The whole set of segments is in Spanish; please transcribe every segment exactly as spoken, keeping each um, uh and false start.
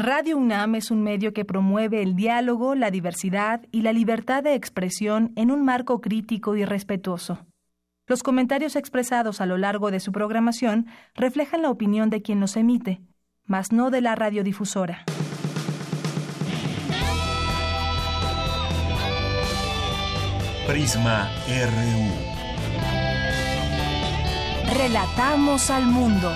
Radio UNAM es un medio que promueve el diálogo, la diversidad y la libertad de expresión en un marco crítico y respetuoso. Los comentarios expresados a lo largo de su programación reflejan la opinión de quien los emite, mas no de la radiodifusora. Prisma R U. Relatamos al mundo.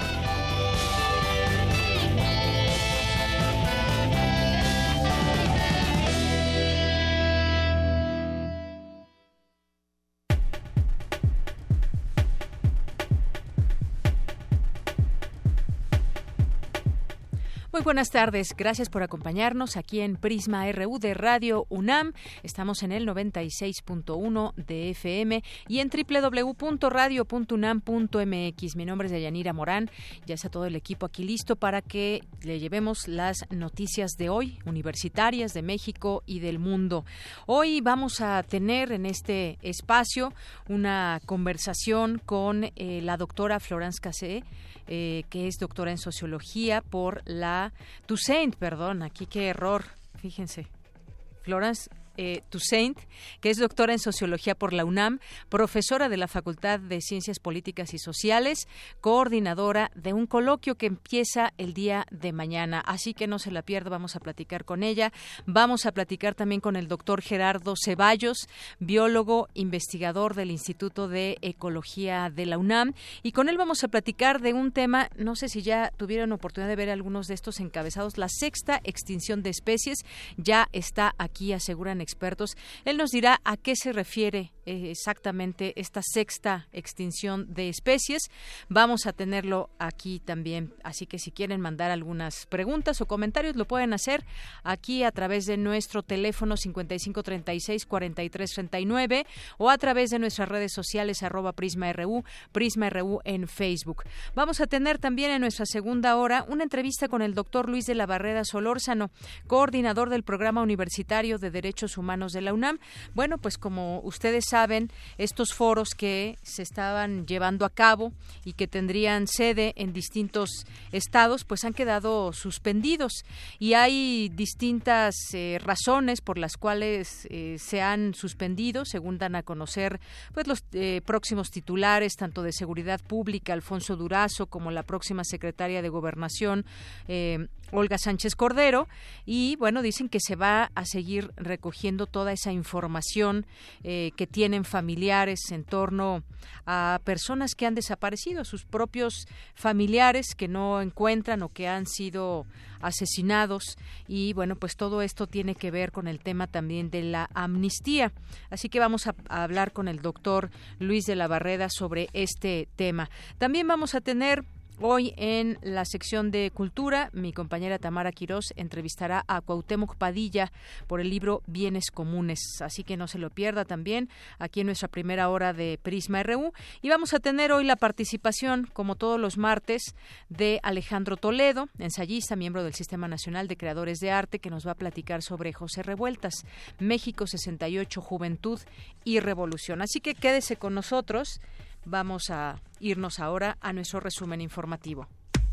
Muy buenas tardes, gracias por acompañarnos aquí en Prisma R U de Radio UNAM. Estamos en el noventa y seis punto uno de F M y en doble u doble u doble u punto radio punto unam punto m x. Mi nombre es Deyanira Morán, ya está todo el equipo aquí listo para que le llevemos las noticias de hoy, universitarias de México y del mundo. Hoy vamos a tener en este espacio una conversación con eh, la doctora Florence Cassé, eh, que es doctora en sociología por la Toussaint, perdón, aquí qué error, fíjense, Florence Eh, Toussaint, que es doctora en Sociología por la UNAM, profesora de la Facultad de Ciencias Políticas y Sociales, coordinadora de un coloquio que empieza el día de mañana. Así que no se la pierda, vamos a platicar con ella. Vamos a platicar también con el doctor Gerardo Ceballos, biólogo, investigador del Instituto de Ecología de la UNAM. Y con él vamos a platicar de un tema, no sé si ya tuvieron oportunidad de ver algunos de estos encabezados, la sexta extinción de especies. Ya está aquí, aseguran expertos. Él nos dirá a qué se refiere eh, exactamente esta sexta extinción de especies. Vamos a tenerlo aquí también, así que si quieren mandar algunas preguntas o comentarios lo pueden hacer aquí a través de nuestro teléfono cincuenta y cinco treinta y seis cuarenta y tres treinta y nueve o a través de nuestras redes sociales arroba Prisma R U, Prisma R U en Facebook. Vamos a tener también en nuestra segunda hora una entrevista con el doctor Luis de la Barrera Solórzano, coordinador del Programa Universitario de Derechos Humanos de la UNAM. Bueno, pues como ustedes saben, estos foros que se estaban llevando a cabo y que tendrían sede en distintos estados, pues han quedado suspendidos y hay distintas eh, razones por las cuales eh, se han suspendido, según dan a conocer pues los eh, próximos titulares, tanto de Seguridad Pública, Alfonso Durazo, como la próxima secretaria de Gobernación, eh, Olga Sánchez Cordero, y bueno, dicen que se va a seguir recogiendo toda esa información eh, que tienen familiares en torno a personas que han desaparecido, sus propios familiares que no encuentran o que han sido asesinados, y bueno, pues todo esto tiene que ver con el tema también de la amnistía. Así que vamos a, a hablar con el doctor Luis de la Barrera sobre este tema. También vamos a tener hoy en la sección de Cultura, mi compañera Tamara Quirós entrevistará a Cuauhtémoc Padilla por el libro Bienes Comunes, así que no se lo pierda también aquí en nuestra primera hora de Prisma R U. Y vamos a tener hoy la participación, como todos los martes, de Alejandro Toledo, ensayista, miembro del Sistema Nacional de Creadores de Arte, que nos va a platicar sobre José Revueltas, México sesenta y ocho, Juventud y Revolución. Así que quédese con nosotros. Vamos a irnos ahora a nuestro resumen informativo.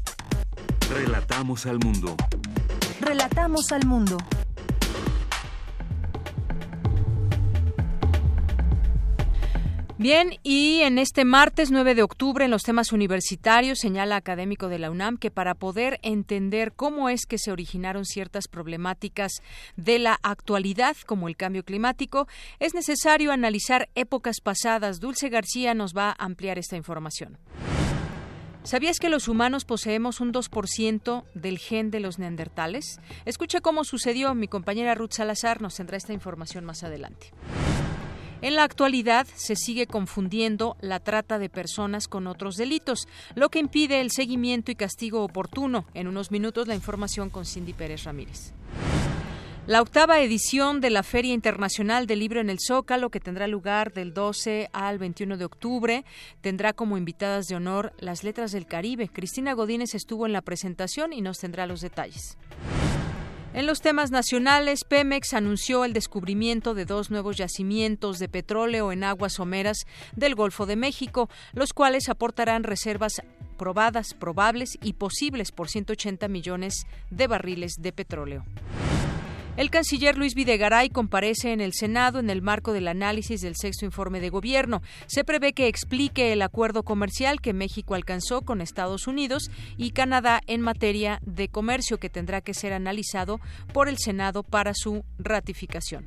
Relatamos al mundo. Relatamos al mundo. Bien, y en este martes nueve de octubre, en los temas universitarios, señala académico de la UNAM que para poder entender cómo es que se originaron ciertas problemáticas de la actualidad, como el cambio climático, es necesario analizar épocas pasadas. Dulce García nos va a ampliar esta información. ¿Sabías que los humanos poseemos un dos por ciento del gen de los neandertales? Escucha cómo sucedió. Mi compañera Ruth Salazar nos tendrá esta información más adelante. En la actualidad se sigue confundiendo la trata de personas con otros delitos, lo que impide el seguimiento y castigo oportuno. En unos minutos la información con Cindy Pérez Ramírez. La octava edición de la Feria Internacional del Libro en el Zócalo, que tendrá lugar del doce al veintiuno de octubre, tendrá como invitadas de honor las Letras del Caribe. Cristina Godínez estuvo en la presentación y nos tendrá los detalles. En los temas nacionales, Pemex anunció el descubrimiento de dos nuevos yacimientos de petróleo en aguas someras del Golfo de México, los cuales aportarán reservas probadas, probables y posibles por ciento ochenta millones de barriles de petróleo. El canciller Luis Videgaray comparece en el Senado en el marco del análisis del sexto informe de gobierno. Se prevé que explique el acuerdo comercial que México alcanzó con Estados Unidos y Canadá en materia de comercio, que tendrá que ser analizado por el Senado para su ratificación.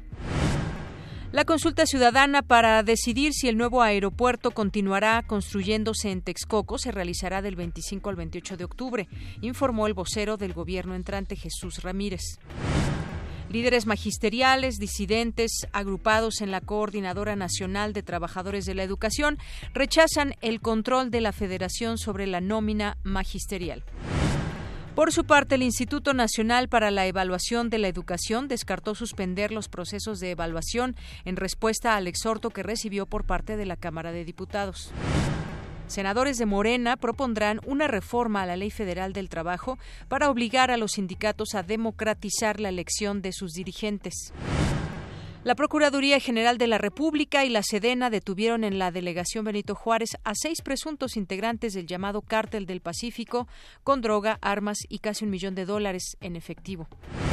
La consulta ciudadana para decidir si el nuevo aeropuerto continuará construyéndose en Texcoco se realizará del veinticinco al veintiocho de octubre, informó el vocero del gobierno entrante, Jesús Ramírez. Líderes magisteriales, disidentes, agrupados en la Coordinadora Nacional de Trabajadores de la Educación, rechazan el control de la Federación sobre la nómina magisterial. Por su parte, el Instituto Nacional para la Evaluación de la Educación descartó suspender los procesos de evaluación en respuesta al exhorto que recibió por parte de la Cámara de Diputados. Senadores de Morena propondrán una reforma a la Ley Federal del Trabajo para obligar a los sindicatos a democratizar la elección de sus dirigentes. La Procuraduría General de la República y la Sedena detuvieron en la delegación Benito Juárez a seis presuntos integrantes del llamado Cártel del Pacífico con droga, armas y casi un millón de dólares en efectivo.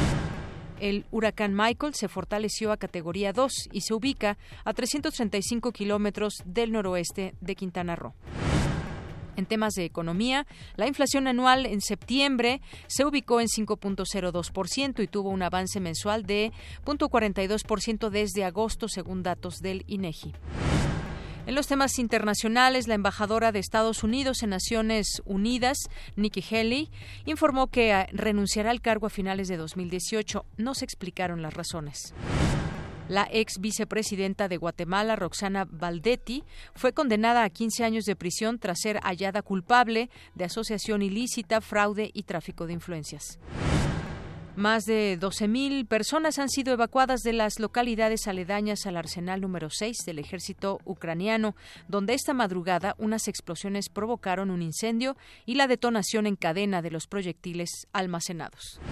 El huracán Michael se fortaleció a categoría dos y se ubica a trescientos treinta y cinco kilómetros del noroeste de Quintana Roo. En temas de economía, la inflación anual en septiembre se ubicó en cinco punto cero dos por ciento y tuvo un avance mensual de cero punto cuarenta y dos por ciento desde agosto, según datos del INEGI. En los temas internacionales, la embajadora de Estados Unidos en Naciones Unidas, Nikki Haley, informó que renunciará al cargo a finales de dos mil dieciocho. No se explicaron las razones. La ex vicepresidenta de Guatemala, Roxana Valdetti, fue condenada a quince años de prisión tras ser hallada culpable de asociación ilícita, fraude y tráfico de influencias. Más de doce mil personas han sido evacuadas de las localidades aledañas al arsenal número seis del ejército ucraniano, donde esta madrugada unas explosiones provocaron un incendio y la detonación en cadena de los proyectiles almacenados.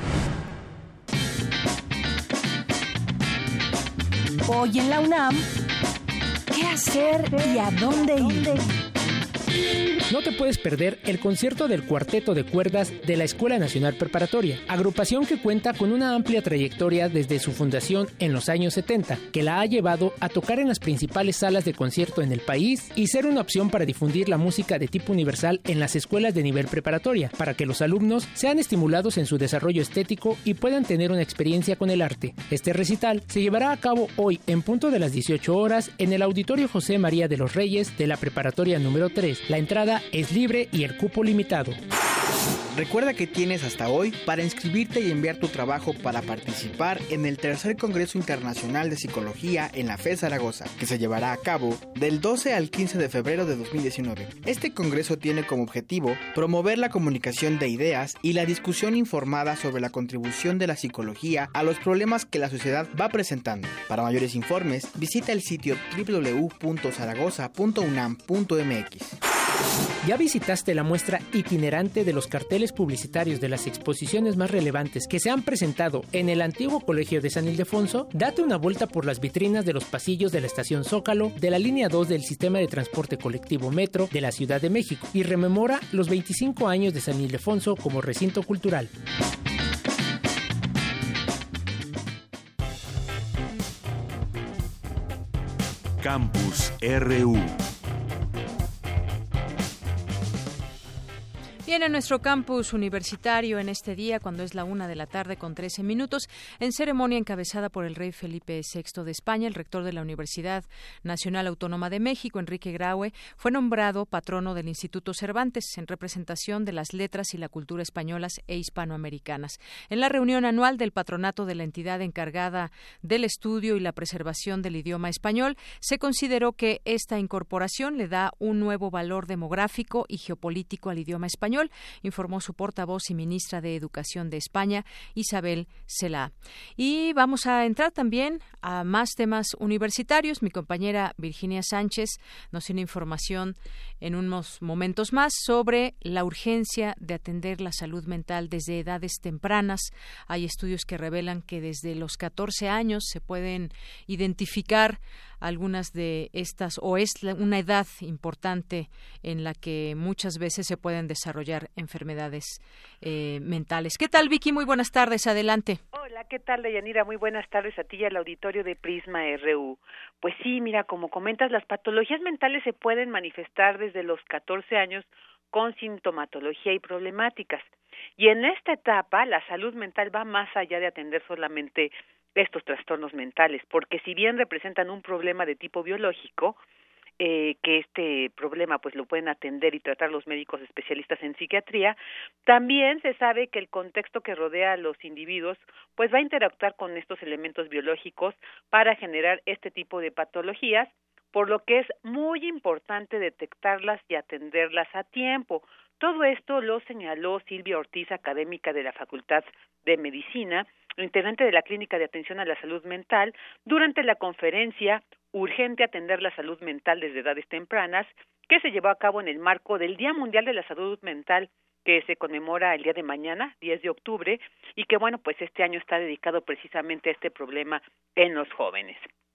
Hoy en la UNAM, ¿qué hacer y a dónde ir? No te puedes perder el concierto del Cuarteto de Cuerdas de la Escuela Nacional Preparatoria, agrupación que cuenta con una amplia trayectoria desde su fundación en los años setenta, que la ha llevado a tocar en las principales salas de concierto en el país y ser una opción para difundir la música de tipo universal en las escuelas de nivel preparatoria, para que los alumnos sean estimulados en su desarrollo estético y puedan tener una experiencia con el arte. Este recital se llevará a cabo hoy en punto de las dieciocho horas en el Auditorio José María de los Reyes de la Preparatoria número tres. La entrada es libre y el cupo limitado. Recuerda que tienes hasta hoy para inscribirte y enviar tu trabajo para participar en el tercer Congreso Internacional de Psicología en la F E S Zaragoza, que se llevará a cabo del doce al quince de febrero de dos mil diecinueve. Este congreso tiene como objetivo promover la comunicación de ideas y la discusión informada sobre la contribución de la psicología a los problemas que la sociedad va presentando. Para mayores informes, visita el sitio doble u doble u doble u punto zaragoza punto unam punto m x. ¿Ya visitaste la muestra itinerante de los carteles publicitarios de las exposiciones más relevantes que se han presentado en el antiguo Colegio de San Ildefonso? Date una vuelta por las vitrinas de los pasillos de la estación Zócalo, de la línea dos del sistema de transporte colectivo Metro de la Ciudad de México y rememora los veinticinco años de San Ildefonso como recinto cultural. Campus R U. Bien, en nuestro campus universitario en este día, cuando es la una de la tarde con trece minutos, en ceremonia encabezada por el rey Felipe sexto de España, el rector de la Universidad Nacional Autónoma de México, Enrique Graue, fue nombrado patrono del Instituto Cervantes en representación de las letras y la cultura españolas e hispanoamericanas. En la reunión anual del patronato de la entidad encargada del estudio y la preservación del idioma español, se consideró que esta incorporación le da un nuevo valor demográfico y geopolítico al idioma español, español, informó su portavoz y ministra de Educación de España, Isabel Celaá. Y vamos a entrar también a más temas universitarios. Mi compañera Virginia Sánchez nos tiene información en unos momentos más sobre la urgencia de atender la salud mental desde edades tempranas. Hay estudios que revelan que desde los catorce años se pueden identificar algunas de estas, o es una edad importante en la que muchas veces se pueden desarrollar enfermedades eh, mentales. ¿Qué tal, Vicky? Muy buenas tardes, adelante. Hola, ¿qué tal, Deyanira? Muy buenas tardes a ti y al auditorio de Prisma R U. Pues sí, mira, como comentas, las patologías mentales se pueden manifestar desde los catorce años con sintomatología y problemáticas. Y en esta etapa, la salud mental va más allá de atender solamente estos trastornos mentales, porque si bien representan un problema de tipo biológico, eh, que este problema pues lo pueden atender y tratar los médicos especialistas en psiquiatría, también se sabe que el contexto que rodea a los individuos pues va a interactuar con estos elementos biológicos para generar este tipo de patologías, por lo que es muy importante detectarlas y atenderlas a tiempo. Todo esto lo señaló Silvia Ortiz, académica de la Facultad de Medicina, integrante de la Clínica de Atención a la Salud Mental, durante la conferencia Urgente atender la salud mental desde edades tempranas, que se llevó a cabo en el marco del Día Mundial de la Salud Mental, que se conmemora el día de mañana, diez de octubre, y que, bueno, pues este año está dedicado precisamente a este problema en los jóvenes.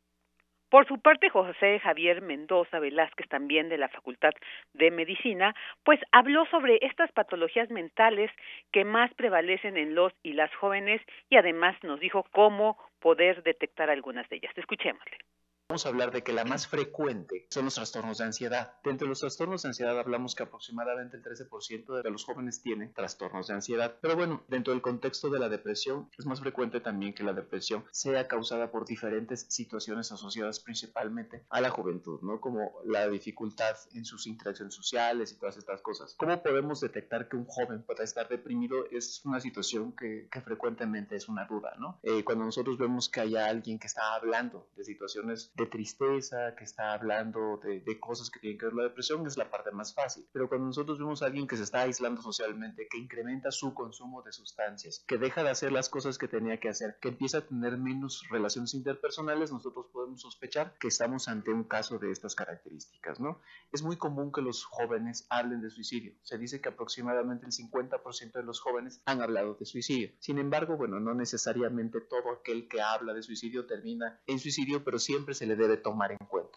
Por su parte, José Javier Mendoza Velázquez, también de la Facultad de Medicina, pues habló sobre estas patologías mentales que más prevalecen en los y las jóvenes y además nos dijo cómo poder detectar algunas de ellas. Escuchémosle. Vamos a hablar de que la más frecuente son los trastornos de ansiedad. Dentro de los trastornos de ansiedad hablamos que aproximadamente el trece por ciento de los jóvenes tienen trastornos de ansiedad. Pero bueno, dentro del contexto de la depresión, es más frecuente también que la depresión sea causada por diferentes situaciones asociadas principalmente a la juventud, ¿no? Como la dificultad en sus interacciones sociales y todas estas cosas. ¿Cómo podemos detectar que un joven pueda estar deprimido? Es una situación que, que frecuentemente es una duda, ¿no? Eh, cuando nosotros vemos que haya alguien que está hablando de situaciones de tristeza, que está hablando de, de cosas que tienen que ver con la depresión, es la parte más fácil. Pero cuando nosotros vemos a alguien que se está aislando socialmente, que incrementa su consumo de sustancias, que deja de hacer las cosas que tenía que hacer, que empieza a tener menos relaciones interpersonales, nosotros podemos sospechar que estamos ante un caso de estas características, ¿no? Es muy común que los jóvenes hablen de suicidio. Se dice que aproximadamente el cincuenta por ciento de los jóvenes han hablado de suicidio. Sin embargo, bueno, no necesariamente todo aquel que habla de suicidio termina en suicidio, pero siempre se le debe tomar en cuenta.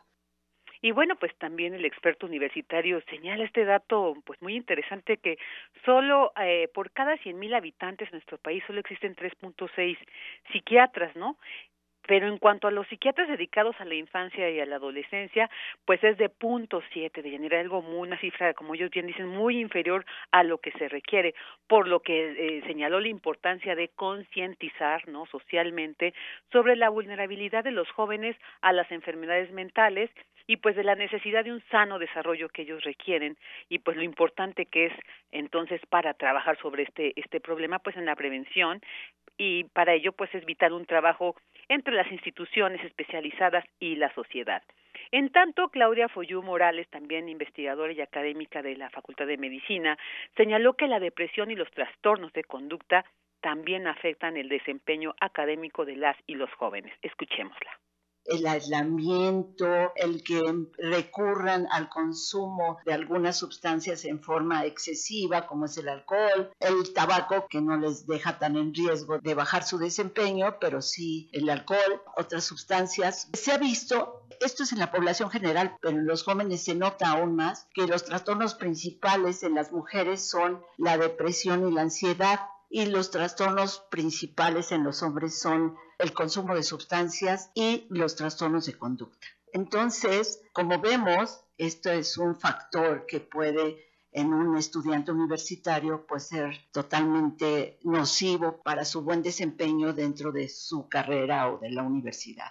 Y bueno, pues también el experto universitario señala este dato pues muy interesante, que solo eh, por cada cien mil habitantes en nuestro país solo existen tres punto seis psiquiatras, ¿no? Pero en cuanto a los psiquiatras dedicados a la infancia y a la adolescencia, pues es de punto siete, de generar algo muy, una cifra, como ellos bien dicen, muy inferior a lo que se requiere, por lo que eh, señaló la importancia de concientizar, ¿no?, socialmente sobre la vulnerabilidad de los jóvenes a las enfermedades mentales y pues de la necesidad de un sano desarrollo que ellos requieren y pues lo importante que es entonces para trabajar sobre este este problema pues en la prevención, y para ello pues es vital un trabajo entre las instituciones especializadas y la sociedad. En tanto, Claudia Follú Morales, también investigadora y académica de la Facultad de Medicina, señaló que la depresión y los trastornos de conducta también afectan el desempeño académico de las y los jóvenes. Escuchémosla. El aislamiento, el que recurran al consumo de algunas sustancias en forma excesiva, como es el alcohol, el tabaco, que no les deja tan en riesgo de bajar su desempeño, pero sí el alcohol, otras sustancias. Se ha visto, esto es en la población general, pero en los jóvenes se nota aún más, que los trastornos principales en las mujeres son la depresión y la ansiedad, y los trastornos principales en los hombres son el consumo de sustancias y los trastornos de conducta. Entonces, como vemos, esto es un factor que puede en un estudiante universitario pues ser totalmente nocivo para su buen desempeño dentro de su carrera o de la universidad.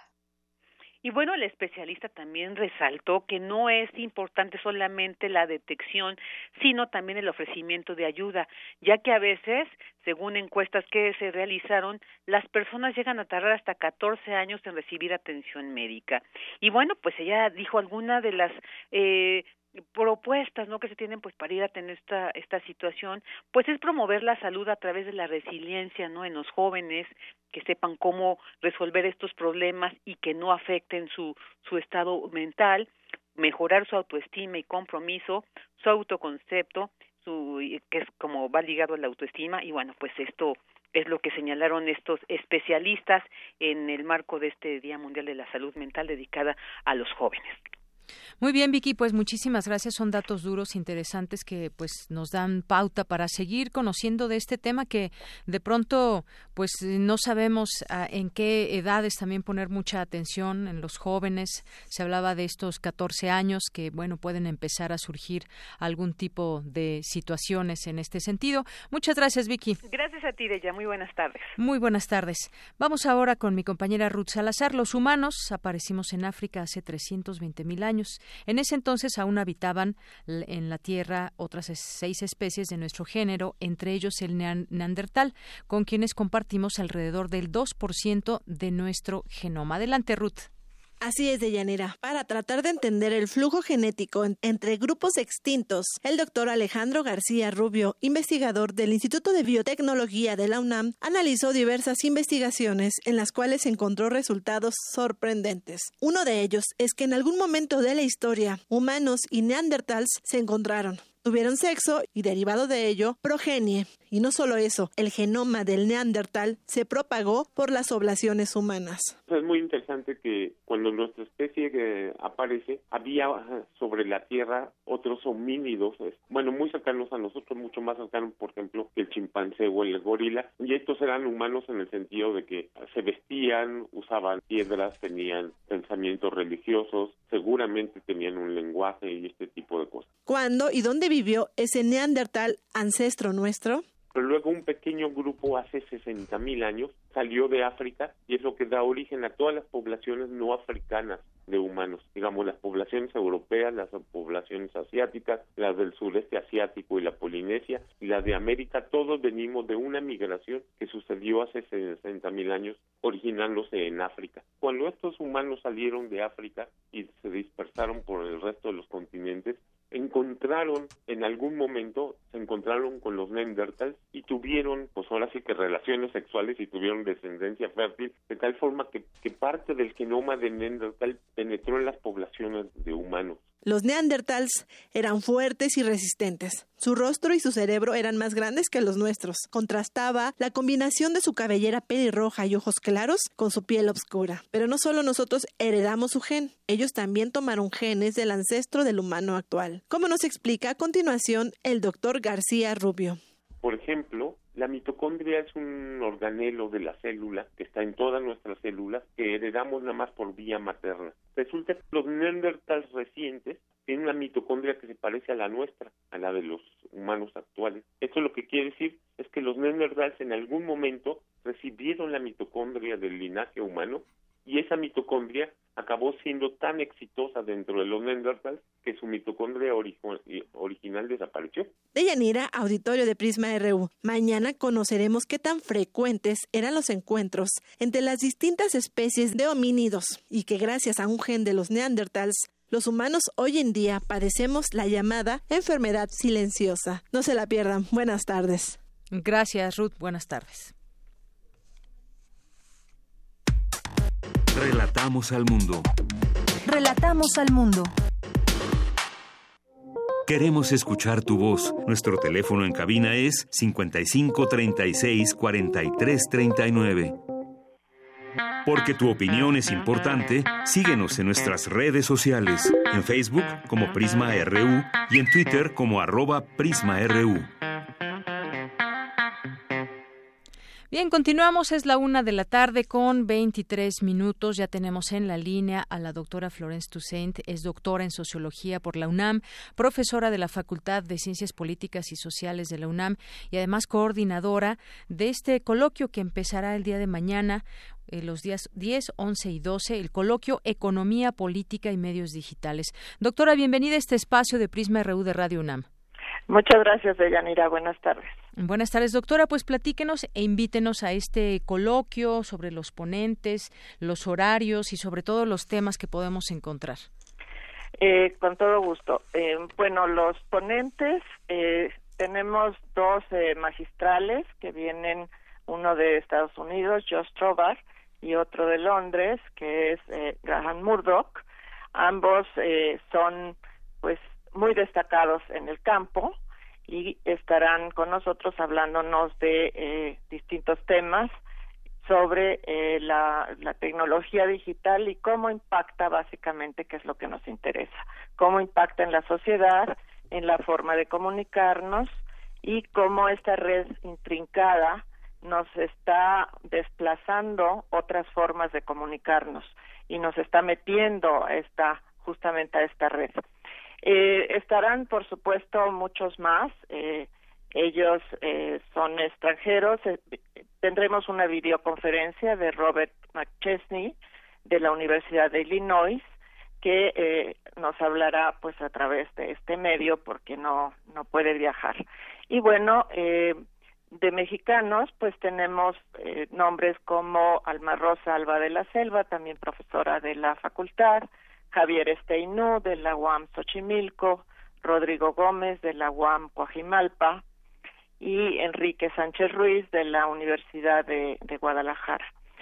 Y bueno, el especialista también resaltó que no es importante solamente la detección, sino también el ofrecimiento de ayuda, ya que a veces, según encuestas que se realizaron, las personas llegan a tardar hasta catorce años en recibir atención médica. Y bueno, pues ella dijo alguna de las eh, propuestas, ¿no?, que se tienen pues para ir a tener esta esta situación, pues es promover la salud a través de la resiliencia, ¿no?, en los jóvenes, que sepan cómo resolver estos problemas y que no afecten su su estado mental, mejorar su autoestima y compromiso, su autoconcepto, su que es como va ligado a la autoestima, y bueno, pues esto es lo que señalaron estos especialistas en el marco de este Día Mundial de la Salud Mental dedicada a los jóvenes. Muy bien, Vicky, pues muchísimas gracias. Son datos duros, interesantes, que pues nos dan pauta para seguir conociendo de este tema que de pronto pues no sabemos uh, en qué edades también poner mucha atención en los jóvenes. Se hablaba de estos catorce años que, bueno, pueden empezar a surgir algún tipo de situaciones en este sentido. Muchas gracias, Vicky. Gracias a ti, Deya. Muy buenas tardes. Muy buenas tardes. Vamos ahora con mi compañera Ruth Salazar. Los humanos aparecimos en África hace trescientos veinte mil años. En ese entonces aún habitaban en la Tierra otras seis especies de nuestro género, entre ellos el neandertal, con quienes compartimos alrededor del dos por ciento de nuestro genoma. Adelante, Ruth. Así es, Deyanira. Para tratar de entender el flujo genético en, entre grupos extintos, el doctor Alejandro García Rubio, investigador del Instituto de Biotecnología de la UNAM, analizó diversas investigaciones en las cuales encontró resultados sorprendentes. Uno de ellos es que en algún momento de la historia, humanos y neandertals se encontraron. Tuvieron sexo y, derivado de ello, progenie. Y no solo eso, el genoma del neandertal se propagó por las poblaciones humanas. Es muy interesante que cuando nuestra especie eh, aparece, había sobre la Tierra otros homínidos, bueno, muy cercanos a nosotros, mucho más cercanos, por ejemplo, que el chimpancé o el gorila. Y estos eran humanos en el sentido de que se vestían, usaban piedras, tenían pensamientos religiosos, seguramente tenían un lenguaje y este tipo de cosas. ¿Cuándo y dónde vivió ese neandertal ancestro nuestro? Pero luego un pequeño grupo hace sesenta mil años salió de África y es lo que da origen a todas las poblaciones no africanas de humanos. Digamos, las poblaciones europeas, las poblaciones asiáticas, las del sureste asiático y la Polinesia, y las de América, todos venimos de una migración que sucedió hace sesenta mil años, originándose en África. Cuando estos humanos salieron de África y se dispersaron por el resto de los continentes, encontraron, en algún momento, se encontraron con los neandertals y tuvieron, pues ahora sí que relaciones sexuales y tuvieron descendencia fértil, de tal forma que, que parte del genoma de neandertal penetró en las poblaciones de humanos. Los neandertals eran fuertes y resistentes. Su rostro y su cerebro eran más grandes que los nuestros. Contrastaba la combinación de su cabellera pelirroja y ojos claros con su piel oscura. Pero no solo nosotros heredamos su gen, ellos también tomaron genes del ancestro del humano actual. Como nos explica a continuación el doctor García Rubio. Por ejemplo, la mitocondria es un organelo de la célula que está en todas nuestras células que heredamos nada más por vía materna. Resulta que los neandertals recientes tienen una mitocondria que se parece a la nuestra, a la de los humanos actuales. Esto lo que quiere decir es que los neandertals en algún momento recibieron la mitocondria del linaje humano y esa mitocondria acabó siendo tan exitosa dentro de los neandertals que su mitocondria ori- original desapareció. Deyanira, auditorio de Prisma R U. Mañana conoceremos qué tan frecuentes eran los encuentros entre las distintas especies de homínidos y que gracias a un gen de los neandertals, los humanos hoy en día padecemos la llamada enfermedad silenciosa. No se la pierdan. Buenas tardes. Gracias, Ruth. Buenas tardes. Relatamos al mundo. Relatamos al mundo. Queremos escuchar tu voz. Nuestro teléfono en cabina es cincuenta y cinco treinta y seis cuarenta y tres treinta y nueve. Porque tu opinión es importante, síguenos en nuestras redes sociales. En Facebook como Prisma R U y en Twitter como arroba Prisma R U. Bien, continuamos, es la una de la tarde con veintitrés minutos. Ya tenemos en la línea a la doctora Florence Toussaint, es doctora en Sociología por la UNAM, profesora de la Facultad de Ciencias Políticas y Sociales de la UNAM y además coordinadora de este coloquio que empezará el día de mañana, eh, los días diez, once y doce, el coloquio Economía, Política y Medios Digitales. Doctora, bienvenida a este espacio de Prisma R U de Radio UNAM. Muchas gracias, Deyanira. Buenas tardes. Buenas tardes, doctora. Pues platíquenos e invítenos a este coloquio sobre los ponentes, los horarios y sobre todo los temas que podemos encontrar. Eh, con todo gusto. Eh, bueno, los ponentes, eh, tenemos dos eh, magistrales que vienen, uno de Estados Unidos, Josh Trobar, y otro de Londres, que es eh, Graham Murdoch. Ambos eh, son pues muy destacados en el campo y estarán con nosotros hablándonos de eh, distintos temas sobre eh, la, la tecnología digital y cómo impacta básicamente, qué es lo que nos interesa, cómo impacta en la sociedad, en la forma de comunicarnos y cómo esta red intrincada nos está desplazando otras formas de comunicarnos y nos está metiendo a esta, justamente a esta red. Eh, estarán, por supuesto, muchos más. Eh, ellos eh, son extranjeros. Eh, tendremos una videoconferencia de Robert McChesney de la Universidad de Illinois que eh, nos hablará pues a través de este medio porque no no puede viajar. Y bueno, eh, de mexicanos pues tenemos eh, nombres como Alma Rosa Alba de la Selva, también profesora de la facultad, Javier Esteinú de la U A M Xochimilco, Rodrigo Gómez de la U A M Coajimalpa y Enrique Sánchez Ruiz de la Universidad de, de Guadalajara.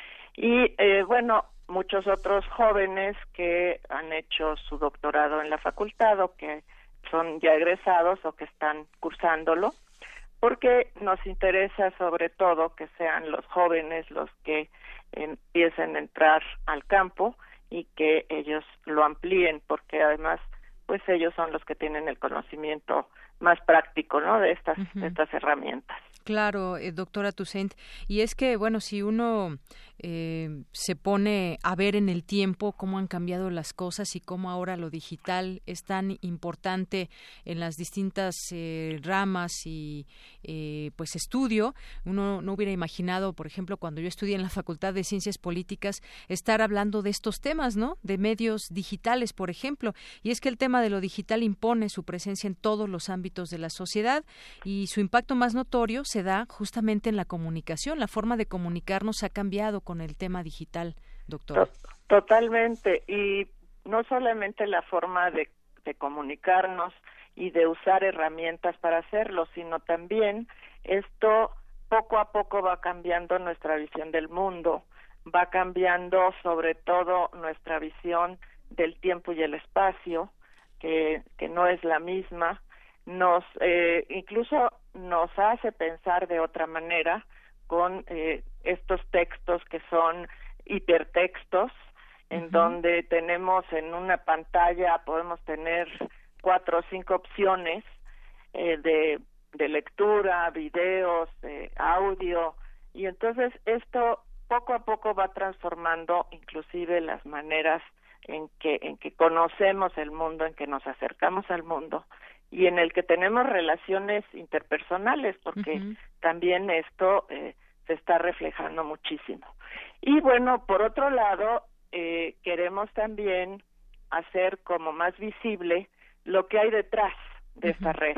Y eh, bueno, muchos otros jóvenes que han hecho su doctorado en la facultad o que son ya egresados o que están cursándolo, porque nos interesa sobre todo que sean los jóvenes los que empiecen a entrar al campo y que ellos lo amplíen, porque además pues ellos son los que tienen el conocimiento más práctico, ¿no?, de estas uh-huh. de estas herramientas. Claro, eh, doctora Toussaint. Y es que, bueno, si uno eh, se pone a ver en el tiempo cómo han cambiado las cosas y cómo ahora lo digital es tan importante en las distintas eh, ramas y eh, pues estudio, uno no hubiera imaginado, por ejemplo, cuando yo estudié en la Facultad de Ciencias Políticas, estar hablando de estos temas, ¿no?, de medios digitales, por ejemplo. Y es que el tema de lo digital impone su presencia en todos los ámbitos de la sociedad y su impacto más notorio se da justamente en la comunicación. La forma de comunicarnos ha cambiado con el tema digital, doctora. Totalmente, y no solamente la forma de, de comunicarnos y de usar herramientas para hacerlo, sino también esto poco a poco va cambiando nuestra visión del mundo, va cambiando sobre todo nuestra visión del tiempo y el espacio, que, que no es la misma, nos eh, incluso nos hace pensar de otra manera con eh, estos textos que son hipertextos, en uh-huh. donde tenemos en una pantalla, podemos tener cuatro o cinco opciones eh, de, de lectura, videos, eh, audio, y entonces esto poco a poco va transformando inclusive las maneras en que, en que conocemos el mundo, en que nos acercamos al mundo, y en el que tenemos relaciones interpersonales, porque uh-huh. también esto eh, se está reflejando muchísimo. Y bueno, por otro lado, eh, queremos también hacer como más visible lo que hay detrás de uh-huh. esta red,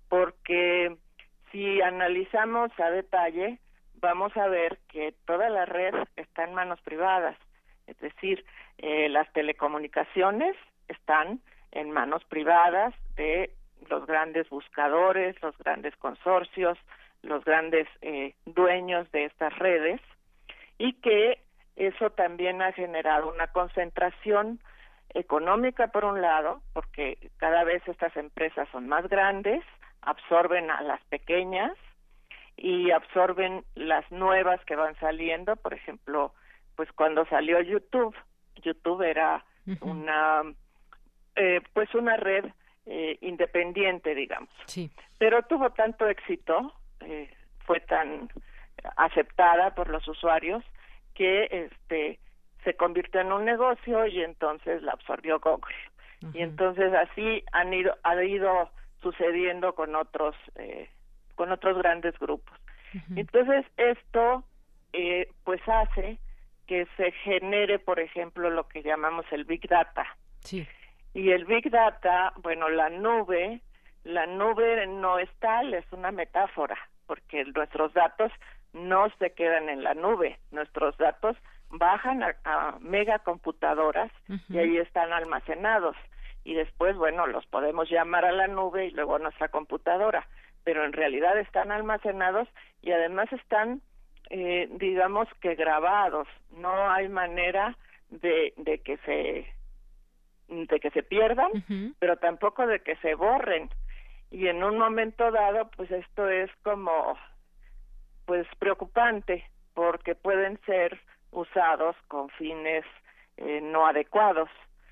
porque si analizamos a detalle, vamos a ver que toda la red está en manos privadas, es decir, eh, las telecomunicaciones están en manos privadas de los grandes buscadores, los grandes consorcios, los grandes eh, dueños de estas redes, y que eso también ha generado una concentración económica por un lado, porque cada vez estas empresas son más grandes, absorben a las pequeñas y absorben las nuevas que van saliendo. Por ejemplo, pues cuando salió YouTube, YouTube era uh-huh. una eh, pues una red Eh, independiente, digamos. Sí. Pero tuvo tanto éxito, eh, fue tan aceptada por los usuarios que este se convirtió en un negocio y entonces la absorbió Google. Uh-huh. Y entonces así han ido ha ido sucediendo con otros eh, con otros grandes grupos. Uh-huh. Entonces esto eh, pues hace que se genere, por ejemplo, lo que llamamos el Big Data. Sí. Y el Big Data, bueno, la nube, la nube no es tal, es una metáfora, porque nuestros datos no se quedan en la nube, nuestros datos bajan a, a megacomputadoras uh-huh. y ahí están almacenados. y después, bueno, los podemos llamar a la nube y luego a nuestra computadora, pero en realidad están almacenados y además están, eh, digamos que grabados. No hay manera de, de que se de que se pierdan, uh-huh. pero tampoco de que se borren. Y en un momento dado, pues esto es como, pues preocupante, porque pueden ser usados con fines eh, no adecuados.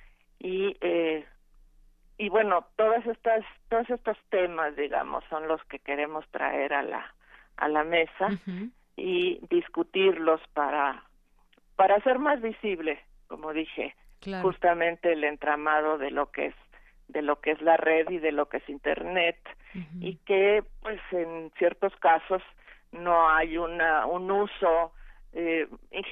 Y eh, y bueno, todas estas todos estos temas, digamos, son los que queremos traer a la a la mesa uh-huh. y discutirlos para para hacer más visible, como dije, claro. justamente el entramado de lo que es de lo que es la red y de lo que es Internet, uh-huh. y que pues en ciertos casos no hay una un uso eh,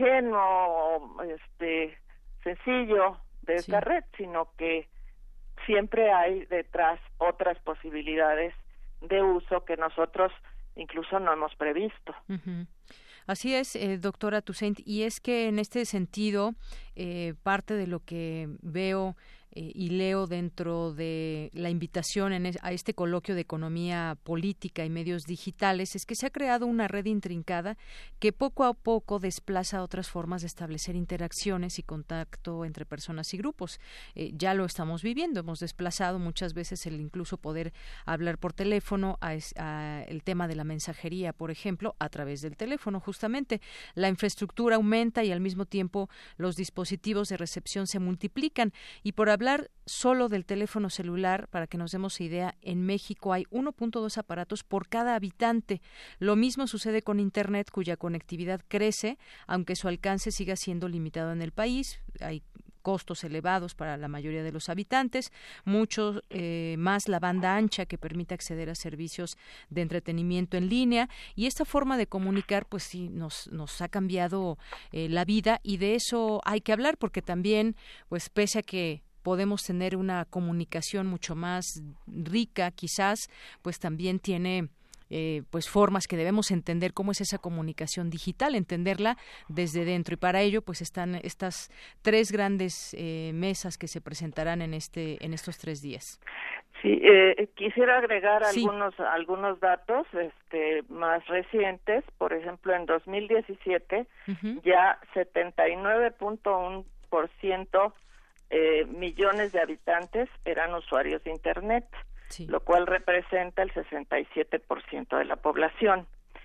ingenuo, este sencillo de esta sí. red, sino que siempre hay detrás otras posibilidades de uso que nosotros incluso no hemos previsto. Uh-huh. Así es, eh, doctora Toussaint, y es que en este sentido, eh, parte de lo que veo eh, y leo dentro de la invitación en es, a este coloquio de economía política y medios digitales es que se ha creado una red intrincada que poco a poco desplaza otras formas de establecer interacciones y contacto entre personas y grupos. Eh, ya lo estamos viviendo, hemos desplazado muchas veces el incluso poder hablar por teléfono a, a el tema de la mensajería, por ejemplo, a través del teléfono. Justamente la infraestructura aumenta y al mismo tiempo los dispositivos de recepción se multiplican. Y por hablar solo del teléfono celular, para que nos demos idea, en México hay uno punto dos aparatos por cada habitante. Lo mismo sucede con Internet, cuya conectividad crece, aunque su alcance siga siendo limitado en el país. Hay costos elevados para la mayoría de los habitantes, mucho eh, más la banda ancha que permite acceder a servicios de entretenimiento en línea, y esta forma de comunicar pues sí nos, nos ha cambiado eh, la vida, y de eso hay que hablar, porque también pues pese a que podemos tener una comunicación mucho más rica, quizás, pues también tiene eh, pues formas que debemos entender cómo es esa comunicación digital, entenderla desde dentro, y para ello pues están estas tres grandes eh, mesas que se presentarán en este en estos tres días. Sí, eh, quisiera agregar sí. algunos algunos datos este más recientes. Por ejemplo, en dos mil diecisiete uh-huh. ya setenta y nueve punto uno por ciento Eh, millones de habitantes eran usuarios de Internet, sí. lo cual representa el sesenta y siete por ciento de la población.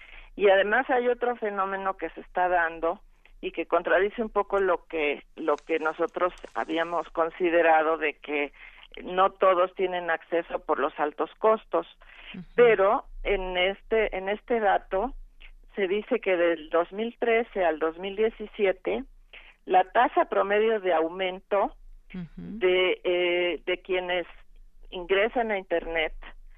Y además hay otro fenómeno que se está dando y que contradice un poco lo que lo que nosotros habíamos considerado, de que no todos tienen acceso por los altos costos, uh-huh. pero en este en este dato se dice que del dos mil trece al dos mil diecisiete la tasa promedio de aumento Uh-huh. de eh, de quienes ingresan a Internet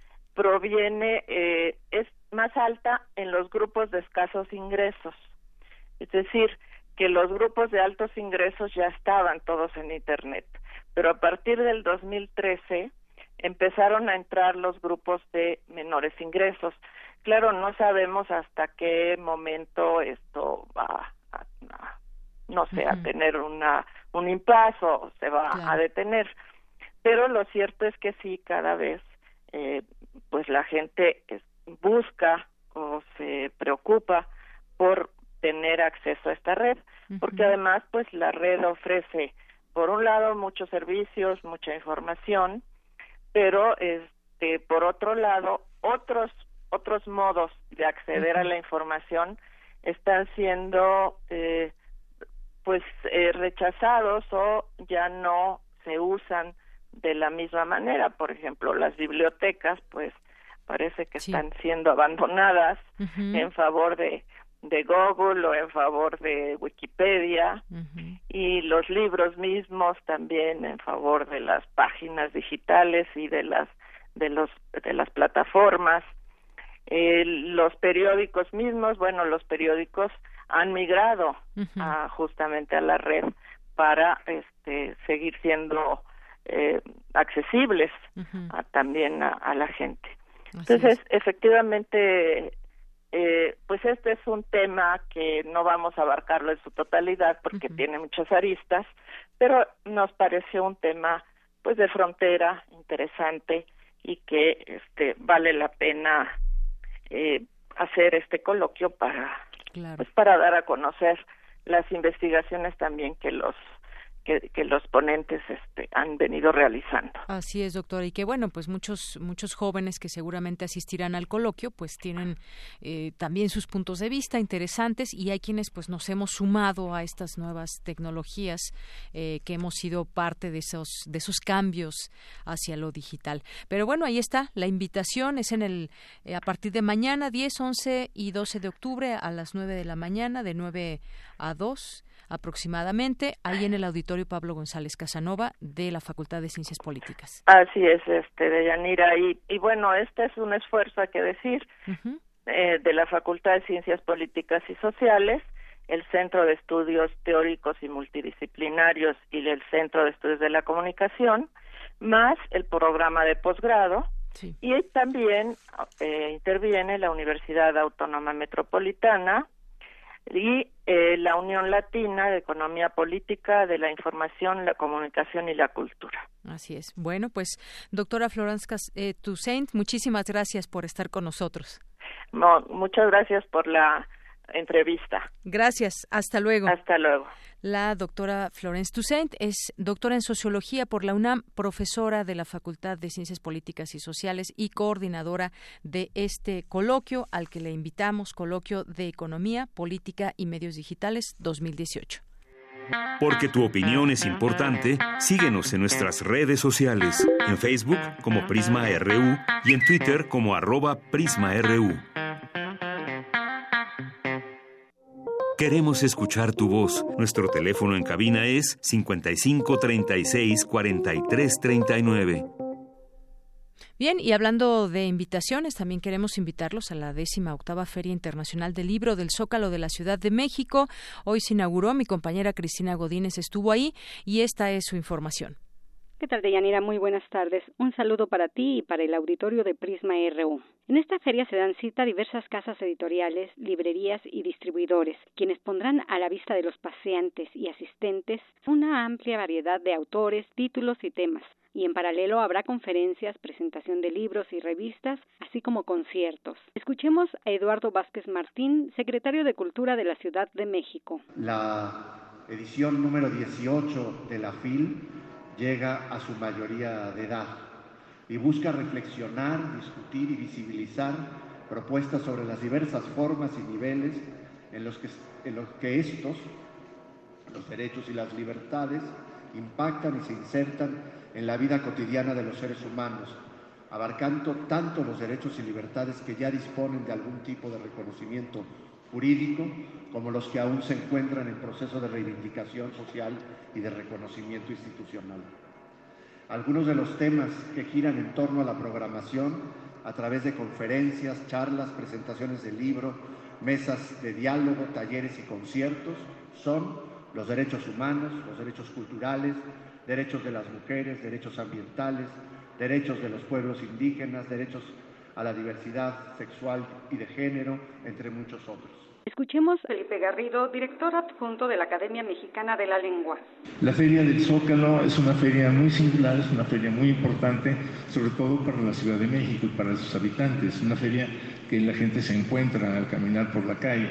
proviene eh, es más alta en los grupos de escasos ingresos, es decir, que los grupos de altos ingresos ya estaban todos en Internet, pero a partir del dos mil trece empezaron a entrar los grupos de menores ingresos. Claro, no sabemos hasta qué momento esto va a, a no sé, uh-huh. a tener una un impasse o se va claro. a detener, pero lo cierto es que sí, cada vez eh, pues la gente es, busca o se preocupa por tener acceso a esta red, uh-huh. porque además pues la red ofrece por un lado muchos servicios, mucha información, pero este por otro lado otros otros modos de acceder uh-huh. a la información están siendo eh, pues eh, rechazados o ya no se usan de la misma manera. Por ejemplo, las bibliotecas pues parece que sí. están siendo abandonadas uh-huh. en favor de de Google o en favor de Wikipedia, uh-huh. y los libros mismos también en favor de las páginas digitales y de las de los de las plataformas. Eh, los periódicos mismos, bueno, los periódicos han migrado uh-huh. a, justamente a la red para este seguir siendo eh, accesibles uh-huh. a, también a, a la gente. Así Entonces, es. efectivamente, eh, pues este es un tema que no vamos a abarcarlo en su totalidad porque uh-huh. tiene muchas aristas, pero nos pareció un tema pues de frontera interesante y que este vale la pena eh, hacer este coloquio para claro. pues para dar a conocer las investigaciones también que los Que, que los ponentes este, han venido realizando. Así es, doctora, y que bueno, pues muchos muchos jóvenes que seguramente asistirán al coloquio, pues tienen eh, también sus puntos de vista interesantes, y hay quienes pues nos hemos sumado a estas nuevas tecnologías eh, que hemos sido parte de esos de esos cambios hacia lo digital. Pero bueno, ahí está la invitación, es en el eh, a partir de mañana diez, once y doce de octubre a las nueve de la mañana, de nueve a dos aproximadamente, ahí en el Auditorio Pablo González Casanova de la Facultad de Ciencias Políticas. Así es, este, Deyanira, y, y bueno, este es un esfuerzo, hay que decir, uh-huh. eh, de la Facultad de Ciencias Políticas y Sociales, el Centro de Estudios Teóricos y Multidisciplinarios y el Centro de Estudios de la Comunicación, más el programa de posgrado, sí. y también eh, interviene la Universidad Autónoma Metropolitana, y eh, la Unión Latina de Economía Política, de la Información, la Comunicación y la Cultura. Así es. Bueno, pues, doctora Florence eh, Toussaint, muchísimas gracias por estar con nosotros. No, muchas gracias por la entrevista. Gracias. Hasta luego. Hasta luego. La doctora Florence Toussaint es doctora en Sociología por la UNAM, profesora de la Facultad de Ciencias Políticas y Sociales y coordinadora de este coloquio al que le invitamos, Coloquio de Economía, Política y Medios Digitales dos mil dieciocho. Porque tu opinión es importante, síguenos en nuestras redes sociales, en Facebook como Prisma R U y en Twitter como arroba Prisma R U. Queremos escuchar tu voz. Nuestro teléfono en cabina es cincuenta y cinco, treinta y seis, cuarenta y tres, treinta y nueve. Bien, y hablando de invitaciones, también queremos invitarlos a la décima octava Feria Internacional del Libro del Zócalo de la Ciudad de México. Hoy se inauguró, mi compañera Cristina Godínez estuvo ahí y esta es su información. ¿Qué tal, Deyanira? Muy buenas tardes. Un saludo para ti y para el auditorio de Prisma R U. En esta feria se dan cita diversas casas editoriales, librerías y distribuidores, quienes pondrán a la vista de los paseantes y asistentes una amplia variedad de autores, títulos y temas. Y en paralelo habrá conferencias, presentación de libros y revistas, así como conciertos. Escuchemos a Eduardo Vázquez Martín, secretario de Cultura de la Ciudad de México. La edición número dieciocho de la F I L llega a su mayoría de edad y busca reflexionar, discutir y visibilizar propuestas sobre las diversas formas y niveles en los que, en los que estos, los derechos y las libertades, impactan y se insertan en la vida cotidiana de los seres humanos, abarcando tanto los derechos y libertades que ya disponen de algún tipo de reconocimiento jurídico, como los que aún se encuentran en proceso de reivindicación social y de reconocimiento institucional. Algunos de los temas que giran en torno a la programación, a través de conferencias, charlas, presentaciones de libro, mesas de diálogo, talleres y conciertos, son los derechos humanos, los derechos culturales, derechos de las mujeres, derechos ambientales, derechos de los pueblos indígenas, derechos a la diversidad sexual y de género, entre muchos otros. Escuchemos a Felipe Garrido, director adjunto de la Academia Mexicana de la Lengua. La Feria del Zócalo es una feria muy singular, es una feria muy importante, sobre todo para la Ciudad de México y para sus habitantes. Una feria que la gente se encuentra al caminar por la calle.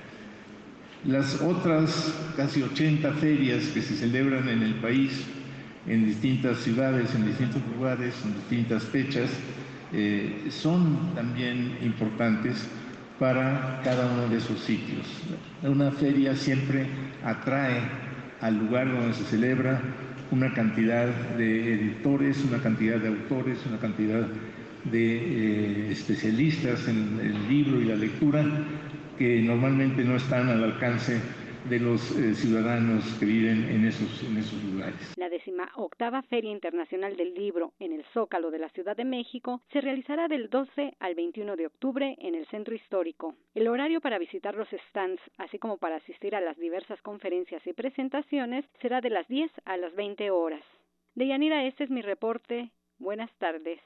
Las otras casi ochenta ferias que se celebran en el país, en distintas ciudades, en distintos lugares, en distintas fechas, eh, son también importantes para cada uno de esos sitios. Una feria siempre atrae al lugar donde se celebra una cantidad de editores, una cantidad de autores, una cantidad de eh, especialistas en el libro y la lectura que normalmente no están al alcance de los eh, ciudadanos que viven en esos, en esos lugares. La décima octava Feria Internacional del Libro en el Zócalo de la Ciudad de México se realizará del doce al veintiuno de octubre en el Centro Histórico. El horario para visitar los stands, así como para asistir a las diversas conferencias y presentaciones, será de las diez a las veinte horas. Deyanira, este es mi reporte. Buenas tardes.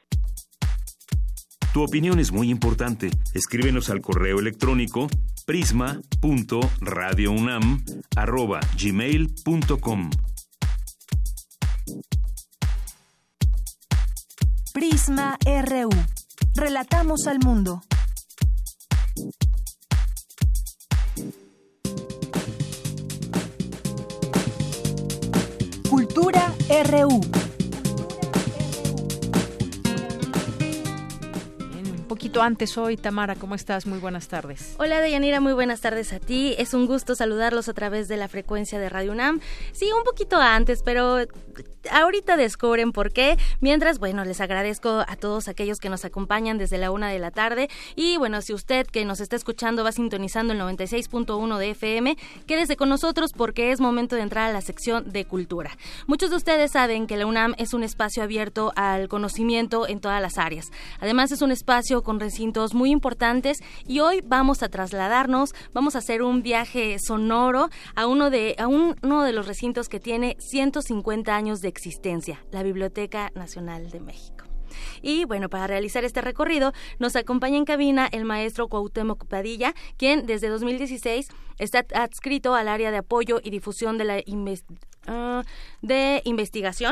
Tu opinión es muy importante. Escríbenos al correo electrónico prisma punto radio unam arroba gmail punto com. Prisma R U. Relatamos al mundo. Cultura R U. Un poquito antes hoy, Tamara, ¿cómo estás? Muy buenas tardes. Hola, Deyanira, muy buenas tardes a ti. Es un gusto saludarlos a través de la frecuencia de Radio UNAM. Sí, un poquito antes, pero ahorita descubren por qué. Mientras, bueno, les agradezco a todos aquellos que nos acompañan desde la una de la tarde. Y bueno, si usted que nos está escuchando va sintonizando el noventa y seis punto uno de F M, quédese con nosotros porque es momento de entrar a la sección de cultura. Muchos de ustedes saben que la UNAM es un espacio abierto al conocimiento en todas las áreas. Además, es un espacio con recintos muy importantes y hoy vamos a trasladarnos, vamos a hacer un viaje sonoro a uno de, a un, uno de los recintos que tiene ciento cincuenta años de existencia, la Biblioteca Nacional de México. Y bueno, para realizar este recorrido nos acompaña en cabina el maestro Cuauhtémoc Padilla, quien desde dos mil dieciséis está adscrito al área de apoyo y difusión de la invest- uh, de investigación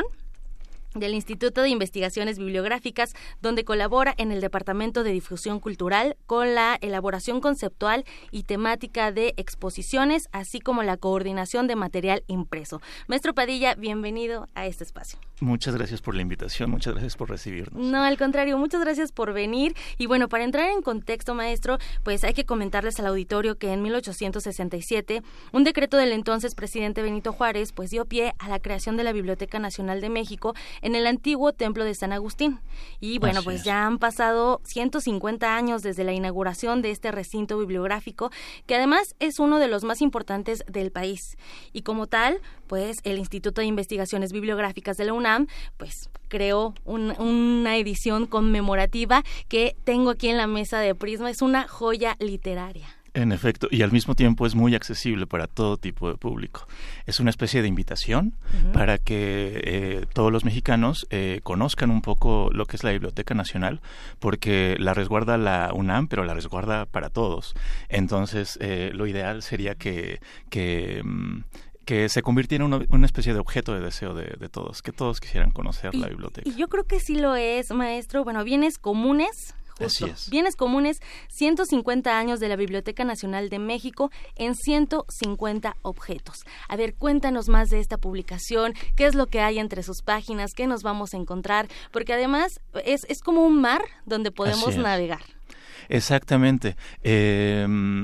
del Instituto de Investigaciones Bibliográficas, donde colabora en el Departamento de Difusión Cultural con la elaboración conceptual y temática de exposiciones, así como la coordinación de material impreso. Maestro Padilla, bienvenido a este espacio. Muchas gracias por la invitación, muchas gracias por recibirnos. No, al contrario, muchas gracias por venir. Y bueno, para entrar en contexto, maestro, pues hay que comentarles al auditorio que en mil ochocientos sesenta y siete, un decreto del entonces presidente Benito Juárez, pues dio pie a la creación de la Biblioteca Nacional de México en el antiguo Templo de San Agustín. Y bueno, Así pues es. ya han pasado ciento cincuenta años desde la inauguración de este recinto bibliográfico, que además es uno de los más importantes del país. Y como tal, pues el Instituto de Investigaciones Bibliográficas de la UNAM, pues creó un, una edición conmemorativa que tengo aquí en la mesa de Prisma. Es una joya literaria. En efecto, y al mismo tiempo es muy accesible para todo tipo de público. Es una especie de invitación uh-huh. para que eh, todos los mexicanos eh, conozcan un poco lo que es la Biblioteca Nacional, porque la resguarda la UNAM, pero la resguarda para todos. Entonces, eh, lo ideal sería que... que mm, que se convirtiera en una, una especie de objeto de deseo de, de todos, que todos quisieran conocer y, la biblioteca. Y yo creo que sí lo es, maestro. Bueno, bienes comunes... Justo. Así es. Bienes comunes, ciento cincuenta años de la Biblioteca Nacional de México en ciento cincuenta objetos. A ver, cuéntanos más de esta publicación, qué es lo que hay entre sus páginas, qué nos vamos a encontrar, porque además es, es como un mar donde podemos navegar. Exactamente. Eh,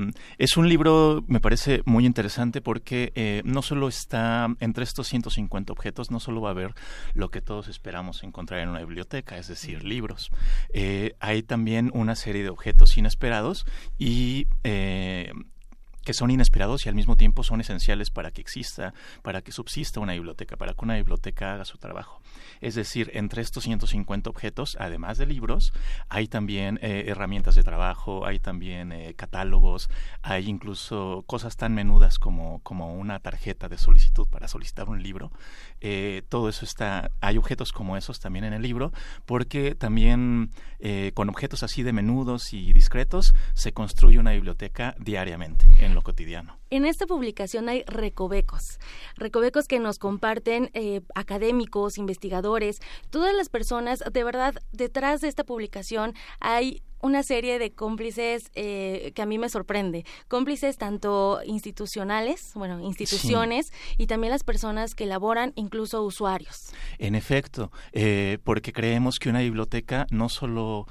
es un libro, me parece muy interesante porque eh, no solo está entre estos ciento cincuenta objetos, no solo va a haber lo que todos esperamos encontrar en una biblioteca, es decir, libros. Eh, hay también una serie de objetos inesperados y... Eh, que son inesperados y al mismo tiempo son esenciales para que exista, para que subsista una biblioteca, para que una biblioteca haga su trabajo. Es decir, entre estos ciento cincuenta objetos, además de libros, hay también eh, herramientas de trabajo, hay también eh, catálogos, hay incluso cosas tan menudas como, como una tarjeta de solicitud para solicitar un libro. Eh, todo eso está, hay objetos como esos también en el libro, porque también eh, con objetos así de menudos y discretos se construye una biblioteca diariamente en lo cotidiano. En esta publicación hay recovecos, recovecos que nos comparten eh, académicos, investigadores, todas las personas. De verdad, detrás de esta publicación hay una serie de cómplices eh, que a mí me sorprende, cómplices tanto institucionales, bueno, instituciones, sí. y también las personas que elaboran, incluso usuarios. En efecto, eh, porque creemos que una biblioteca no solo...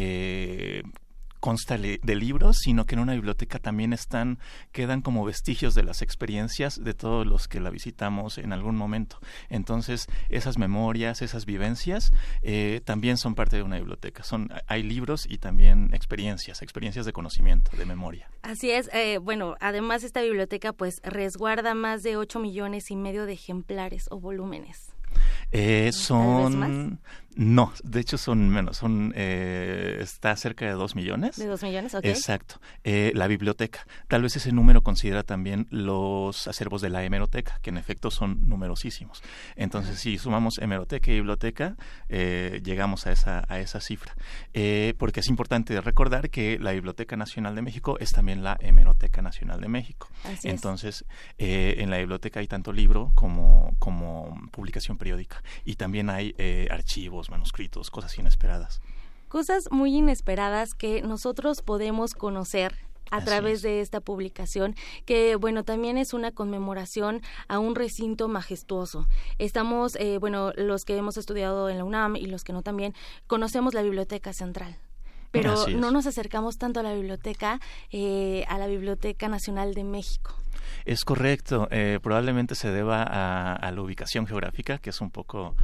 Eh, consta de libros, sino que en una biblioteca también están, quedan como vestigios de las experiencias de todos los que la visitamos en algún momento. Entonces, esas memorias, esas vivencias, eh, también son parte de una biblioteca. Son, hay libros y también experiencias, experiencias de conocimiento, de memoria. Así es. Eh, bueno, además esta biblioteca pues resguarda más de ocho millones y medio de ejemplares o volúmenes. Eh, son... No, de hecho son menos, son eh, está cerca de dos millones. ¿De dos millones? Ok. Exacto. Eh, la biblioteca. Tal vez ese número considera también los acervos de la hemeroteca, que en efecto son numerosísimos. Entonces, si sumamos hemeroteca y biblioteca, eh, llegamos a esa, a esa cifra. Eh, porque es importante recordar que la Biblioteca Nacional de México es también la Hemeroteca Nacional de México. Así Entonces, eh, en la biblioteca hay tanto libro como, como publicación periódica. Y también hay eh, archivos, archivos, manuscritos, cosas inesperadas. Cosas muy inesperadas que nosotros podemos conocer a Así través es. de esta publicación, que bueno, también es una conmemoración a un recinto majestuoso. Estamos, eh, bueno, los que hemos estudiado en la UNAM y los que no también, conocemos la Biblioteca Central, pero no nos acercamos tanto a la biblioteca, eh, a la Biblioteca Nacional de México. Es correcto, eh, probablemente se deba a, a la ubicación geográfica, que es un poco,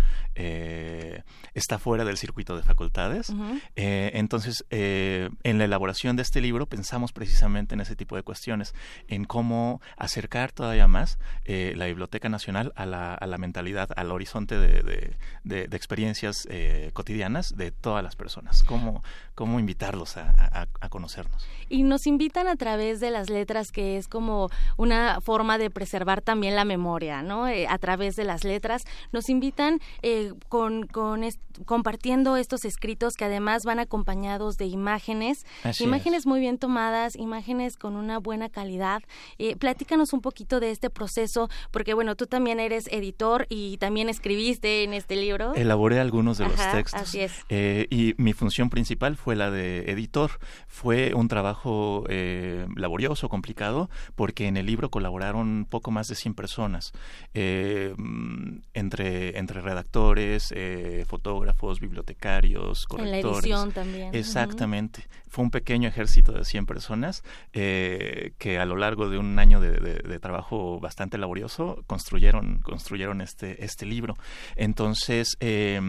eh, está fuera del circuito de facultades. Uh-huh. Eh, entonces, eh, en la elaboración de este libro pensamos precisamente en ese tipo de cuestiones, en cómo acercar todavía más eh, la Biblioteca Nacional a la, a la mentalidad, al horizonte de, de, de, de experiencias eh, cotidianas de todas las personas, cómo, cómo invitarlos a, a, a conocernos. Y nos invitan a través de las letras, que es como una forma de preservar también la memoria, ¿no? Eh, a través de las letras nos invitan eh, con, con est- compartiendo estos escritos que además van acompañados de imágenes, Así imágenes es. muy bien tomadas, imágenes con una buena calidad. Eh, platícanos un poquito de este proceso, porque bueno, tú también eres editor y también escribiste en este libro. Elaboré algunos de Ajá, los textos. Así es. Eh, y mi función principal fue la de editor. Fue un trabajo eh, laborioso, complicado, porque en el libro colaboraron poco más de cien personas, eh, entre, entre redactores, eh, fotógrafos, bibliotecarios, correctores. En la edición también. Exactamente. Uh-huh. Fue un pequeño ejército de cien personas eh, que a lo largo de un año de, de, de trabajo bastante laborioso construyeron, construyeron este, este libro. Entonces, eh,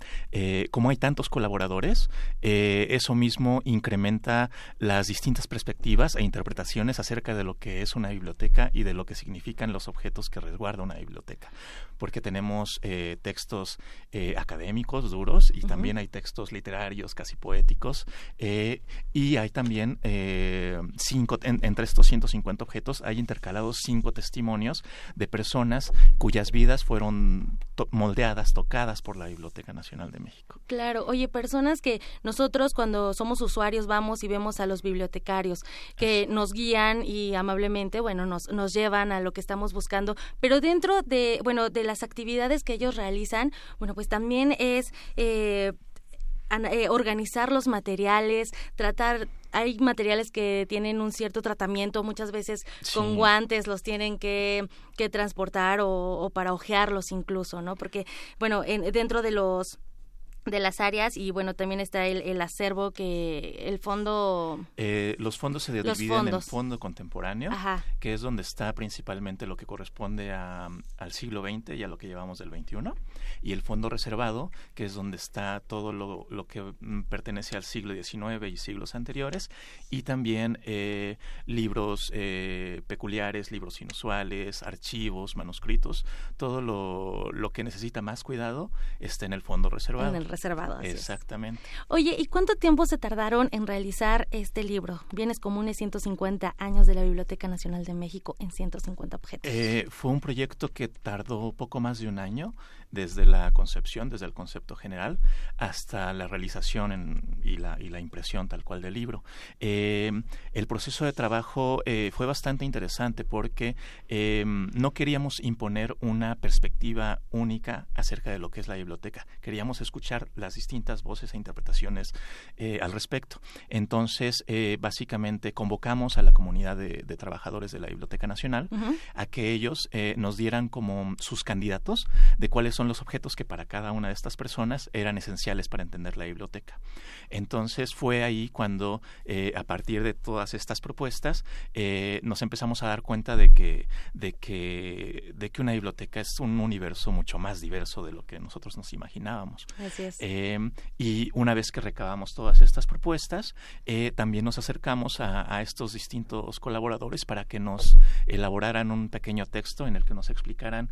eh, como hay tantos colaboradores, eh, eso mismo incrementa las distintas perspectivas e interpretaciones acerca de lo que es una biblioteca y de lo que significan los objetos que resguarda una biblioteca, porque tenemos eh, textos eh, académicos duros y uh-huh. también hay textos literarios casi poéticos eh, y hay también eh, cinco, en, entre estos ciento cincuenta objetos hay intercalados cinco testimonios de personas cuyas vidas fueron to- moldeadas, tocadas por la Biblioteca Nacional de México. Claro, oye, personas que nosotros cuando somos usuarios vamos y vemos a los bibliotecarios que nos guían y amablemente, bueno, nos, nos llevan a lo que estamos buscando, pero dentro de, bueno, de las actividades que ellos realizan, bueno, pues también es eh, an, eh, organizar los materiales, tratar, hay materiales que tienen un cierto tratamiento, muchas veces sí. con guantes los tienen que, que transportar o, o para hojearlos incluso, ¿no? Porque, bueno, en, dentro de los de las áreas y bueno, también está el, el acervo que el fondo... Eh, los fondos se los dividen fondos. en fondo contemporáneo, Ajá. que es donde está principalmente lo que corresponde a, al siglo veinte y a lo que llevamos del veintiuno, y el fondo reservado, que es donde está todo lo, lo que mm, pertenece al siglo diecinueve y siglos anteriores, y también eh, libros eh, peculiares, libros inusuales, archivos, manuscritos, todo lo, lo que necesita más cuidado está en el fondo reservado. En el reservado. Así Exactamente. Es. Oye, ¿y cuánto tiempo se tardaron en realizar este libro? Bienes Comunes, ciento cincuenta años de la Biblioteca Nacional de México en ciento cincuenta objetos. Eh, fue un proyecto que tardó poco más de un año, desde la concepción, desde el concepto general, hasta la realización en, y, la, y la impresión tal cual del libro. Eh, el proceso de trabajo eh, fue bastante interesante porque eh, no queríamos imponer una perspectiva única acerca de lo que es la biblioteca. Queríamos escuchar las distintas voces e interpretaciones eh, al respecto. Entonces, eh, básicamente convocamos a la comunidad de, de trabajadores de la Biblioteca Nacional uh-huh. a que ellos eh, nos dieran como sus candidatos de cuáles son los objetos que para cada una de estas personas eran esenciales para entender la biblioteca. Entonces fue ahí cuando, eh, a partir de todas estas propuestas, eh, nos empezamos a dar cuenta de que, de que, de que una biblioteca es un universo mucho más diverso de lo que nosotros nos imaginábamos. Así es. Eh, y una vez que recabamos todas estas propuestas, eh, también nos acercamos a, a estos distintos colaboradores para que nos elaboraran un pequeño texto en el que nos explicaran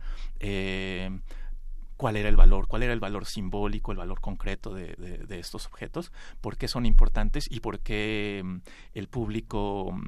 eh, cuál era el valor, cuál era el valor simbólico, el valor concreto de, de, de estos objetos, por qué son importantes y por qué um, el público um,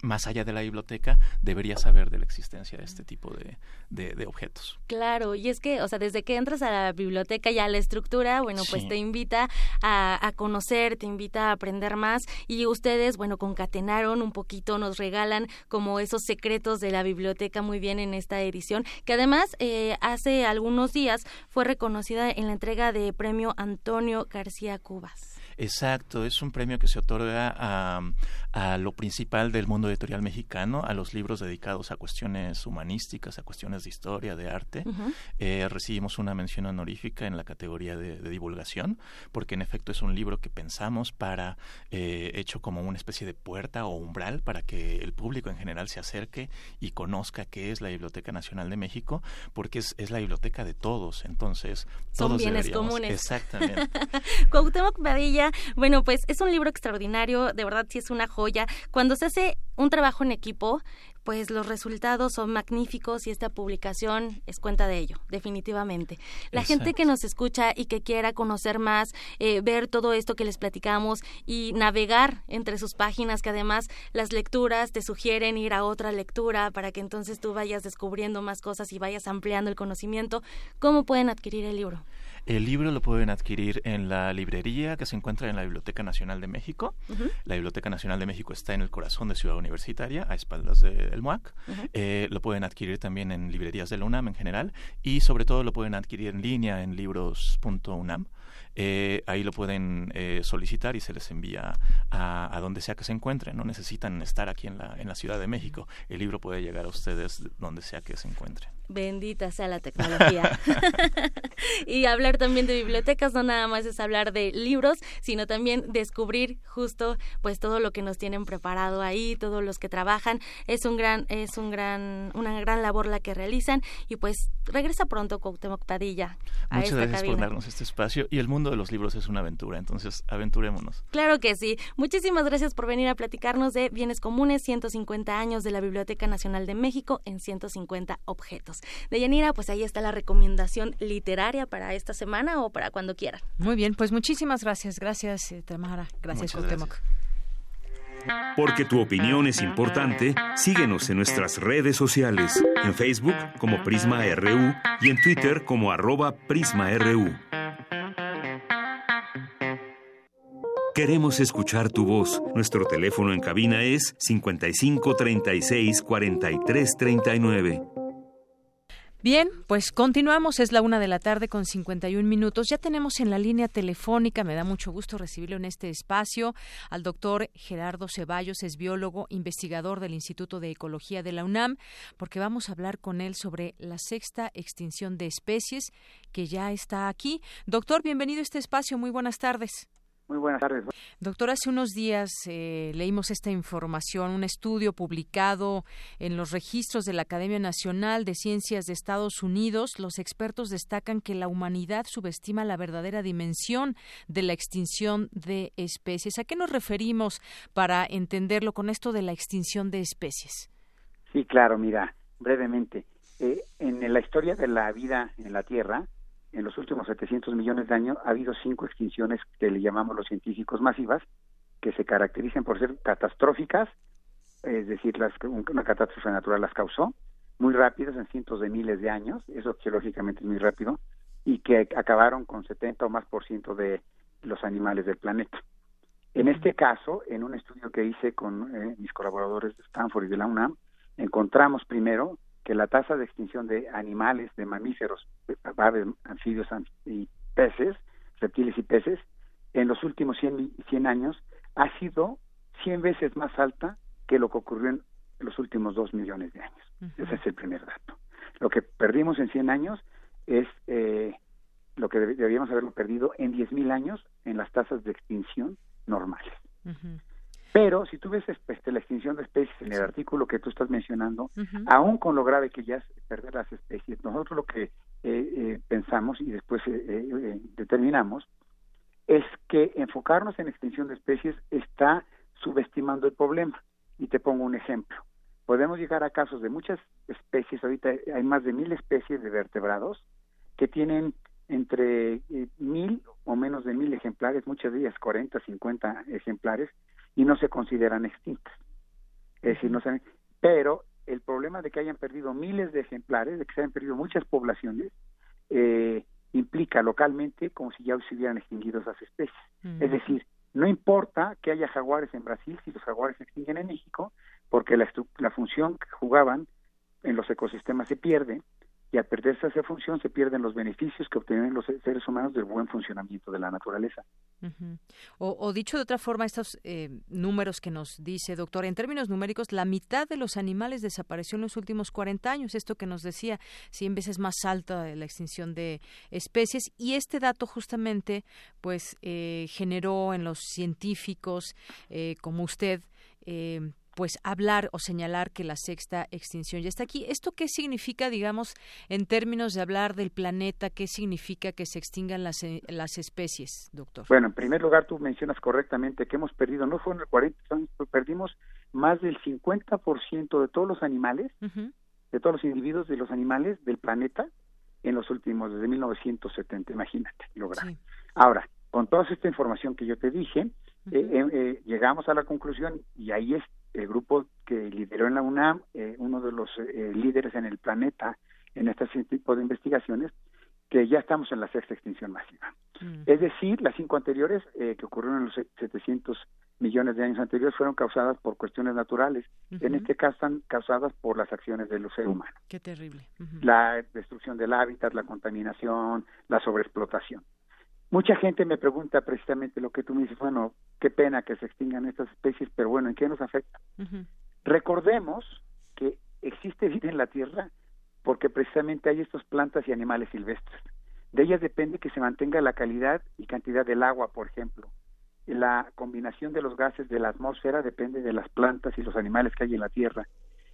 más allá de la biblioteca, debería saber de la existencia de este tipo de, de, de objetos. Claro, y es que, o sea, desde que entras a la biblioteca ya la estructura, bueno, pues sí. te invita a, a conocer, te invita a aprender más, y ustedes, bueno, concatenaron un poquito, nos regalan como esos secretos de la biblioteca muy bien en esta edición, que además eh, hace algunos días fue reconocida en la entrega de premio Antonio García Cubas. Exacto, es un premio que se otorga a, a lo principal del mundo editorial mexicano, a los libros dedicados a cuestiones humanísticas, a cuestiones de historia, de arte. Uh-huh. Eh, recibimos una mención honorífica en la categoría de, de divulgación, porque en efecto es un libro que pensamos para, eh, hecho como una especie de puerta o umbral para que el público en general se acerque y conozca qué es la Biblioteca Nacional de México, porque es, es la biblioteca de todos, entonces Son todos bienes deberíamos. Comunes. Exactamente. Cuauhtémoc Padilla, bueno, pues es un libro extraordinario, de verdad sí es una joya. Cuando se hace un trabajo en equipo, pues los resultados son magníficos y esta publicación es cuenta de ello, definitivamente. La Exacto. gente que nos escucha y que quiera conocer más, eh, ver todo esto que les platicamos y navegar entre sus páginas, que además las lecturas te sugieren ir a otra lectura para que entonces tú vayas descubriendo más cosas y vayas ampliando el conocimiento, ¿cómo pueden adquirir el libro? El libro lo pueden adquirir en la librería que se encuentra en la Biblioteca Nacional de México. Uh-huh. La Biblioteca Nacional de México está en el corazón de Ciudad Universitaria, a espaldas del M U A C. Uh-huh. Eh, lo pueden adquirir también en librerías de la UNAM en general y sobre todo lo pueden adquirir en línea en libros punto unam. Eh, ahí lo pueden eh, solicitar y se les envía a, a donde sea que se encuentren. No necesitan estar aquí en la, en la Ciudad de México. El libro puede llegar a ustedes donde sea que se encuentren. Bendita sea la tecnología. Y hablar también de bibliotecas no nada más es hablar de libros, sino también descubrir justo pues todo lo que nos tienen preparado ahí, todos los que trabajan. Es un gran, es un gran, una gran labor la que realizan y pues regresa pronto Cuauhtémoc Padilla a Muchas esta gracias cabina. por darnos este espacio y el mundo de los libros es una aventura, entonces aventurémonos. Claro que sí. Muchísimas gracias por venir a platicarnos de Bienes Comunes, ciento cincuenta años de la Biblioteca Nacional de México en ciento cincuenta objetos. Deyanira, pues ahí está la recomendación literaria para esta semana o para cuando quieran. Muy bien, pues muchísimas gracias. Gracias, eh, Tamara. Gracias, Cuauhtémoc. Porque tu opinión es importante, síguenos en nuestras redes sociales, en Facebook como Prisma R U y en Twitter como arroba Prisma R U. Queremos escuchar tu voz. Nuestro teléfono en cabina es cincuenta y cinco treinta y seis cuarenta y tres treinta y nueve. Bien, pues continuamos, es la una de la tarde con cincuenta y un minutos. Ya tenemos en la línea telefónica, me da mucho gusto recibirlo en este espacio, al doctor Gerardo Ceballos, es biólogo, investigador del Instituto de Ecología de la UNAM, porque vamos a hablar con él sobre la sexta extinción de especies que ya está aquí. Doctor, bienvenido a este espacio, muy buenas tardes. Muy buenas tardes. Doctor, hace unos días eh, leímos esta información, un estudio publicado en los registros de la Academia Nacional de Ciencias de Estados Unidos. Los expertos destacan que la humanidad subestima la verdadera dimensión de la extinción de especies. ¿A qué nos referimos para entenderlo con esto de la extinción de especies? Sí, claro, mira, brevemente. Eh, en la historia de la vida en la Tierra, en los últimos setecientos millones de años ha habido cinco extinciones que le llamamos los científicos masivas, que se caracterizan por ser catastróficas, es decir, las, una catástrofe natural las causó, muy rápidas, en cientos de miles de años, eso geológicamente es muy rápido, y que acabaron con setenta o más por ciento de los animales del planeta. En este caso, en un estudio que hice con eh, mis colaboradores de Stanford y de la UNAM, encontramos primero que la tasa de extinción de animales, de mamíferos, aves, anfibios y peces, reptiles y peces, en los últimos cien años ha sido cien veces más alta que lo que ocurrió en los últimos dos millones de años. Uh-huh. Ese es el primer dato. Lo que perdimos en cien años es eh, lo que deberíamos haberlo perdido en diez mil años en las tasas de extinción normales. Uh-huh. Pero si tú ves este, la extinción de especies en el sí. artículo que tú estás mencionando, uh-huh. aún con lo grave que ya es perder las especies, nosotros lo que eh, eh, pensamos y después eh, eh, determinamos es que enfocarnos en extinción de especies está subestimando el problema. Y te pongo un ejemplo. Podemos llegar a casos de muchas especies, ahorita hay más de mil especies de vertebrados que tienen entre eh, mil o menos de mil ejemplares, muchas de ellas cuarenta, cincuenta ejemplares, y no se consideran extintas. Es decir, no saben, pero el problema de que hayan perdido miles de ejemplares, de que se hayan perdido muchas poblaciones, eh, implica localmente como si ya se hubieran extinguido esas especies. Uh-huh. Es decir, no importa que haya jaguares en Brasil si los jaguares se extinguen en México, porque la, la función que jugaban en los ecosistemas se pierde, y al perderse esa función se pierden los beneficios que obtienen los seres humanos del buen funcionamiento de la naturaleza. Uh-huh. O, o dicho de otra forma, estos eh, números que nos dice, doctor, en términos numéricos, la mitad de los animales desapareció en los últimos cuarenta años, esto que nos decía, cien veces más alta la extinción de especies, y este dato justamente pues eh, generó en los científicos eh, como usted eh, pues hablar o señalar que la sexta extinción ya está aquí. ¿Esto qué significa, digamos, en términos de hablar del planeta? ¿Qué significa que se extingan las, las especies, doctor? Bueno, en primer lugar, tú mencionas correctamente que hemos perdido, no fueron cuarenta años, perdimos más del cincuenta por ciento de todos los animales, uh-huh. de todos los individuos de los animales del planeta en los últimos, desde mil novecientos setenta, imagínate, lograr. Sí. Ahora, con toda esta información que yo te dije, uh-huh. eh, eh, eh, llegamos a la conclusión, y ahí es el grupo que lideró en la UNAM, eh, uno de los eh, líderes en el planeta en este tipo de investigaciones, que ya estamos en la sexta extinción masiva. Uh-huh. Es decir, las cinco anteriores, eh, que ocurrieron en los setecientos millones de años anteriores, fueron causadas por cuestiones naturales. Uh-huh. En este caso están causadas por las acciones del ser humano. Qué terrible. Uh-huh. La destrucción del hábitat, la contaminación, la sobreexplotación. Mucha gente me pregunta precisamente lo que tú me dices, bueno, qué pena que se extingan estas especies, pero bueno, ¿en qué nos afecta? Uh-huh. Recordemos que existe vida en la Tierra porque precisamente hay estas plantas y animales silvestres. De ellas depende que se mantenga la calidad y cantidad del agua, por ejemplo. La combinación de los gases de la atmósfera depende de las plantas y los animales que hay en la Tierra.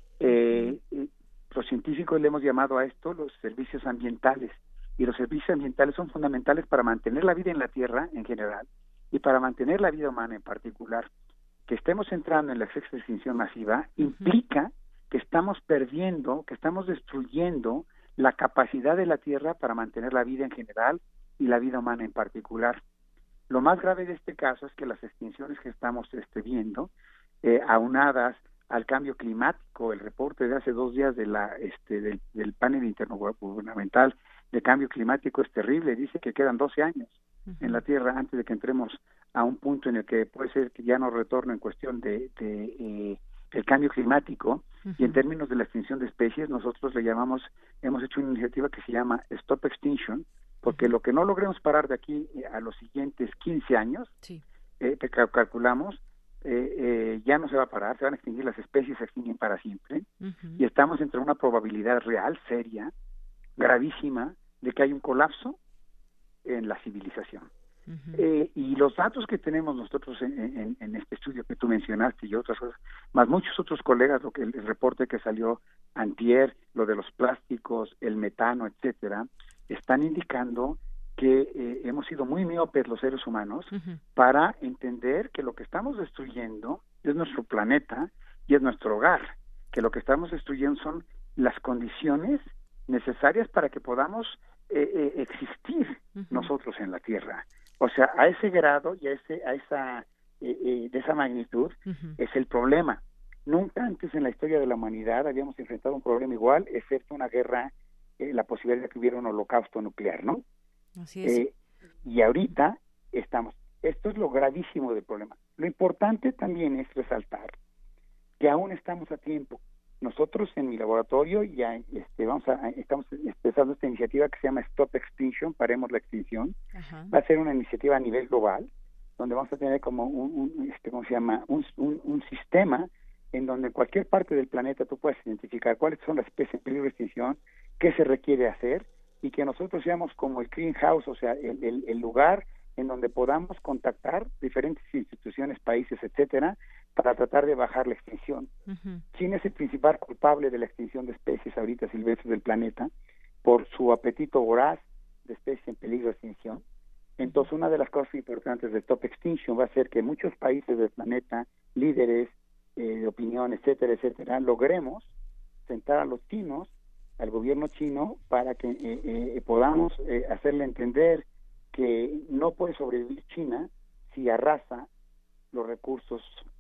Eh, uh-huh. Los científicos le hemos llamado a esto los servicios ambientales. Y los servicios ambientales son fundamentales para mantener la vida en la Tierra en general y para mantener la vida humana en particular. Que estemos entrando en la sexta extinción masiva uh-huh. implica que estamos perdiendo, que estamos destruyendo la capacidad de la Tierra para mantener la vida en general y la vida humana en particular. Lo más grave de este caso es que las extinciones que estamos este, viendo, eh, aunadas al cambio climático, el reporte de hace dos días de la, este, del, del panel intergubernamental de cambio climático es terrible, dice que quedan doce años uh-huh. en la Tierra antes de que entremos a un punto en el que puede ser que ya no retorno en cuestión de, de eh, el cambio climático uh-huh. y en términos de la extinción de especies nosotros le llamamos, hemos hecho una iniciativa que se llama Stop Extinction, porque uh-huh. lo que no logremos parar de aquí a los siguientes quince años, sí. eh, que calculamos, eh, eh, ya no se va a parar, se van a extinguir las especies, se extinguen para siempre uh-huh. y estamos entre una probabilidad real, seria, gravísima, de que hay un colapso en la civilización. Uh-huh. Eh, y los datos que tenemos nosotros en, en, en este estudio que tú mencionaste y otras cosas, más muchos otros colegas, lo que el, el reporte que salió antier, lo de los plásticos, el metano, etcétera, están indicando que eh, hemos sido muy miopes los seres humanos uh-huh. para entender que lo que estamos destruyendo es nuestro planeta y es nuestro hogar, que lo que estamos destruyendo son las condiciones necesarias para que podamos eh, eh, existir uh-huh. nosotros en la Tierra. O sea, a ese grado y a ese a esa eh, eh, de esa magnitud uh-huh. es el problema. Nunca antes en la historia de la humanidad habíamos enfrentado un problema igual, excepto una guerra, eh, la posibilidad de que hubiera un holocausto nuclear, ¿no? Así es. Eh, y ahorita estamos. Esto es lo gravísimo del problema. Lo importante también es resaltar que aún estamos a tiempo. Nosotros en mi laboratorio ya este, vamos a, estamos empezando esta iniciativa que se llama Stop Extinction, paremos la extinción. Ajá. Va a ser una iniciativa a nivel global, donde vamos a tener como un, un este, ¿cómo se llama? Un, un, un sistema en donde en cualquier parte del planeta tú puedes identificar cuáles son las especies en peligro de extinción, qué se requiere hacer, y que nosotros seamos como el clean house, o sea, el, el, el lugar en donde podamos contactar diferentes instituciones, países, etcétera, para tratar de bajar la extinción. Uh-huh. China es el principal culpable de la extinción de especies ahorita silvestres del planeta por su apetito voraz de especies en peligro de extinción. Entonces, una de las cosas importantes de Stop Extinction va a ser que muchos países del planeta, líderes eh, de opinión, etcétera, etcétera, logremos sentar a los chinos, al gobierno chino, para que eh, eh, podamos eh, hacerle entender que no puede sobrevivir China si arrasa los recursos, las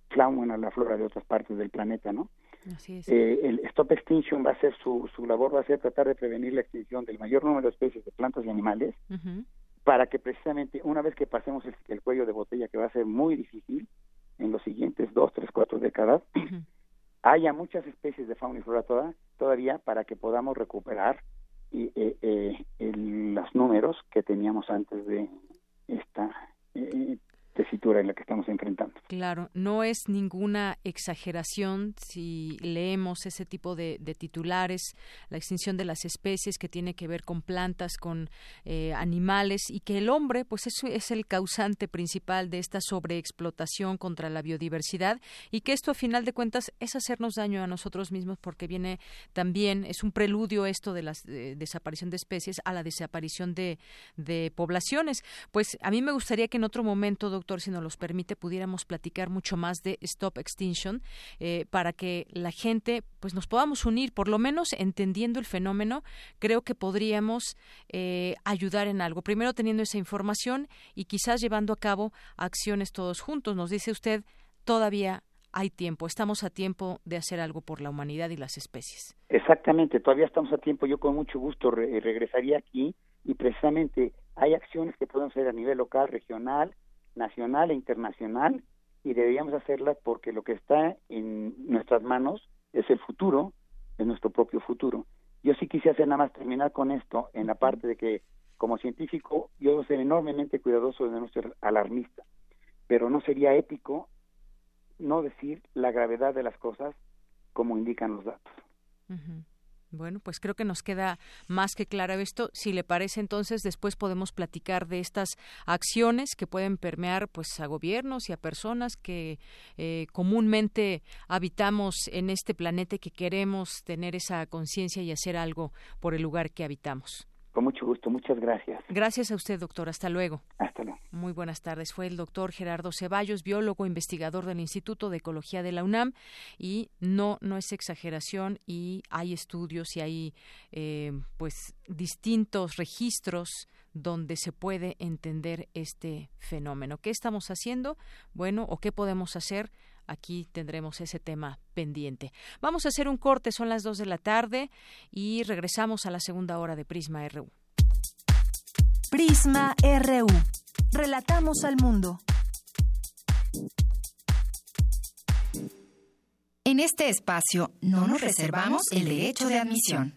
fauna, la flora de otras partes del planeta, ¿no? Así es. Eh, el Stop Extinction va a ser su, su labor va a ser tratar de prevenir la extinción del mayor número de especies de plantas y animales, uh-huh. para que precisamente una vez que pasemos el, el cuello de botella, que va a ser muy difícil en los siguientes dos, tres, cuatro décadas, uh-huh. haya muchas especies de fauna y flora toda, todavía para que podamos recuperar y, eh, eh, el, los números que teníamos antes de esta eh, tesitura en la que estamos enfrentando. Claro, no es ninguna exageración si leemos ese tipo de, de titulares, la extinción de las especies que tiene que ver con plantas, con eh, animales, y que el hombre pues es, es el causante principal de esta sobreexplotación contra la biodiversidad, y que esto a final de cuentas es hacernos daño a nosotros mismos, porque viene también, es un preludio esto de la de desaparición de especies a la desaparición de, de poblaciones. Pues a mí me gustaría que en otro momento, doctor, si nos los permite, pudiéramos platicar mucho más de Stop Extinction, eh, para que la gente pues nos podamos unir, por lo menos entendiendo el fenómeno. Creo que podríamos eh, ayudar en algo, primero teniendo esa información y quizás llevando a cabo acciones todos juntos. Nos dice usted, todavía hay tiempo, estamos a tiempo de hacer algo por la humanidad y las especies. Exactamente, todavía estamos a tiempo. Yo con mucho gusto re- regresaría aquí, y precisamente hay acciones que podemos hacer a nivel local, regional, nacional e internacional, y deberíamos hacerlas porque lo que está en nuestras manos es el futuro, es nuestro propio futuro. Yo sí quise hacer nada más terminar con esto, en la parte de que como científico yo debo ser enormemente cuidadoso de no ser alarmista, pero no sería ético no decir la gravedad de las cosas como indican los datos. Uh-huh. Bueno, pues creo que nos queda más que claro esto. Si le parece, entonces después podemos platicar de estas acciones que pueden permear pues a gobiernos y a personas que eh, comúnmente habitamos en este planeta y que queremos tener esa conciencia y hacer algo por el lugar que habitamos. Con mucho gusto, muchas gracias. Gracias a usted, doctor. Hasta luego. Hasta luego. Muy buenas tardes. Fue el doctor Gerardo Ceballos, biólogo, investigador del Instituto de Ecología de la UNAM, y no, no es exageración, y hay estudios y hay eh, pues distintos registros donde se puede entender este fenómeno. ¿Qué estamos haciendo? Bueno, ¿o qué podemos hacer? Aquí tendremos ese tema pendiente. Vamos a hacer un corte, son las dos de la tarde y regresamos a la segunda hora de Prisma R U. Prisma R U. Relatamos al mundo. En este espacio no nos reservamos el derecho de admisión.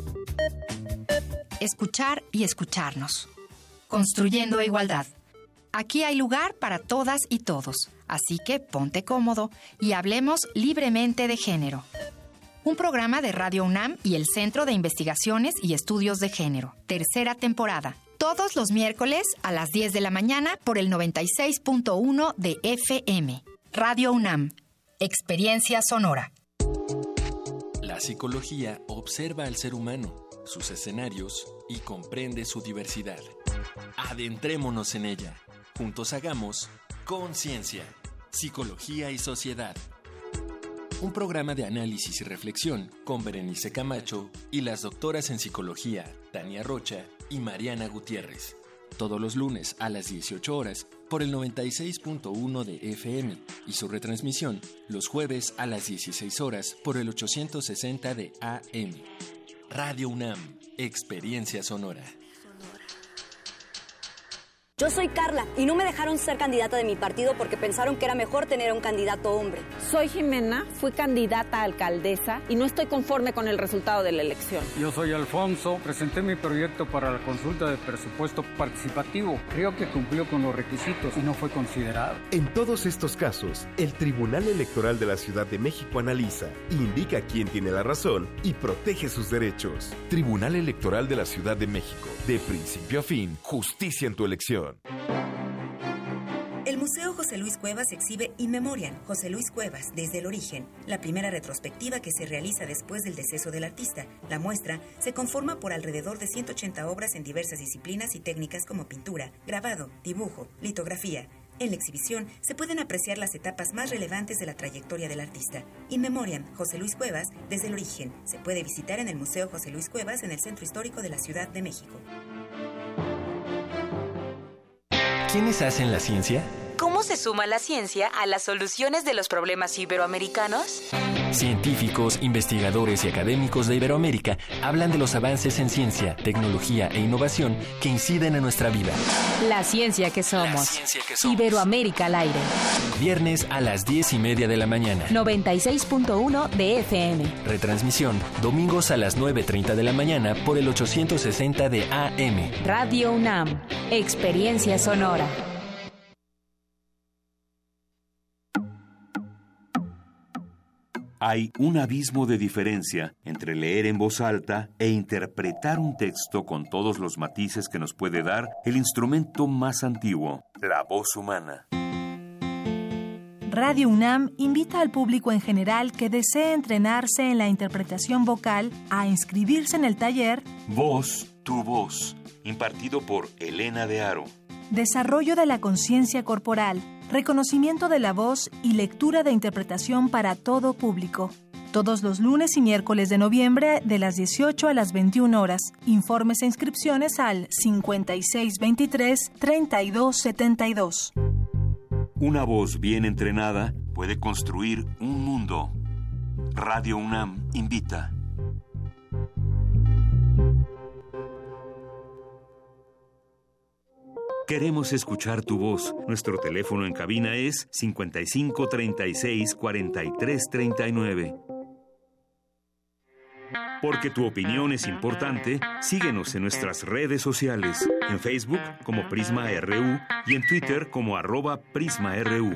Escuchar y escucharnos. Construyendo igualdad. Aquí hay lugar para todas y todos, así que ponte cómodo y hablemos libremente de género. Un programa de Radio UNAM y el Centro de Investigaciones y Estudios de Género. Tercera temporada. Todos los miércoles a las diez de la mañana por el noventa y seis punto uno de F M. Radio UNAM. Experiencia sonora. La psicología observa al ser humano, sus escenarios y comprende su diversidad. Adentrémonos en ella. Juntos hagamos Conciencia, Psicología y Sociedad. Un programa de análisis y reflexión con Berenice Camacho y las doctoras en psicología Tania Rocha y Mariana Gutiérrez. Todos los lunes a las dieciocho horas por el noventa y seis punto uno de F M y su retransmisión los jueves a las dieciséis horas por el ochocientos sesenta de A M. Radio UNAM, Experiencia sonora. Yo soy Carla y no me dejaron ser candidata de mi partido porque pensaron que era mejor tener a un candidato hombre. Soy Jimena, fui candidata a alcaldesa y no estoy conforme con el resultado de la elección. Yo soy Alfonso, presenté mi proyecto para la consulta de presupuesto participativo. Creo que cumplió con los requisitos y no fue considerado. En todos estos casos, el Tribunal Electoral de la Ciudad de México analiza, indica quién tiene la razón y protege sus derechos. Tribunal Electoral de la Ciudad de México. De principio a fin, justicia en tu elección. El Museo José Luis Cuevas exhibe In Memoriam, José Luis Cuevas, desde el origen, la primera retrospectiva que se realiza después del deceso del artista. La muestra se conforma por alrededor de ciento ochenta obras en diversas disciplinas y técnicas como pintura, grabado, dibujo, litografía. En la exhibición se pueden apreciar las etapas más relevantes de la trayectoria del artista. In Memoriam, José Luis Cuevas, desde el origen. Se puede visitar en el Museo José Luis Cuevas en el Centro Histórico de la Ciudad de México. ¿Quiénes hacen la ciencia? ¿Cómo se suma la ciencia a las soluciones de los problemas iberoamericanos? Científicos, investigadores y académicos de Iberoamérica hablan de los avances en ciencia, tecnología e innovación que inciden en nuestra vida. La ciencia que somos. La ciencia que somos. Iberoamérica al aire. Viernes a las diez y media de la mañana. noventa y seis punto uno de F M. Retransmisión, domingos a las nueve treinta de la mañana por el ochocientos sesenta de A M. Radio UNAM. Experiencia sonora. Hay un abismo de diferencia entre leer en voz alta e interpretar un texto con todos los matices que nos puede dar el instrumento más antiguo, la voz humana. Radio UNAM invita al público en general que desee entrenarse en la interpretación vocal a inscribirse en el taller Voz, tu voz, impartido por Elena de Haro. Desarrollo de la conciencia corporal, reconocimiento de la voz y lectura de interpretación para todo público. Todos los lunes y miércoles de noviembre de las dieciocho a las veintiuna horas. Informes e inscripciones al cincuenta y seis veintitrés treinta y dos setenta y dos. Una voz bien entrenada puede construir un mundo. Radio UNAM invita. Queremos escuchar tu voz. Nuestro teléfono en cabina es cincuenta y cinco treinta y seis cuarenta y tres treinta y nueve. Porque tu opinión es importante, síguenos en nuestras redes sociales. En Facebook como Prisma R U y en Twitter como arroba Prisma R U.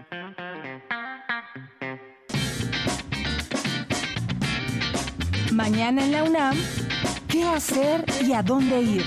Mañana en la UNAM, ¿qué hacer y a dónde ir?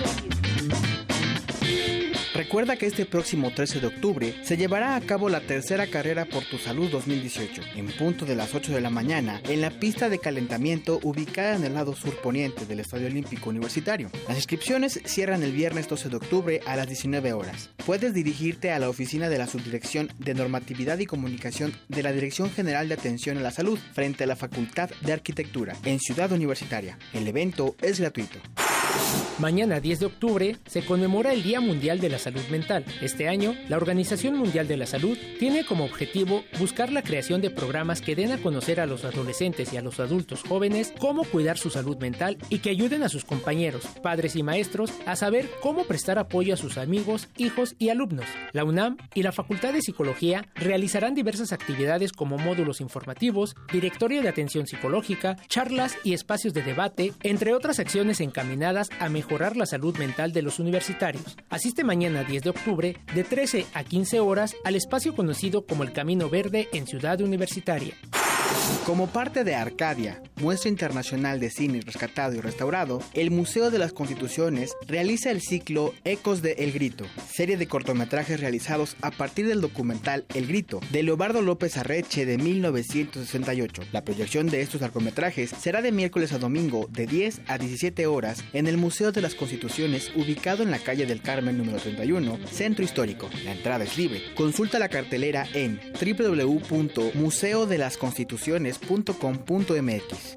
Recuerda que este próximo trece de octubre se llevará a cabo la tercera carrera por tu salud dos mil dieciocho, en punto de las ocho de la mañana, en la pista de calentamiento ubicada en el lado sur poniente del Estadio Olímpico Universitario. Las inscripciones cierran el viernes doce de octubre a las diecinueve horas. Puedes dirigirte a la oficina de la Subdirección de Normatividad y Comunicación de la Dirección General de Atención a la Salud, frente a la Facultad de Arquitectura, en Ciudad Universitaria. El evento es gratuito. Mañana diez de octubre se conmemora el Día Mundial de la Salud Mental. Este año, la Organización Mundial de la Salud tiene como objetivo buscar la creación de programas que den a conocer a los adolescentes y a los adultos jóvenes cómo cuidar su salud mental y que ayuden a sus compañeros, padres y maestros a saber cómo prestar apoyo a sus amigos, hijos y alumnos. La UNAM y la Facultad de Psicología realizarán diversas actividades como módulos informativos, directorio de atención psicológica, charlas y espacios de debate, entre otras acciones encaminadas a mejorar la salud mental de los universitarios. Asiste mañana diez de octubre de trece a quince horas al espacio conocido como el Camino Verde en Ciudad Universitaria. Como parte de Arcadia, muestra internacional de cine rescatado y restaurado, el Museo de las Constituciones realiza el ciclo Ecos de El Grito, serie de cortometrajes realizados a partir del documental El Grito, de Leobardo López Arreche de mil novecientos sesenta y ocho. La proyección de estos largometrajes será de miércoles a domingo de diez a diecisiete horas en el Museo de las Constituciones, ubicado en la calle del Carmen número treinta y uno, Centro Histórico. La entrada es libre. Consulta la cartelera en doble u doble u doble u punto museo de las constituciones punto com punto m x.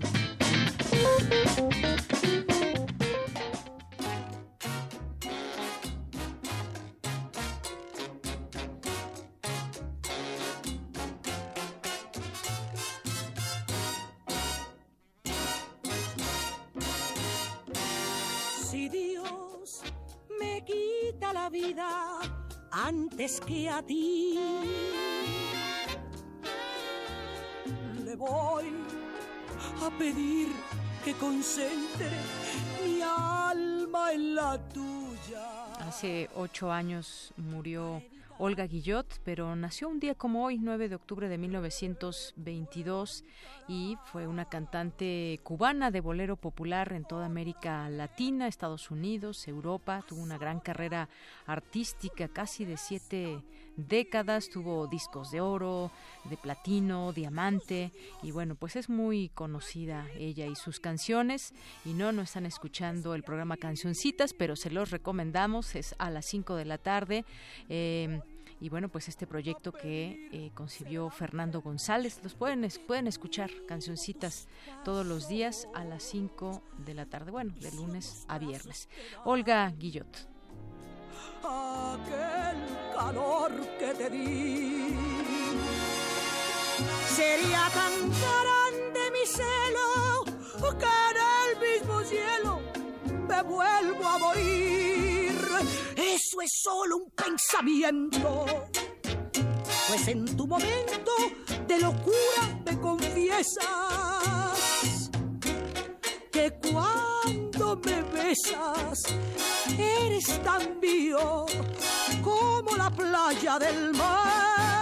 Si Dios me quita la vida antes que a ti, le voy a pedir que concentre mi alma en la tuya. Hace ocho años murió Olga Guillot, pero nació un día como hoy, nueve de octubre de mil novecientos veintidós, y fue una cantante cubana de bolero popular en toda América Latina, Estados Unidos, Europa. Tuvo una gran carrera artística, casi de siete décadas. Tuvo discos de oro, de platino, diamante, y bueno, pues es muy conocida ella y sus canciones. Y no, no están escuchando el programa Cancioncitas, pero se los recomendamos, es a las cinco de la tarde. Eh, Y bueno, pues este proyecto que eh, concibió Fernando González, los pueden, pueden escuchar, Cancioncitas, todos los días a las cinco de la tarde, bueno, de lunes a viernes. Olga Guillot. Aquel calor que te di. Sería tan grande mi celo que en el mismo cielo me vuelvo a morir. Eso es solo un pensamiento, pues en tu momento de locura me confiesas que cuando me besas eres tan mío como la playa del mar.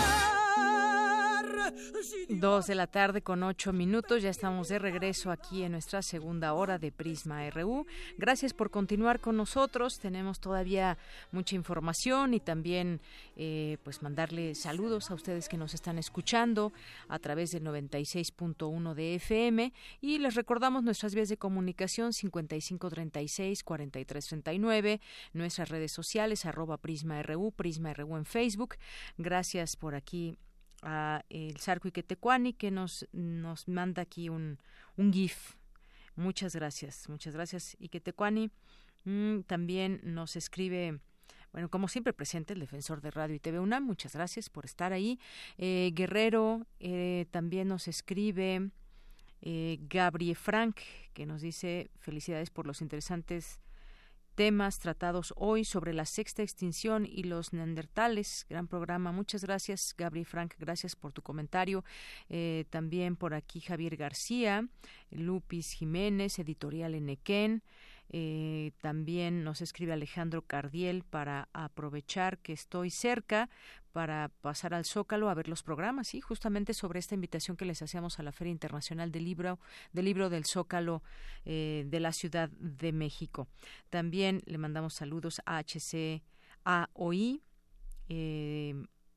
Dos de la tarde con ocho minutos, ya estamos de regreso aquí en nuestra segunda hora de Prisma R U. Gracias por continuar con nosotros, tenemos todavía mucha información y también eh, pues mandarle saludos a ustedes que nos están escuchando a través del noventa y seis punto uno de F M y les recordamos nuestras vías de comunicación cincuenta y cinco treinta y seis cuarenta y tres treinta y nueve, nuestras redes sociales arroba Prisma R U, Prisma R U en Facebook. Gracias por aquí a el Zarco Iquetecuani que nos nos manda aquí un un GIF. Muchas gracias, muchas gracias Iquetecuani. Mm, también nos escribe, bueno, como siempre presente el defensor de Radio y T V UNAM, muchas gracias por estar ahí. Eh, Guerrero eh, también nos escribe eh, Gabriel Frank, que nos dice felicidades por los interesantes temas tratados hoy sobre la sexta extinción y los neandertales. Gran programa. Muchas gracias, Gabriel Frank. Gracias por tu comentario. Eh, también por aquí Javier García, Lupis Jiménez, Editorial Enequén. Eh, también nos escribe Alejandro Cardiel para aprovechar que estoy cerca para pasar al Zócalo a ver los programas, sí, justamente sobre esta invitación que les hacíamos a la Feria Internacional del Libro, del Libro del Zócalo eh, de la Ciudad de México. También le mandamos saludos a H C A O I, eh,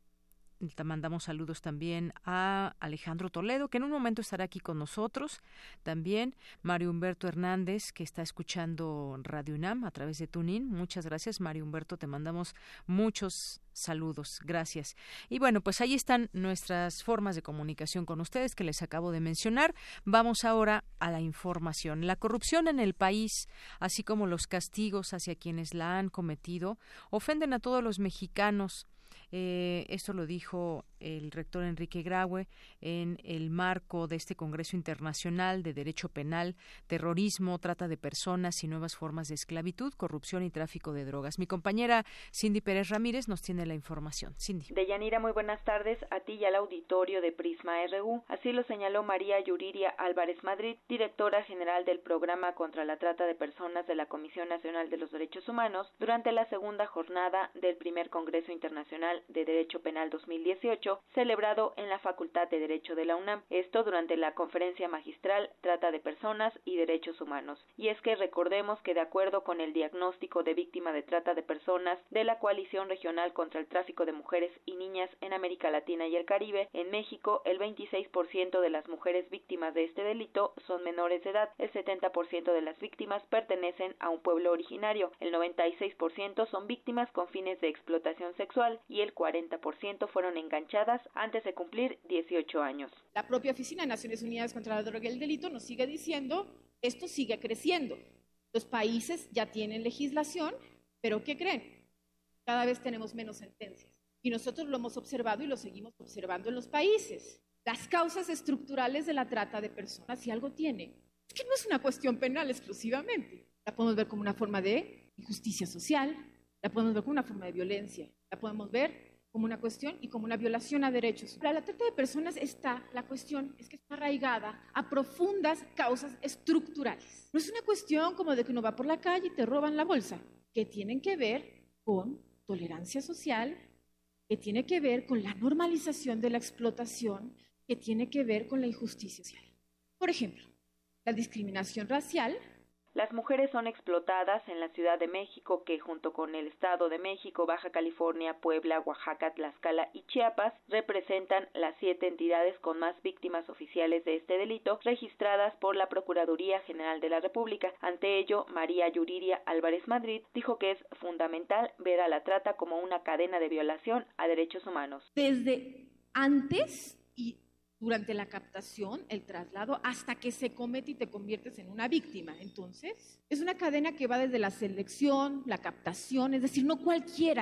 te mandamos saludos también a Alejandro Toledo, que en un momento estará aquí con nosotros. También Mario Humberto Hernández, que está escuchando Radio UNAM a través de TuneIn. Muchas gracias, Mario Humberto. Te mandamos muchos saludos. Gracias. Y bueno, pues ahí están nuestras formas de comunicación con ustedes que les acabo de mencionar. Vamos ahora a la información. La corrupción en el país, así como los castigos hacia quienes la han cometido, ofenden a todos los mexicanos. Eh, esto lo dijo el rector Enrique Graue en el marco de este Congreso Internacional de Derecho Penal, Terrorismo, Trata de Personas y Nuevas Formas de Esclavitud, Corrupción y Tráfico de Drogas. Mi compañera Cindy Pérez Ramírez nos tiene la información. Cindy. Deyanira, muy buenas tardes a ti y al auditorio de Prisma R U. Así lo señaló María Yuriria Álvarez Madrid, directora general del Programa contra la Trata de Personas de la Comisión Nacional de los Derechos Humanos, durante la segunda jornada del primer Congreso Internacional de Derecho Penal dos mil dieciocho, celebrado en la Facultad de Derecho de la UNAM. Esto durante la conferencia magistral Trata de Personas y Derechos Humanos. Y es que recordemos que de acuerdo con el diagnóstico de víctima de trata de personas de la Coalición Regional contra el Tráfico de Mujeres y Niñas en América Latina y el Caribe, en México el veintiséis por ciento de las mujeres víctimas de este delito son menores de edad, el setenta por ciento de las víctimas pertenecen a un pueblo originario, el noventa y seis por ciento son víctimas con fines de explotación sexual y el cuarenta por ciento fueron enganchadas antes de cumplir dieciocho años. La propia Oficina de Naciones Unidas contra la Droga y el Delito nos sigue diciendo, esto sigue creciendo. Los países ya tienen legislación, pero ¿qué creen? Cada vez tenemos menos sentencias. Y nosotros lo hemos observado y lo seguimos observando en los países. Las causas estructurales de la trata de personas, si algo tiene, es que no es una cuestión penal exclusivamente. La podemos ver como una forma de injusticia social, la podemos ver como una forma de violencia, la podemos ver como una cuestión y como una violación a derechos. Para la trata de personas está, la cuestión es que está arraigada a profundas causas estructurales. No es una cuestión como de que uno va por la calle y te roban la bolsa, que tienen que ver con tolerancia social, que tiene que ver con la normalización de la explotación, que tiene que ver con la injusticia social. Por ejemplo, la discriminación racial. Las mujeres son explotadas en la Ciudad de México, que junto con el Estado de México, Baja California, Puebla, Oaxaca, Tlaxcala y Chiapas representan las siete entidades con más víctimas oficiales de este delito registradas por la Procuraduría General de la República. Ante ello, María Yuriria Álvarez Madrid dijo que es fundamental ver a la trata como una cadena de violación a derechos humanos. Desde antes y durante la captación, el traslado, hasta que se comete y te conviertes en una víctima. Entonces, es una cadena que va desde la selección, la captación, es decir, no cualquiera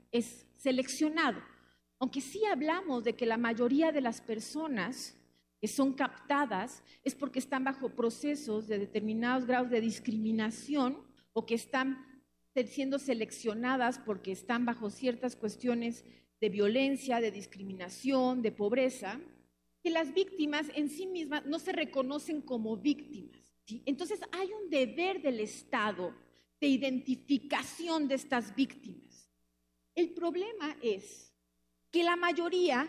es seleccionado. Aunque sí hablamos de que la mayoría de las personas que son captadas es porque están bajo procesos de determinados grados de discriminación o que están siendo seleccionadas porque están bajo ciertas cuestiones de violencia, de discriminación, de pobreza, que las víctimas en sí mismas no se reconocen como víctimas, ¿sí? Entonces hay un deber del Estado de identificación de estas víctimas. El problema es que la mayoría,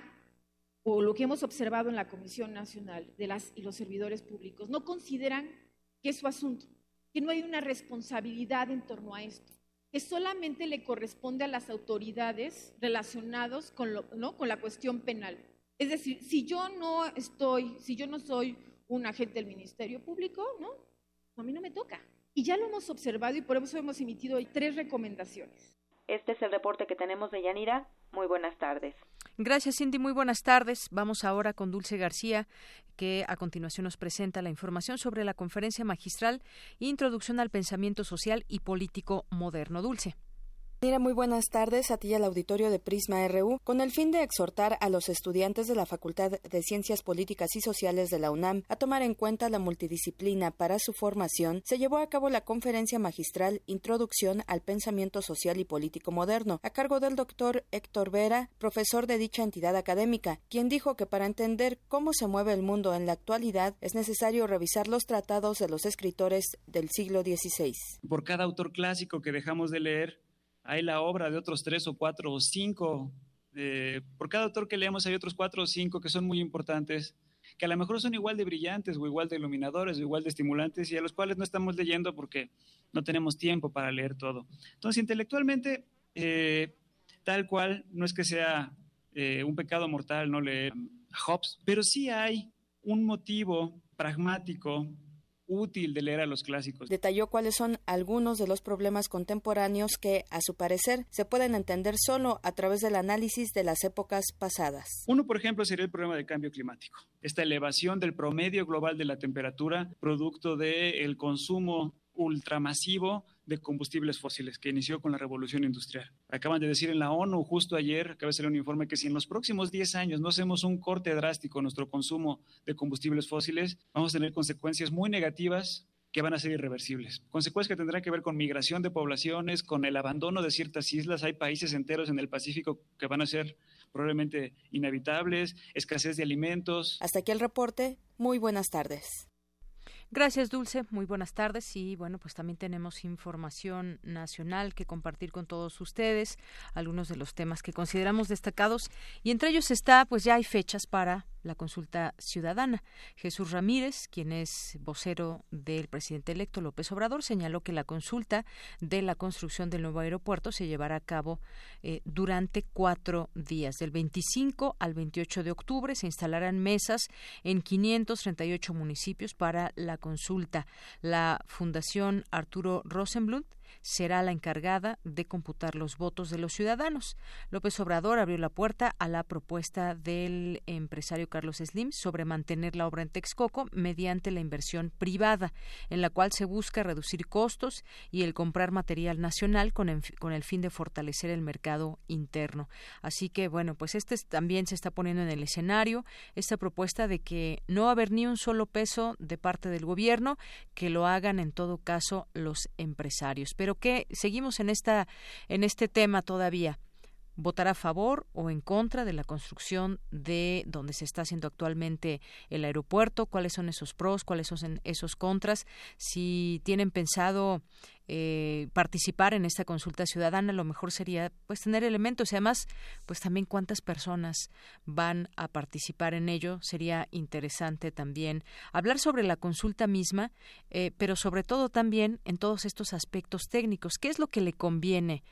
o lo que hemos observado en la Comisión Nacional de las y los Servidores Públicos, no consideran que es su asunto, que no hay una responsabilidad en torno a esto, que solamente le corresponde a las autoridades relacionadas con, lo, ¿no? con la cuestión penal. Es decir, si yo no estoy, si yo no soy un agente del Ministerio Público, ¿no? A mí no me toca. Y ya lo hemos observado y por eso hemos emitido tres recomendaciones. Este es el reporte que tenemos de Yanira. Muy buenas tardes. Gracias, Cindy. Muy buenas tardes. Vamos ahora con Dulce García, que a continuación nos presenta la información sobre la conferencia magistral Introducción al Pensamiento Social y Político Moderno. Dulce. Mira, muy buenas tardes a ti y al auditorio de Prisma R U. Con el fin de exhortar a los estudiantes de la Facultad de Ciencias Políticas y Sociales de la UNAM a tomar en cuenta la multidisciplina para su formación, se llevó a cabo la conferencia magistral Introducción al Pensamiento Social y Político Moderno, a cargo del doctor Héctor Vera, profesor de dicha entidad académica, quien dijo que para entender cómo se mueve el mundo en la actualidad es necesario revisar los tratados de los escritores del siglo dieciséis. Por cada autor clásico que dejamos de leer, hay la obra de otros tres o cuatro o cinco. Eh, por cada autor que leemos hay otros cuatro o cinco que son muy importantes, que a lo mejor son igual de brillantes o igual de iluminadores o igual de estimulantes y a los cuales no estamos leyendo porque no tenemos tiempo para leer todo. Entonces, intelectualmente, eh, tal cual, no es que sea eh, un pecado mortal no leer a Hobbes, pero sí hay un motivo pragmático útil de leer a los clásicos. Detalló cuáles son algunos de los problemas contemporáneos que, a su parecer, se pueden entender solo a través del análisis de las épocas pasadas. Uno, por ejemplo, sería el problema del cambio climático. Esta elevación del promedio global de la temperatura, producto del consumo ultramasivo de combustibles fósiles que inició con la revolución industrial. Acaban de decir en la ONU justo ayer, acaba de salir un informe, que si en los próximos diez años no hacemos un corte drástico en nuestro consumo de combustibles fósiles, vamos a tener consecuencias muy negativas que van a ser irreversibles. Consecuencias que tendrán que ver con migración de poblaciones, con el abandono de ciertas islas. Hay países enteros en el Pacífico que van a ser probablemente inhabitables, escasez de alimentos. Hasta aquí el reporte. Muy buenas tardes. Gracias, Dulce. Muy buenas tardes. Y bueno, pues también tenemos información nacional que compartir con todos ustedes, algunos de los temas que consideramos destacados, y entre ellos está, pues ya hay fechas para la consulta ciudadana. Jesús Ramírez, quien es vocero del presidente electo López Obrador, señaló que la consulta de la construcción del nuevo aeropuerto se llevará a cabo eh, durante cuatro días. Del veinticinco al veintiocho de octubre se instalarán mesas en quinientos treinta y ocho municipios para la consulta. La Fundación Arturo Rosenbluth será la encargada de computar los votos de los ciudadanos. López Obrador abrió la puerta a la propuesta del empresario Carlos Slim sobre mantener la obra en Texcoco mediante la inversión privada, en la cual se busca reducir costos y el comprar material nacional con, en, con el fin de fortalecer el mercado interno. Así que, bueno, pues este también se está poniendo en el escenario, esta propuesta de que no va a haber ni un solo peso de parte del gobierno, que lo hagan en todo caso los empresarios. Pero que seguimos en esta en este tema todavía. ¿Votar a favor o en contra de la construcción de donde se está haciendo actualmente el aeropuerto? ¿Cuáles son esos pros? ¿Cuáles son esos contras? Si tienen pensado eh, participar en esta consulta ciudadana, lo mejor sería pues tener elementos y además pues también cuántas personas van a participar en ello. Sería interesante también hablar sobre la consulta misma, eh, pero sobre todo también en todos estos aspectos técnicos. ¿Qué es lo que le conviene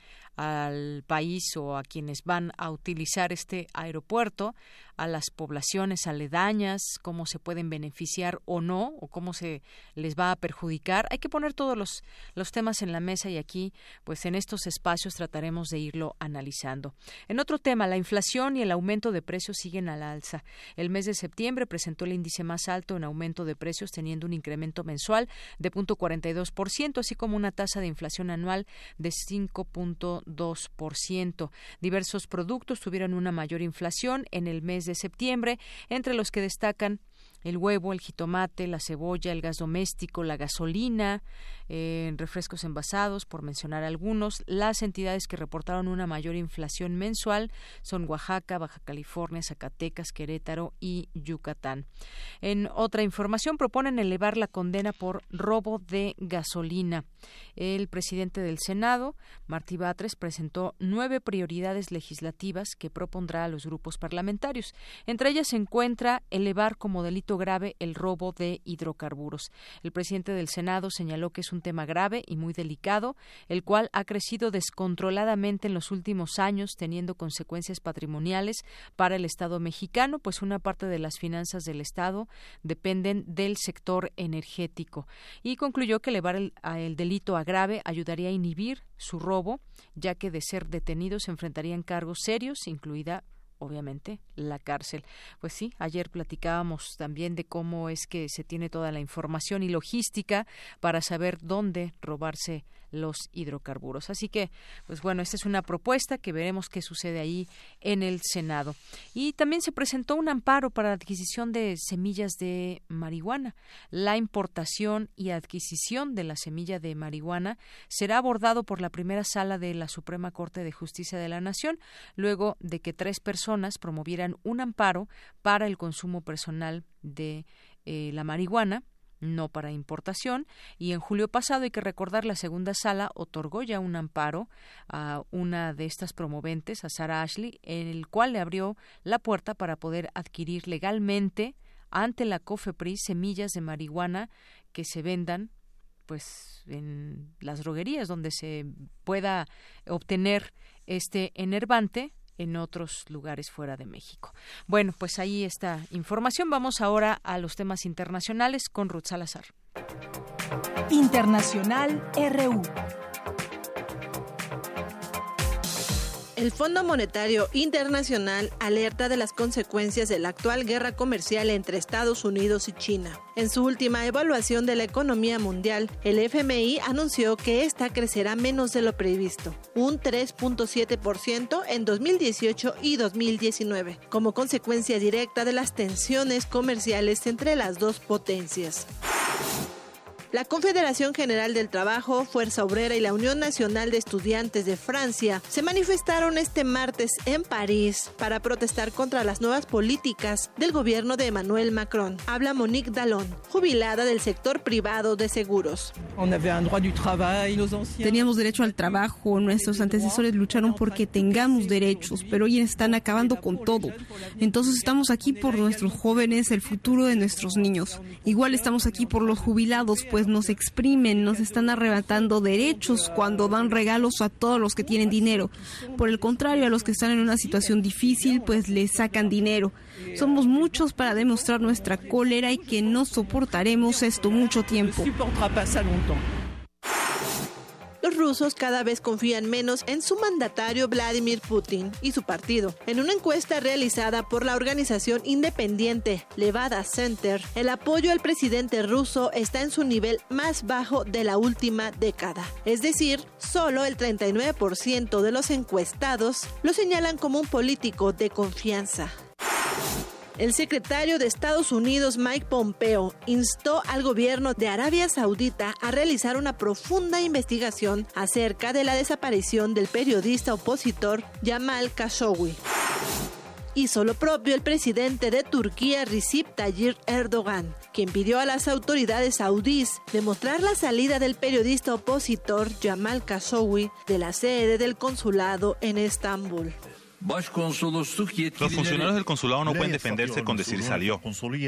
al país o a quienes van a utilizar este aeropuerto, a las poblaciones aledañas, cómo se pueden beneficiar o no, o cómo se les va a perjudicar? Hay que poner todos los, los temas en la mesa y aquí, pues en estos espacios trataremos de irlo analizando. En otro tema, la inflación y el aumento de precios siguen al alza. El mes de septiembre presentó el índice más alto en aumento de precios, teniendo un incremento mensual de cero punto cuarenta y dos por ciento, así como una tasa de inflación anual de cinco punto dos por ciento. Diversos productos tuvieron una mayor inflación en el mes de septiembre, entre los que destacan el huevo, el jitomate, la cebolla, el gas doméstico, la gasolina, eh, refrescos envasados, por mencionar algunos. Las entidades que reportaron una mayor inflación mensual son Oaxaca, Baja California, Zacatecas, Querétaro y Yucatán. En otra información, proponen elevar la condena por robo de gasolina. El presidente del Senado, Martí Batres, presentó nueve prioridades legislativas que propondrá a los grupos parlamentarios. Entre ellas se encuentra elevar como delito grave el robo de hidrocarburos. El presidente del Senado señaló que es un tema grave y muy delicado, el cual ha crecido descontroladamente en los últimos años, teniendo consecuencias patrimoniales para el Estado mexicano, pues una parte de las finanzas del Estado dependen del sector energético. Y concluyó que elevar el, a el delito a grave ayudaría a inhibir su robo, ya que de ser detenidos se enfrentarían cargos serios, incluida obviamente la cárcel. Pues sí, ayer platicábamos también de cómo es que se tiene toda la información y logística para saber dónde robarse los hidrocarburos. Así que, pues bueno, esta es una propuesta que veremos qué sucede ahí en el Senado. Y también se presentó un amparo para la adquisición de semillas de marihuana. La importación y adquisición de la semilla de marihuana será abordado por la primera sala de la Suprema Corte de Justicia de la Nación, luego de que tres personas promovieran un amparo para el consumo personal de eh, la marihuana, no para importación, y en julio pasado, hay que recordar, la segunda sala otorgó ya un amparo a una de estas promoventes, a Sarah Ashley, en el cual le abrió la puerta para poder adquirir legalmente ante la COFEPRIS semillas de marihuana que se vendan pues en las droguerías donde se pueda obtener este enervante en otros lugares fuera de México. Bueno, pues ahí está información. Vamos ahora a los temas internacionales con Ruth Salazar. Internacional R U. El Fondo Monetario Internacional alerta de las consecuencias de la actual guerra comercial entre Estados Unidos y China. En su última evaluación de la economía mundial, el F M I anunció que esta crecerá menos de lo previsto, un tres punto siete por ciento en dos mil dieciocho y dos mil diecinueve, como consecuencia directa de las tensiones comerciales entre las dos potencias. La Confederación General del Trabajo, Fuerza Obrera y la Unión Nacional de Estudiantes de Francia se manifestaron este martes en París para protestar contra las nuevas políticas del gobierno de Emmanuel Macron. Habla Monique Dallon, jubilada del sector privado de seguros. Teníamos derecho al trabajo, nuestros antecesores lucharon porque tengamos derechos, pero hoy están acabando con todo. Entonces estamos aquí por nuestros jóvenes, el futuro de nuestros niños. Igual estamos aquí por los jubilados, pues nos exprimen, nos están arrebatando derechos cuando dan regalos a todos los que tienen dinero. Por el contrario, a los que están en una situación difícil, pues les sacan dinero. Somos muchos para demostrar nuestra cólera y que no soportaremos esto mucho tiempo. Los rusos cada vez confían menos en su mandatario Vladimir Putin y su partido. En una encuesta realizada por la organización independiente Levada Center, el apoyo al presidente ruso está en su nivel más bajo de la última década. Es decir, solo el treinta y nueve por ciento de los encuestados lo señalan como un político de confianza. El secretario de Estados Unidos, Mike Pompeo, instó al gobierno de Arabia Saudita a realizar una profunda investigación acerca de la desaparición del periodista opositor Jamal Khashoggi. Hizo lo propio el presidente de Turquía, Recep Tayyip Erdogan, quien pidió a las autoridades saudíes demostrar la salida del periodista opositor Jamal Khashoggi de la sede del consulado en Estambul. Los funcionarios del consulado no pueden defenderse con decir salió.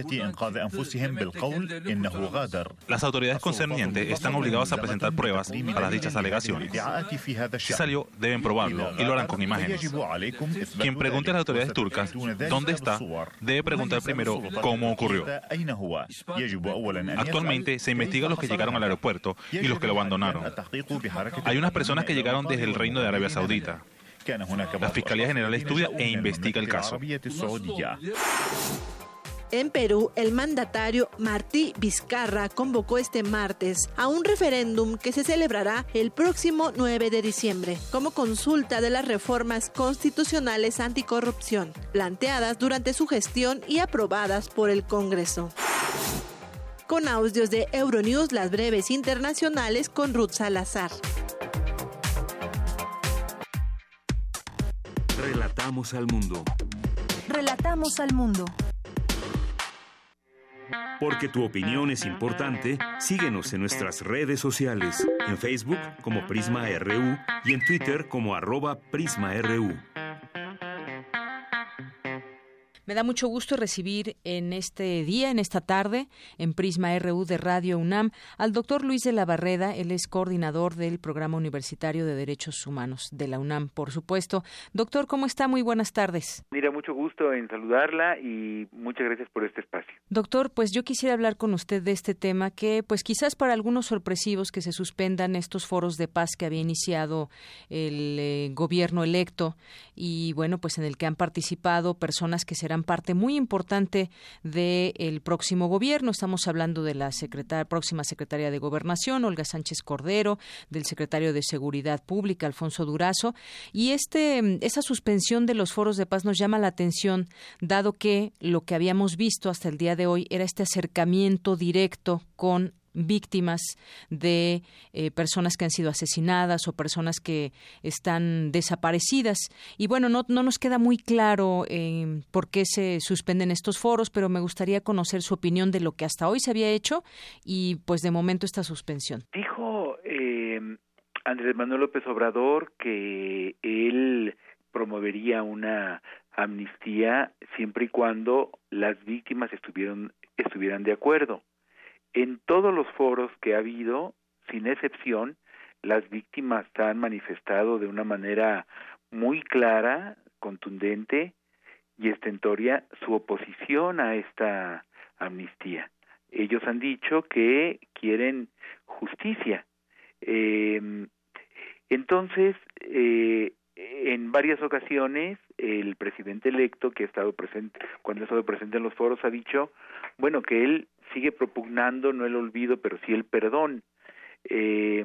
Las autoridades concernientes están obligadas a presentar pruebas para dichas alegaciones. Si salió, deben probarlo y lo harán con imágenes. Quien pregunte a las autoridades turcas dónde está, debe preguntar primero cómo ocurrió. Actualmente se investiga a los que llegaron al aeropuerto y los que lo abandonaron. Hay unas personas que llegaron desde el Reino de Arabia Saudita. La Fiscalía General estudia e investiga el caso. En Perú, el mandatario Martí Vizcarra convocó este martes a un referéndum que se celebrará el próximo nueve de diciembre, como consulta de las reformas constitucionales anticorrupción, planteadas durante su gestión y aprobadas por el Congreso. Con audios de Euronews, las breves internacionales con Ruth Salazar. Relatamos al mundo. Relatamos al mundo. Porque tu opinión es importante, síguenos en nuestras redes sociales, en Facebook como Prisma R U y en Twitter como arroba Prisma R U. Me da mucho gusto recibir en este día, en esta tarde, en Prisma R U de Radio UNAM, al doctor Luis de la Barreda. Él es coordinador del Programa Universitario de Derechos Humanos de la UNAM, por supuesto. Doctor, ¿cómo está? Muy buenas tardes. Mira, mucho gusto en saludarla y muchas gracias por este espacio. Doctor, pues yo quisiera hablar con usted de este tema que, pues quizás para algunos sorpresivos que se suspendan estos foros de paz que había iniciado el eh, gobierno electo y, bueno, pues en el que han participado personas que serán parte muy importante del próximo gobierno. Estamos hablando de la secretaria, próxima secretaria de Gobernación, Olga Sánchez Cordero, del secretario de Seguridad Pública, Alfonso Durazo, y este esa suspensión de los foros de paz nos llama la atención, dado que lo que habíamos visto hasta el día de hoy era este acercamiento directo con víctimas de eh, personas que han sido asesinadas o personas que están desaparecidas. Y bueno, no, no nos queda muy claro eh, por qué se suspenden estos foros, pero me gustaría conocer su opinión de lo que hasta hoy se había hecho y pues de momento esta suspensión. Dijo eh, Andrés Manuel López Obrador que él promovería una amnistía siempre y cuando las víctimas estuvieron, estuvieran de acuerdo. En todos los foros que ha habido, sin excepción, las víctimas han manifestado de una manera muy clara, contundente y estentoria su oposición a esta amnistía. Ellos han dicho que quieren justicia. Eh, entonces, eh, en varias ocasiones, el presidente electo que ha estado presente, cuando ha estado presente en los foros, ha dicho, bueno, que él sigue propugnando no el olvido, pero sí el perdón, eh,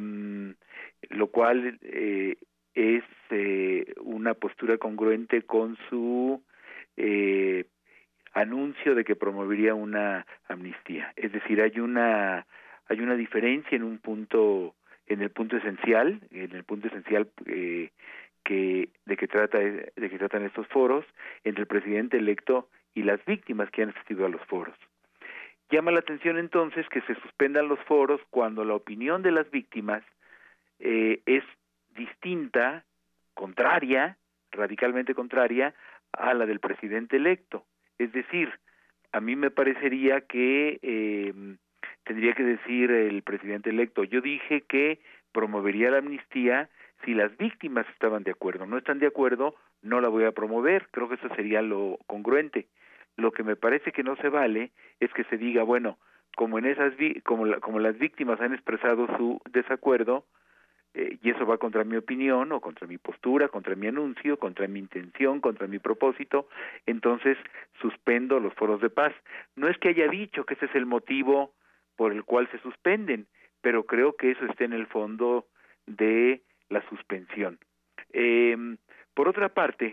lo cual eh, es eh, una postura congruente con su eh, anuncio de que promovería una amnistía. Es decir, hay una hay una diferencia en un punto, en el punto esencial, en el punto esencial eh, que de que trata de que tratan estos foros entre el presidente electo y las víctimas que han asistido a los foros. Llama la atención entonces que se suspendan los foros cuando la opinión de las víctimas eh, es distinta, contraria, radicalmente contraria a la del presidente electo. Es decir, a mí me parecería que eh, tendría que decir el presidente electo, yo dije que promovería la amnistía si las víctimas estaban de acuerdo. No están de acuerdo, no la voy a promover. Creo que eso sería lo congruente. Lo que me parece que no se vale es que se diga, bueno, como en esas vi- como la, como las víctimas han expresado su desacuerdo eh, y eso va contra mi opinión o contra mi postura, contra mi anuncio, contra mi intención, contra mi propósito, entonces suspendo los foros de paz. No es que haya dicho que ese es el motivo por el cual se suspenden, pero creo que eso está en el fondo de la suspensión. Eh, por otra parte,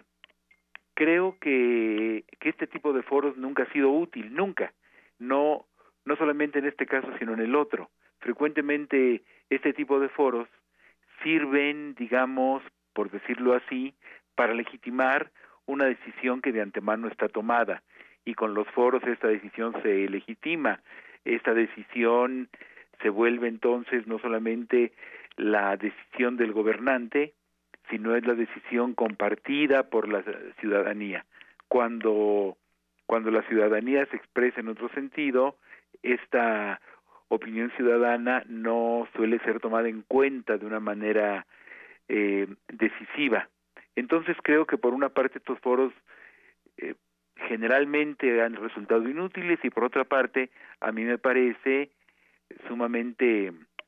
creo que, que este tipo de foros nunca ha sido útil, nunca, no, no solamente en este caso, sino en el otro. Frecuentemente este tipo de foros sirven, digamos, por decirlo así, para legitimar una decisión que de antemano está tomada, y con los foros esta decisión se legitima, esta decisión se vuelve entonces no solamente la decisión del gobernante, sino es la decisión compartida por la ciudadanía. Cuando, cuando la ciudadanía se expresa en otro sentido, esta opinión ciudadana no suele ser tomada en cuenta de una manera eh, decisiva. Entonces creo que por una parte estos foros eh, generalmente han resultado inútiles y por otra parte a mí me parece sumamente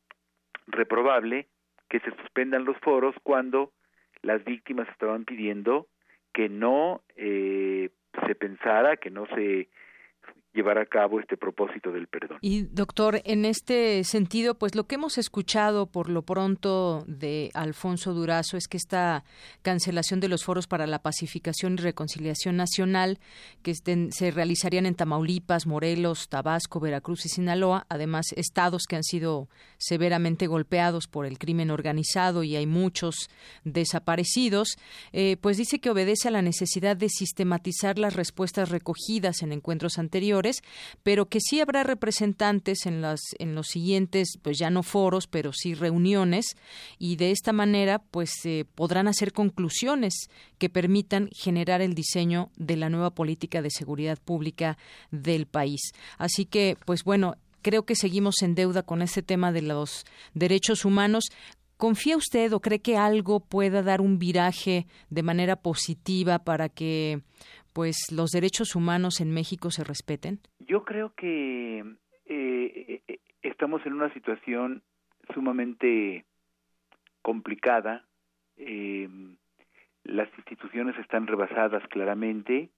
reprobable que se suspendan los foros cuando las víctimas estaban pidiendo que no eh, se pensara, que no se llevar a cabo este propósito del perdón. Y doctor, en este sentido, pues lo que hemos escuchado por lo pronto de Alfonso Durazo es que esta cancelación de los foros para la pacificación y reconciliación nacional que estén, se realizarían en Tamaulipas, Morelos, Tabasco, Veracruz y Sinaloa, además estados que han sido severamente golpeados por el crimen organizado y hay muchos desaparecidos, eh, pues dice que obedece a la necesidad de sistematizar las respuestas recogidas en encuentros anteriores, pero que sí habrá representantes en las en los siguientes, pues ya no foros, pero sí reuniones, y de esta manera pues eh, podrán hacer conclusiones que permitan generar el diseño de la nueva política de seguridad pública del país. Así que, pues bueno, creo que seguimos en deuda con este tema de los derechos humanos. ¿Confía usted o cree que algo pueda dar un viraje de manera positiva para que pues los derechos humanos en México se respeten? Yo creo que eh, estamos en una situación sumamente complicada. Eh, las instituciones están rebasadas claramente.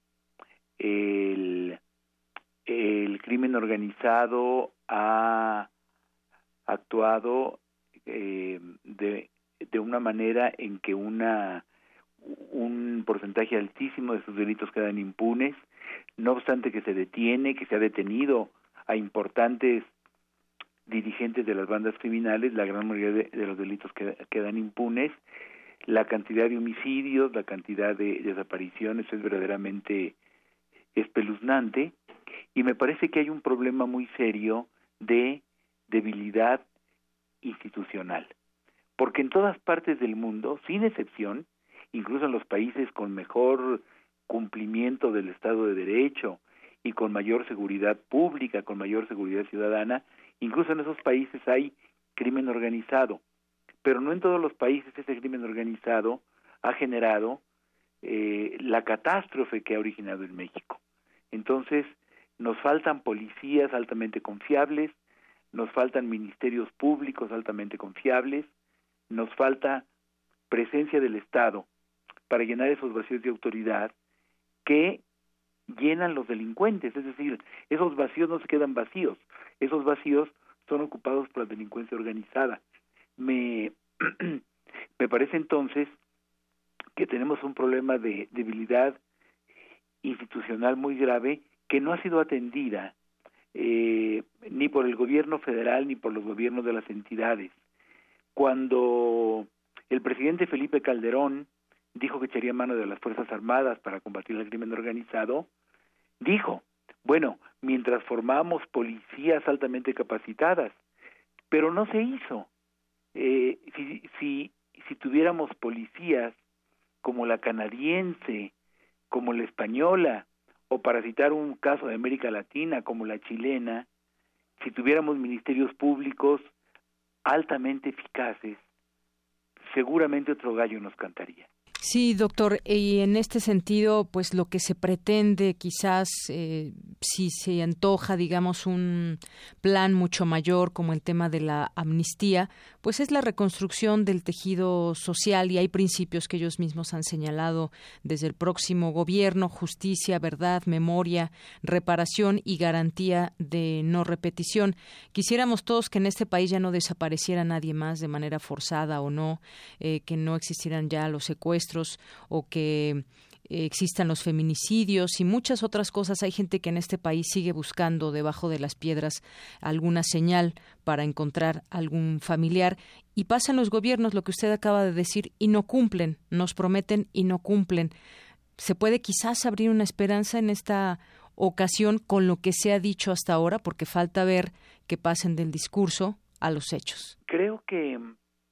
El, el crimen organizado ha actuado eh, de, de una manera en que una un porcentaje altísimo de sus delitos quedan impunes, no obstante que se detiene, que se ha detenido a importantes dirigentes de las bandas criminales, la gran mayoría de, de los delitos que, quedan impunes. La cantidad de homicidios, la cantidad de desapariciones es verdaderamente espeluznante, y me parece que hay un problema muy serio de debilidad institucional, porque en todas partes del mundo, sin excepción, incluso en los países con mejor cumplimiento del Estado de Derecho y con mayor seguridad pública, con mayor seguridad ciudadana, incluso en esos países hay crimen organizado, pero no en todos los países ese crimen organizado ha generado eh, la catástrofe que ha originado en México. Entonces, nos faltan policías altamente confiables, nos faltan ministerios públicos altamente confiables, nos falta presencia del Estado para llenar esos vacíos de autoridad que llenan los delincuentes. Es decir, esos vacíos no se quedan vacíos, esos vacíos son ocupados por la delincuencia organizada. Me, me parece entonces que tenemos un problema de debilidad institucional muy grave que no ha sido atendida eh, ni por el gobierno federal ni por los gobiernos de las entidades. Cuando el presidente Felipe Calderón dijo que echaría mano de las Fuerzas Armadas para combatir el crimen organizado, dijo, bueno, mientras formamos policías altamente capacitadas, pero no se hizo. Eh, si, si, si tuviéramos policías como la canadiense, como la española, o para citar un caso de América Latina, como la chilena, si tuviéramos ministerios públicos altamente eficaces, seguramente otro gallo nos cantaría. Sí, doctor, y en este sentido, pues lo que se pretende quizás, eh, si se antoja, digamos, un plan mucho mayor como el tema de la amnistía, pues es la reconstrucción del tejido social, y hay principios que ellos mismos han señalado desde el próximo gobierno: justicia, verdad, memoria, reparación y garantía de no repetición. Quisiéramos todos que en este país ya no desapareciera nadie más de manera forzada o no, eh, que no existieran ya los secuestros o que existan los feminicidios y muchas otras cosas. Hay gente que en este país sigue buscando debajo de las piedras alguna señal para encontrar algún familiar, y pasan los gobiernos, lo que usted acaba de decir, y no cumplen, nos prometen y no cumplen. ¿Se puede quizás abrir una esperanza en esta ocasión con lo que se ha dicho hasta ahora? Porque falta ver que pasen del discurso a los hechos. Creo que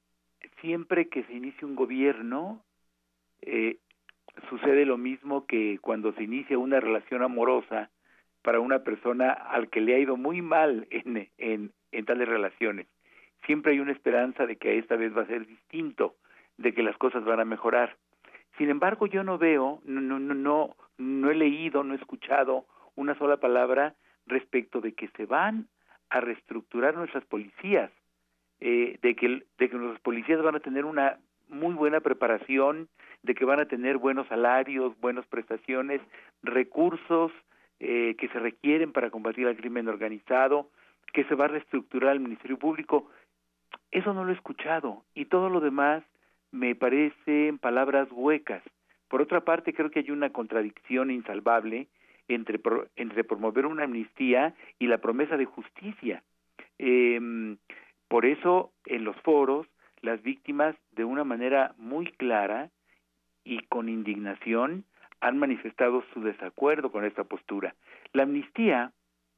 siempre que se inicia un gobierno, Eh, sucede lo mismo que cuando se inicia una relación amorosa para una persona al que le ha ido muy mal en, en, en tales relaciones. Siempre hay una esperanza de que esta vez va a ser distinto, de que las cosas van a mejorar. Sin embargo, yo no veo, no, no, no, no he leído, no he escuchado una sola palabra respecto de que se van a reestructurar nuestras policías, eh, de que, de que nuestros policías van a tener una muy buena preparación, de que van a tener buenos salarios, buenas prestaciones, recursos eh, que se requieren para combatir el crimen organizado, que se va a reestructurar el Ministerio Público. Eso no lo he escuchado, y todo lo demás me parecen palabras huecas. Por otra parte, creo que hay una contradicción insalvable entre, entre promover una amnistía y la promesa de justicia. Eh, por eso, en los foros, las víctimas, de una manera muy clara y con indignación, han manifestado su desacuerdo con esta postura. La amnistía,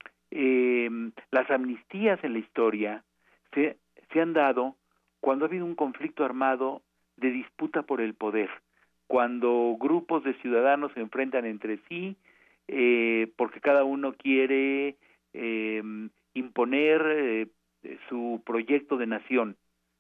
eh, las amnistías en la historia se, se han dado cuando ha habido un conflicto armado de disputa por el poder, cuando grupos de ciudadanos se enfrentan entre sí, eh, porque cada uno quiere eh, imponer eh, su proyecto de nación.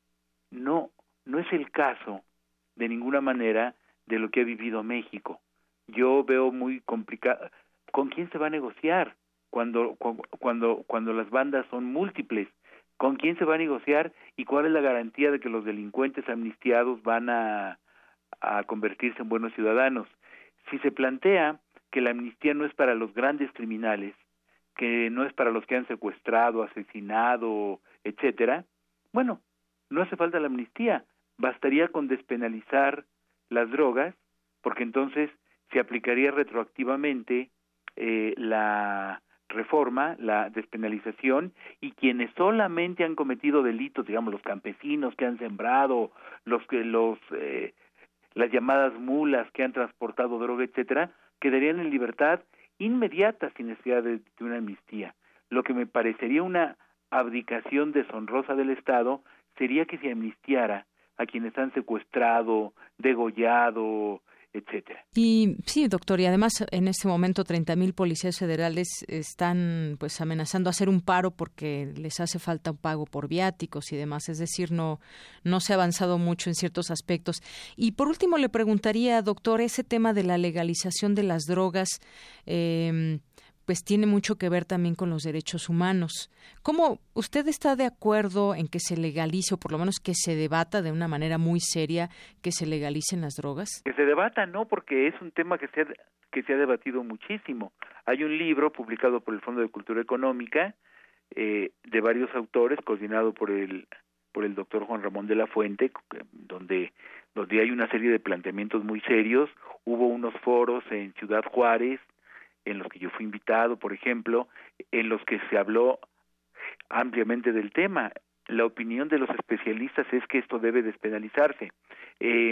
No, no es el caso de ninguna manera de lo que ha vivido México. Yo veo muy complicado. ¿Con quién se va a negociar cuando, cuando, cuando las bandas son múltiples? ¿Con quién se va a negociar y cuál es la garantía de que los delincuentes amnistiados van a, a convertirse en buenos ciudadanos? Si se plantea que la amnistía no es para los grandes criminales, que no es para los que han secuestrado, asesinado, etcétera, bueno, no hace falta la amnistía, bastaría con despenalizar las drogas, porque entonces se aplicaría retroactivamente eh, la reforma, la despenalización, y quienes solamente han cometido delitos, digamos los campesinos que han sembrado, los que los eh, las llamadas mulas que han transportado droga, etcétera, quedarían en libertad inmediata sin necesidad de, de una amnistía. Lo que me parecería una abdicación deshonrosa del Estado sería que se amnistiara a quienes han secuestrado, degollado, etcétera. Y sí, doctor, y además en este momento treinta mil policías federales están pues amenazando hacer un paro porque les hace falta un pago por viáticos y demás, es decir, no no se ha avanzado mucho en ciertos aspectos. Y por último le preguntaría, doctor, ese tema de la legalización de las drogas, eh, pues tiene mucho que ver también con los derechos humanos. ¿Cómo usted está de acuerdo en que se legalice, o por lo menos que se debata de una manera muy seria, que se legalicen las drogas? Que se debata, no, porque es un tema que se ha, que se ha debatido muchísimo. Hay un libro publicado por el Fondo de Cultura Económica, eh, de varios autores, coordinado por el por el doctor Juan Ramón de la Fuente, donde, donde hay una serie de planteamientos muy serios. Hubo unos foros en Ciudad Juárez, en los que yo fui invitado, por ejemplo, en los que se habló ampliamente del tema. La opinión de los especialistas es que esto debe despenalizarse. Eh,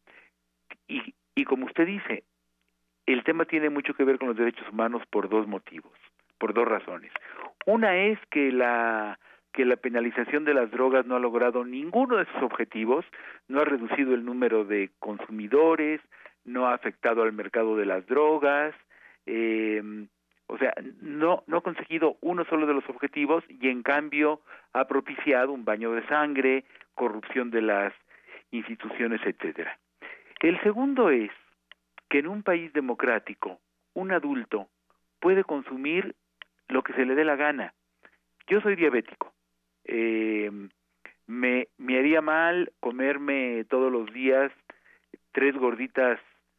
y, y como usted dice, el tema tiene mucho que ver con los derechos humanos por dos motivos, por dos razones. Una es que la que la penalización de las drogas no ha logrado ninguno de sus objetivos, no ha reducido el número de consumidores, no ha afectado al mercado de las drogas, Eh, o sea, no, no ha conseguido uno solo de los objetivos y en cambio ha propiciado un baño de sangre, corrupción de las instituciones, etcétera. El segundo es que en un país democrático un adulto puede consumir lo que se le dé la gana. Yo soy diabético. Eh, me, me haría mal comerme todos los días tres gorditas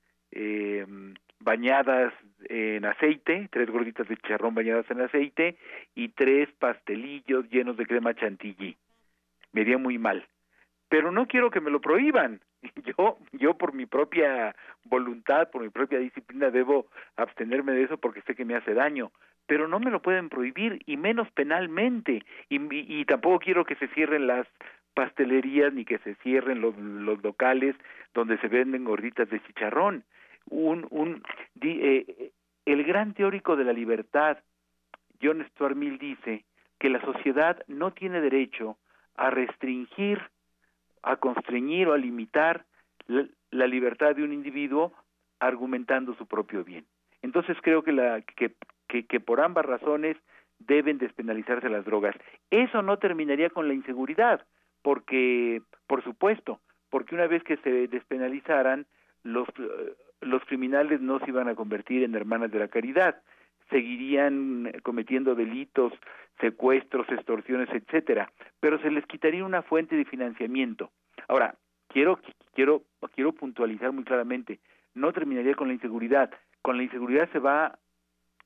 eh, bañadas en aceite, tres gorditas de chicharrón bañadas en aceite y tres pastelillos llenos de crema chantilly. Me haría muy mal. Pero no quiero que me lo prohíban. Yo, yo por mi propia voluntad, por mi propia disciplina, debo abstenerme de eso porque sé que me hace daño. Pero no me lo pueden prohibir, y menos penalmente. Y, y, y tampoco quiero que se cierren las pastelerías ni que se cierren los, los locales donde se venden gorditas de chicharrón. Un, un, eh, el gran teórico de la libertad, John Stuart Mill, dice que la sociedad no tiene derecho a restringir, a constreñir o a limitar la, la libertad de un individuo argumentando su propio bien. Entonces creo que, la, que, que, que por ambas razones deben despenalizarse las drogas. Eso no terminaría con la inseguridad, porque, por supuesto, porque una vez que se despenalizaran, los, los criminales no se iban a convertir en hermanas de la caridad, seguirían cometiendo delitos, secuestros, extorsiones, etcétera, pero se les quitaría una fuente de financiamiento. Ahora, quiero quiero quiero puntualizar muy claramente, no terminaría con la inseguridad. Con la inseguridad se va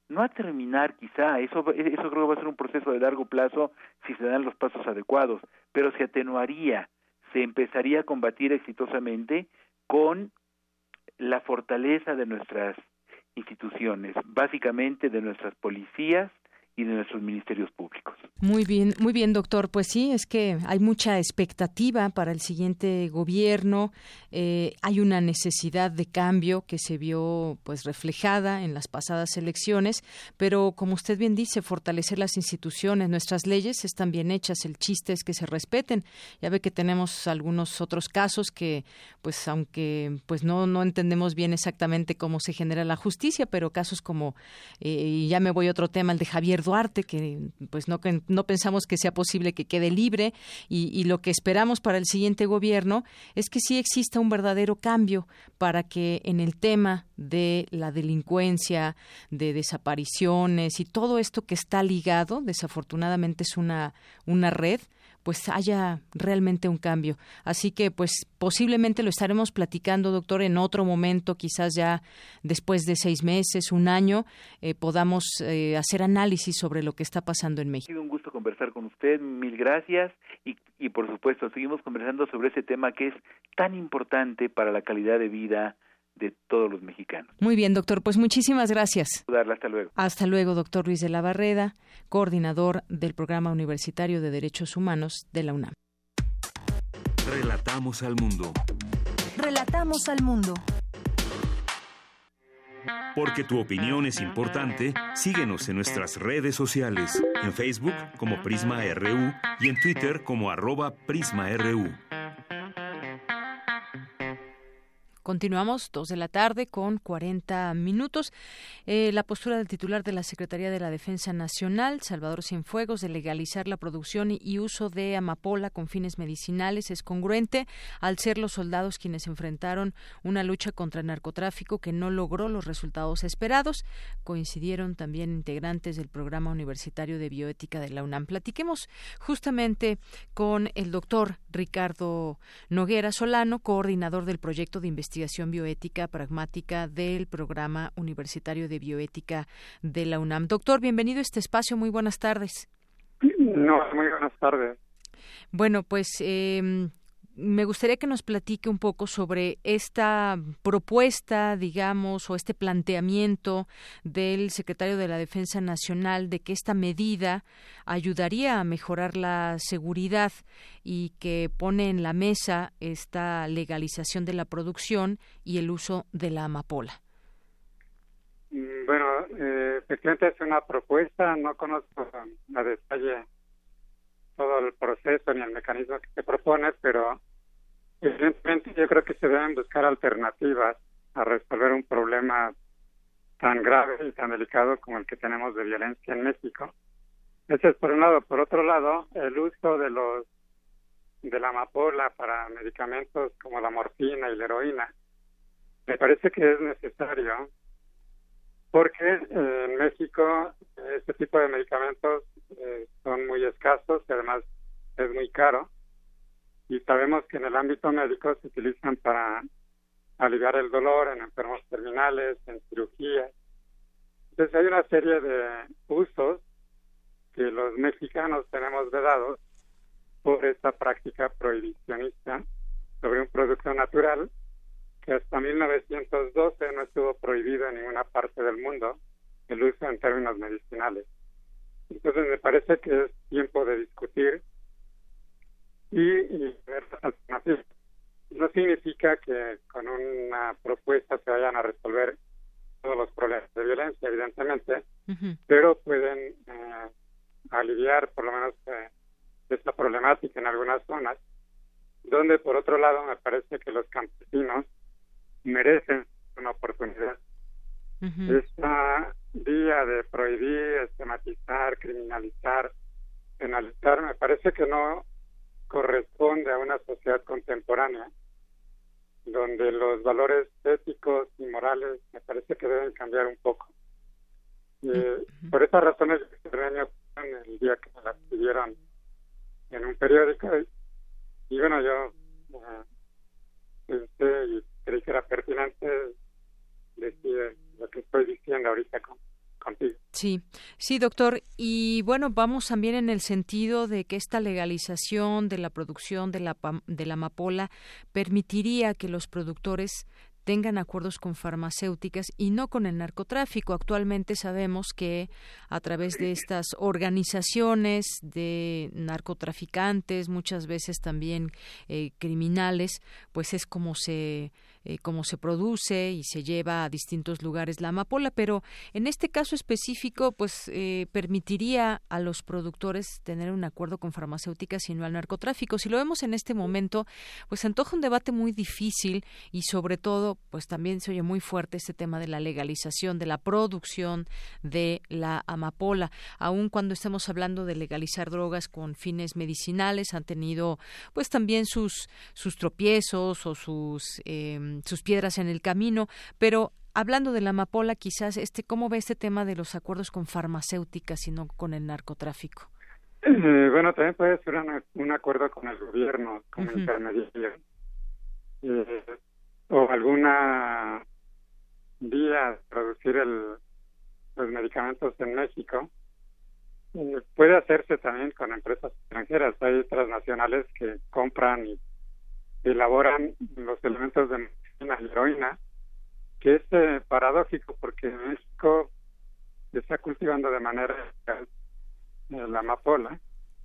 no a terminar quizá, eso, eso creo que va a ser un proceso de largo plazo si se dan los pasos adecuados, pero se atenuaría, se empezaría a combatir exitosamente con la fortaleza de nuestras instituciones, básicamente de nuestras policías y de nuestros ministerios públicos. Muy bien, muy bien, doctor. Pues sí, es que hay mucha expectativa para el siguiente gobierno. Eh, hay una necesidad de cambio que se vio pues reflejada en las pasadas elecciones, pero como usted bien dice, fortalecer las instituciones, nuestras leyes están bien hechas. El chiste es que se respeten. Ya ve que tenemos algunos otros casos que, pues, aunque pues no no entendemos bien exactamente cómo se genera la justicia, pero casos como eh, y ya me voy a otro tema, el de Javier Duarte, que pues no, no pensamos que sea posible que quede libre y, y lo que esperamos para el siguiente gobierno es que sí exista un verdadero cambio para que en el tema de la delincuencia, de desapariciones y todo esto que está ligado, desafortunadamente es una, una red, pues haya realmente un cambio. Así que, pues, posiblemente lo estaremos platicando, doctor, en otro momento, quizás ya después de seis meses, un año, eh, podamos eh, hacer análisis sobre lo que está pasando en México. Ha sido un gusto conversar con usted, mil gracias, y, y por supuesto, seguimos conversando sobre ese tema que es tan importante para la calidad de vida de todos los mexicanos. Muy bien, doctor, pues muchísimas gracias. Hasta luego. Hasta luego, doctor Luis de la Barreda, coordinador del Programa Universitario de Derechos Humanos de la UNAM. Relatamos al mundo. Relatamos al mundo. Porque tu opinión es importante, síguenos en nuestras redes sociales, en Facebook como Prisma R U y en Twitter como arroba Prisma R U. Continuamos, dos de la tarde con cuarenta minutos. Eh, la postura del titular de la Secretaría de la Defensa Nacional, Salvador Cienfuegos, de legalizar la producción y uso de amapola con fines medicinales es congruente al ser los soldados quienes enfrentaron una lucha contra el narcotráfico que no logró los resultados esperados. Coincidieron también integrantes del Programa Universitario de Bioética de la UNAM. Platiquemos justamente con el doctor Ricardo Noguera Solano, coordinador del proyecto de investigación Investigación Bioética Pragmática del Programa Universitario de Bioética de la UNAM. Doctor, bienvenido a este espacio. Muy buenas tardes. No, muy buenas tardes. Bueno, pues eh, me gustaría que nos platique un poco sobre esta propuesta, digamos, o este planteamiento del secretario de la Defensa Nacional de que esta medida ayudaría a mejorar la seguridad y que pone en la mesa esta legalización de la producción y el uso de la amapola. Bueno, eh, efectivamente es una propuesta, no conozco a detalle todo el proceso ni el mecanismo que se propone, pero evidentemente yo creo que se deben buscar alternativas a resolver un problema tan grave y tan delicado como el que tenemos de violencia en México. Ese es por un lado. Por otro lado, el uso de los de la amapola para medicamentos como la morfina y la heroína me parece que es necesario porque eh, en México este tipo de medicamentos eh, son muy escasos y además es muy caro, y sabemos que en el ámbito médico se utilizan para aliviar el dolor en enfermos terminales, en cirugías. Entonces hay una serie de usos que los mexicanos tenemos vedados por esta práctica prohibicionista sobre un producto natural que hasta mil novecientos doce no estuvo prohibido en ninguna parte del mundo el uso en términos medicinales. Entonces me parece que es tiempo de discutir y, y ver las alternativas. No significa que con una propuesta se vayan a resolver todos los problemas de violencia, evidentemente, uh-huh. pero pueden eh, aliviar por lo menos eh, esta problemática en algunas zonas, donde por otro lado me parece que los campesinos merecen una oportunidad. Uh-huh. Esta vía de prohibir, estigmatizar, criminalizar, penalizar, me parece que no corresponde a una sociedad contemporánea donde los valores éticos y morales me parece que deben cambiar un poco. Y, uh-huh. Por esas razones el día que me la pidieron en un periódico y, y bueno, yo uh, pensé y creí que era pertinente decir lo que estoy diciendo ahorita con, contigo. Sí, sí, doctor. Y bueno, vamos también en el sentido de que esta legalización de la producción de la, de la amapola permitiría que los productores tengan acuerdos con farmacéuticas y no con el narcotráfico. Actualmente sabemos que a través de estas organizaciones de narcotraficantes, muchas veces también eh, criminales, pues es como se eh, como se produce y se lleva a distintos lugares la amapola, pero en este caso específico, pues eh, permitiría a los productores tener un acuerdo con farmacéuticas y no al narcotráfico. Si lo vemos en este momento, pues se antoja un debate muy difícil y sobre todo pues también se oye muy fuerte este tema de la legalización, de la producción de la amapola. Aun cuando estemos hablando de legalizar drogas con fines medicinales, han tenido pues también sus sus tropiezos o sus eh, sus piedras en el camino, pero hablando de la amapola, quizás este ¿cómo ve este tema de los acuerdos con farmacéuticas y no con el narcotráfico? Eh, bueno, también puede ser un, un acuerdo con el gobierno como uh-huh. intermediario. Eh, o alguna vía de producir el, los medicamentos en México. Eh, puede hacerse también con empresas extranjeras. Hay transnacionales que compran y elaboran los elementos de medicina y heroína, que es eh, paradójico porque en México se está cultivando de manera legal eh, la amapola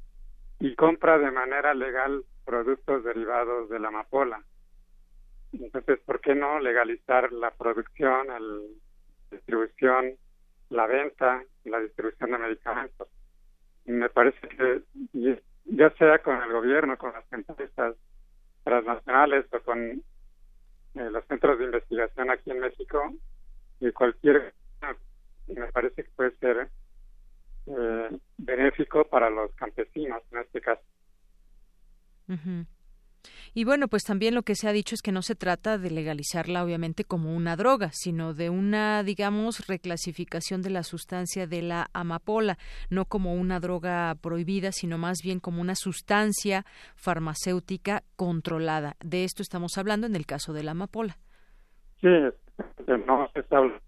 y compra de manera legal productos derivados de la amapola. Entonces, ¿por qué no legalizar la producción, la distribución, la venta y la distribución de medicamentos? Me parece que ya sea con el gobierno, con las empresas transnacionales o con eh, los centros de investigación aquí en México, y cualquier, me parece que puede ser eh, benéfico para los campesinos en este caso. Uh-huh. Y bueno, pues también lo que se ha dicho es que no se trata de legalizarla obviamente como una droga, sino de una, digamos, reclasificación de la sustancia de la amapola, no como una droga prohibida, sino más bien como una sustancia farmacéutica controlada. De esto estamos hablando en el caso de la amapola. Sí, no se está hablando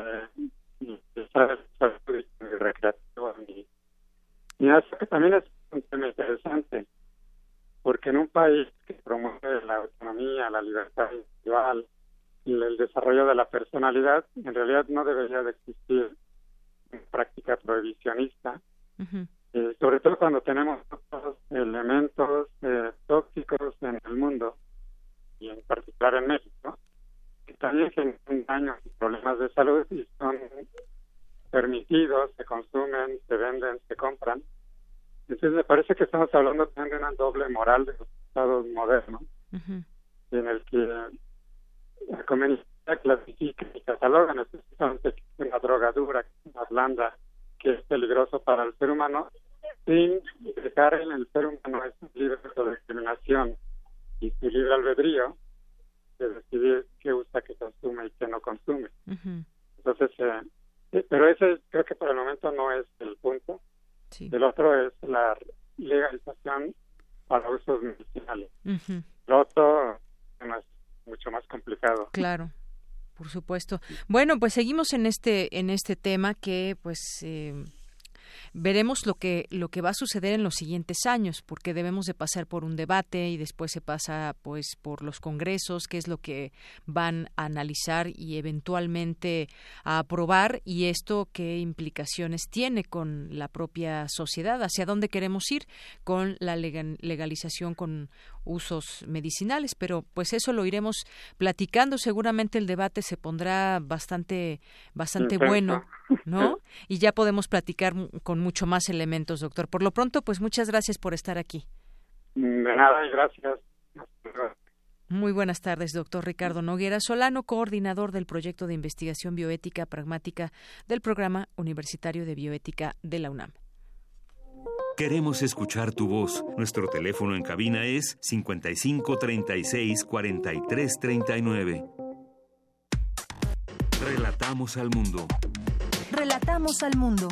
de recreativo ni, y eso que también es un tema interesante, porque en un país que promueve la autonomía, la libertad individual y el desarrollo de la personalidad, en realidad no debería de existir una práctica prohibicionista, uh-huh. eh, sobre todo cuando tenemos otros elementos eh, tóxicos en el mundo, y en particular en México, que también generan daños y problemas de salud y son permitidos, se consumen, se venden, se compran. Entonces me parece que estamos hablando también de una doble moral de los estados modernos, uh-huh. en el que la conveniencia clasifica y cataloga necesariamente una droga dura, una blanda, que es peligroso para el ser humano, sin dejar en el ser humano ese libre de discriminación y su libre albedrío de decidir qué usa, qué consume y qué no consume. Uh-huh. Entonces, eh, pero ese creo que por el momento no es el punto. Sí. El otro es la legalización para usos medicinales. Uh-huh. Lo otro no es mucho más complicado. Claro, por supuesto. Bueno, pues seguimos en este en este tema que pues eh, veremos lo que lo que va a suceder en los siguientes años, porque debemos de pasar por un debate y después se pasa pues por los congresos, qué es lo que van a analizar y eventualmente a aprobar, y esto qué implicaciones tiene con la propia sociedad, hacia dónde queremos ir con la legalización con usos medicinales, pero pues eso lo iremos platicando. Seguramente el debate se pondrá bastante bastante Perfecto. bueno, ¿no? Y ya podemos platicar con mucho más elementos, doctor. Por lo pronto, pues muchas gracias por estar aquí. De nada y gracias. Muy buenas tardes, doctor Ricardo Noguera Solano, coordinador del proyecto de investigación bioética pragmática del Programa Universitario de Bioética de la UNAM. Queremos escuchar tu voz. Nuestro teléfono en cabina es cincuenta y cinco, treinta y seis, cuarenta y tres, treinta y nueve. Relatamos al mundo. Relatamos al mundo.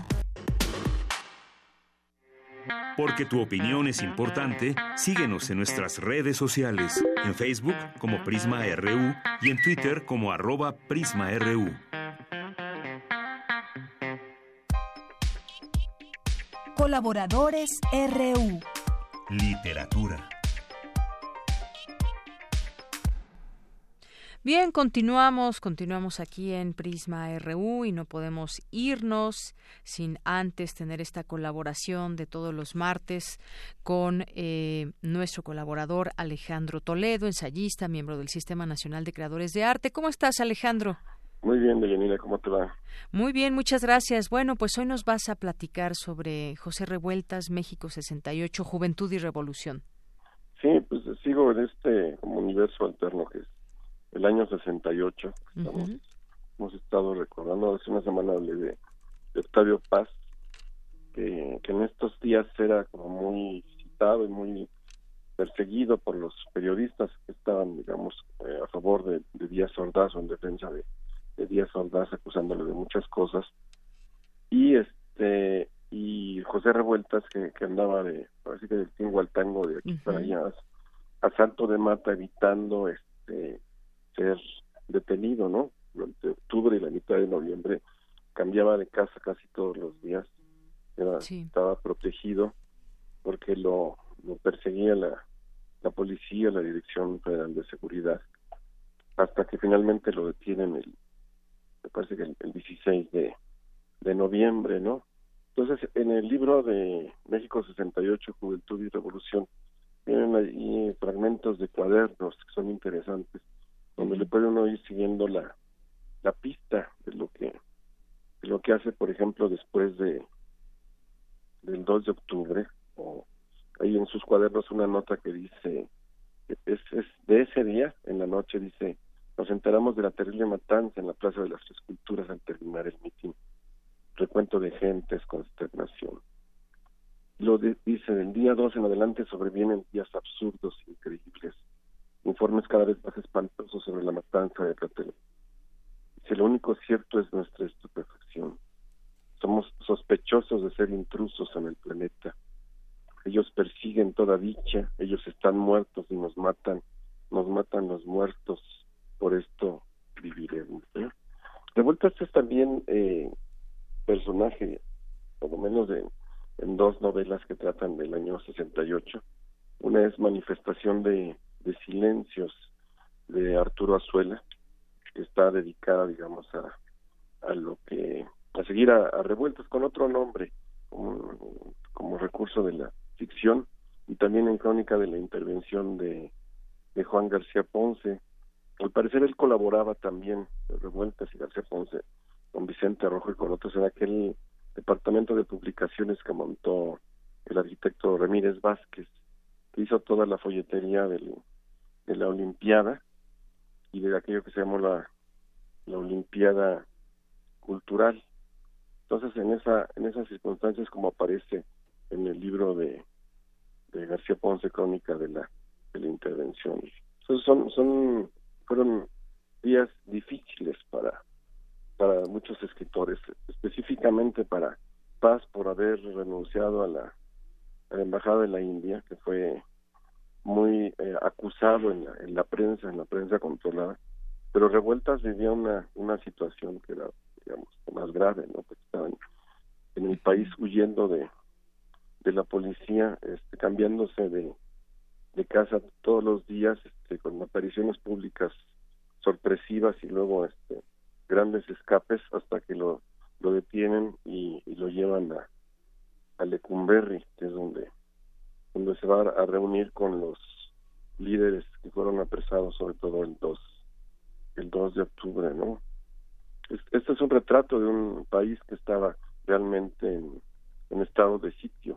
Porque tu opinión es importante, síguenos en nuestras redes sociales. En Facebook como Prisma R U y en Twitter como arroba Prisma R U. Colaboradores R U. Literatura. Bien, continuamos, continuamos aquí en Prisma R U y no podemos irnos sin antes tener esta colaboración de todos los martes con eh, nuestro colaborador Alejandro Toledo, ensayista, miembro del Sistema Nacional de Creadores de Arte. ¿Cómo estás, Alejandro? Muy bien, Deyanira, ¿cómo te va? Muy bien, muchas gracias. Bueno, pues hoy nos vas a platicar sobre José Revueltas, México sesenta y ocho, Juventud y Revolución. Sí, pues sigo en este como universo alterno que es el año sesenta y ocho. Estamos, uh-huh. Hemos estado recordando, hace una semana hablé de, de Octavio Paz, que, que en estos días era como muy citado y muy perseguido por los periodistas que estaban, digamos, eh, a favor de, de Díaz Ordaz o en defensa de, de Díaz Ordaz, acusándole de muchas cosas. Y este y José Revueltas, que, que andaba de, así que del tingo al tango, de aquí uh-huh. para allá, a salto de mata, evitando este ser detenido, ¿no? Durante octubre y la mitad de noviembre cambiaba de casa casi todos los días. Era, sí. Estaba protegido porque lo, lo perseguía la, la policía, la Dirección Federal de Seguridad, hasta que finalmente lo detienen el, me parece que el, el dieciséis de noviembre, ¿no? Entonces, en el libro de México sesenta y ocho, Juventud y Revolución, tienen ahí fragmentos de cuadernos que son interesantes, donde le puede uno ir siguiendo la la pista de lo que de lo que hace, por ejemplo, después de del dos de octubre, o hay en sus cuadernos una nota que dice, es, es de ese día, en la noche, dice, nos enteramos de la terrible matanza en la Plaza de las Tres Culturas al terminar el mitin. Recuento de gentes, consternación. Lo de, dice, del día dos en adelante sobrevienen días absurdos, increíbles, informes cada vez más espantosos sobre la matanza de Tlatelolco. Si lo único cierto es nuestra estupefacción. Somos sospechosos de ser intrusos en el planeta. Ellos persiguen toda dicha, ellos están muertos y nos matan, nos matan los muertos, por esto viviremos. ¿eh? Revueltas es también eh, personaje, por lo menos de, en dos novelas que tratan del año sesenta y ocho. Una es Manifestación de de silencios, de Arturo Azuela, que está dedicada, digamos, a, a lo que a seguir a, a Revueltas con otro nombre, como, como recurso de la ficción, y también en crónica de la intervención de, de Juan García Ponce. Al parecer él colaboraba también, Revueltas y García Ponce, con Vicente Rojo y con otros en aquel departamento de publicaciones que montó el arquitecto Ramírez Vázquez, que hizo toda la folletería del de la Olimpiada y de aquello que se llamó la, la Olimpiada Cultural. Entonces, en esa en esas circunstancias, como aparece en el libro de, de García Ponce, Crónica de la, de la Intervención. Entonces, son son fueron días difíciles para para muchos escritores, específicamente para Paz por haber renunciado a la, a la embajada de la India, que fue muy eh, acusado en la, en la prensa, en la prensa controlada, pero Revueltas vivía una una situación que era, digamos, más grave, ¿no? Porque estaban en el país huyendo de de la policía, este, cambiándose de de casa todos los días, este, con apariciones públicas sorpresivas y luego este grandes escapes hasta que lo lo detienen y, y lo llevan a a Lecumberri, que es donde donde se va a reunir con los líderes que fueron apresados, sobre todo el dos el dos de octubre, ¿no? Este es un retrato de un país que estaba realmente en, en estado de sitio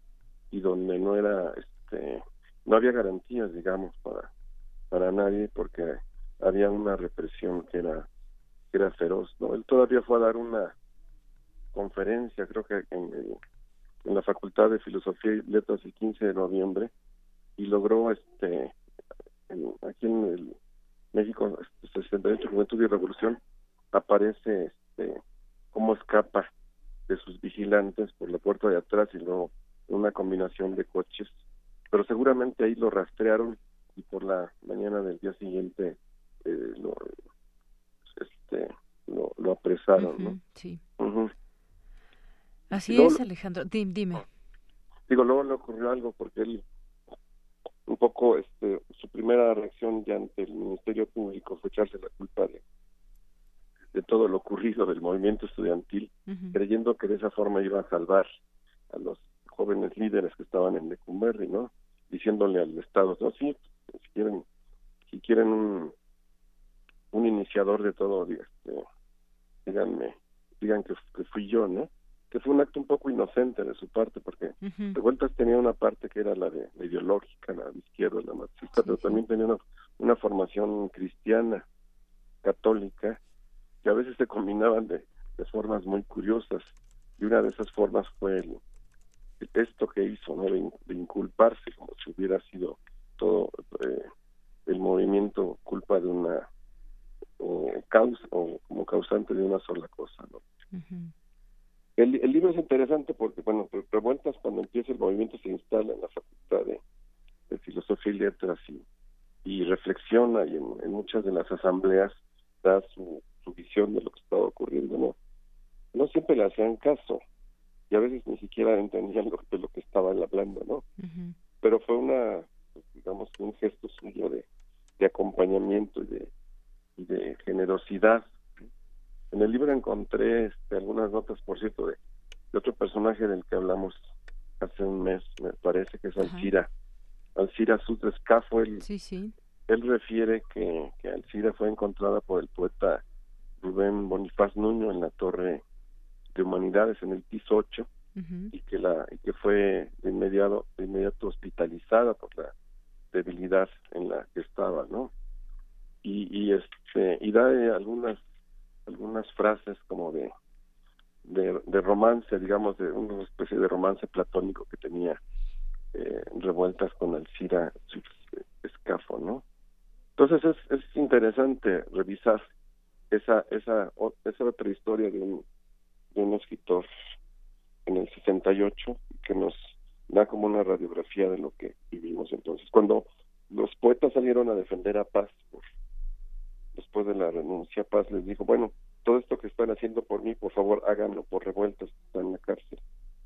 y donde no era, este, no había garantías, digamos, para para nadie, porque había una represión que era que era feroz, ¿no? Él todavía fue a dar una conferencia, creo que en el en la Facultad de Filosofía y Letras el quince de noviembre y logró este en, aquí en el México sesenta y ocho, Juventud y Revolución, aparece este cómo escapa de sus vigilantes por la puerta de atrás y luego una combinación de coches, pero seguramente ahí lo rastrearon y por la mañana del día siguiente eh, lo este lo, lo apresaron, uh-huh, ¿no? Sí. Uh-huh. Así luego, es, Alejandro. Dime. digo, luego le ocurrió algo porque él, un poco, este, su primera reacción ya ante el Ministerio Público fue echarse la culpa de, de todo lo ocurrido del movimiento estudiantil, uh-huh. creyendo que de esa forma iba a salvar a los jóvenes líderes que estaban en Lecumberri, ¿no? Diciéndole al Estado, no, sí, si quieren, si quieren un, un iniciador de todo, este, díganme, digan que, que fui yo, ¿no? Que fue un acto un poco inocente de su parte, porque uh-huh. Revueltas tenía una parte que era la de la ideológica, la de izquierda, la marxista, sí, pero sí. también tenía una, una formación cristiana, católica, que a veces se combinaban de, de formas muy curiosas, y una de esas formas fue el, el, esto que hizo, ¿no? De, de inculparse, como si hubiera sido todo eh, el movimiento culpa de una eh, causa, o como causante de una sola cosa, ¿no? Uh-huh. El, el libro es interesante porque, bueno, Revueltas, cuando empieza el movimiento, se instala en la Facultad de, de Filosofía y Letras y, y reflexiona, y en, en muchas de las asambleas da su, su visión de lo que estaba ocurriendo, ¿no? No siempre le hacían caso, y a veces ni siquiera entendían lo, de lo que estaban hablando, ¿no? Uh-huh. Pero fue una, digamos, un gesto suyo de, de acompañamiento y de, y de generosidad. En el libro encontré este, algunas notas, por cierto, de, de otro personaje del que hablamos hace un mes, me parece que es Alcira. Uh-huh. Alcira Sutrescafo, él, sí, sí. él refiere que, que Alcira fue encontrada por el poeta Rubén Bonifaz Nuño en la Torre de Humanidades, en el piso ocho, uh-huh. y que la y que fue de inmediato, de inmediato hospitalizada por la debilidad en la que estaba, ¿no? Y, y este y da eh, algunas algunas frases como de, de de romance, digamos, de una especie de romance platónico que tenía eh, Revueltas con Alcira Escafo, ¿no? Entonces es, es interesante revisar esa esa esa otra historia de un de un escritor en el sesenta y ocho que nos da como una radiografía de lo que vivimos entonces. Cuando los poetas salieron a defender a Paz por después de la renuncia, Paz les dijo, bueno, todo esto que están haciendo por mí, por favor, háganlo por Revueltas, que está en la cárcel.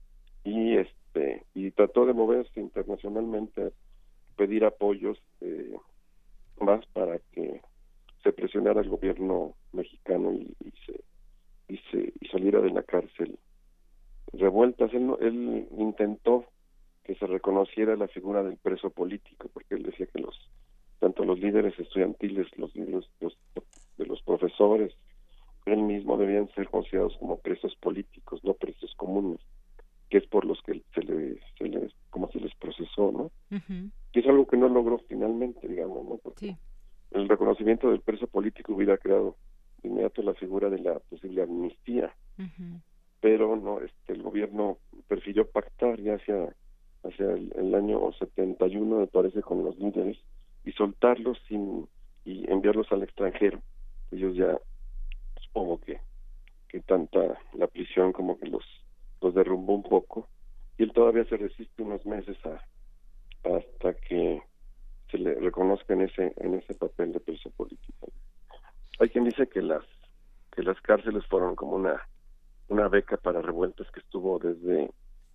Y este y trató de moverse internacionalmente, pedir apoyos eh, más para que se presionara al gobierno mexicano y, y se y se y saliera de la cárcel. Revueltas, él, él intentó que se reconociera la figura del preso político, porque él decía que los tanto los líderes estudiantiles, los líderes los, de los profesores, él mismo debían ser considerados como presos políticos, no presos comunes, que es por los que se les, se les como se les procesó, ¿no? Uh-huh. Y es algo que no logró finalmente, digamos, ¿no? Porque sí. El reconocimiento del preso político hubiera creado de inmediato la figura de la posible amnistía, uh-huh. pero no, este el gobierno prefirió pactar ya hacia hacia el, el año setenta y uno, me parece, con los líderes, y soltarlos sin y enviarlos al extranjero. Ellos ya, supongo que que tanta la prisión como que los los derrumbó un poco, y él todavía se resiste unos meses a hasta que se le reconozca en ese en ese papel de preso político. Hay quien dice que las que las cárceles fueron como una una beca para Revueltas, que estuvo desde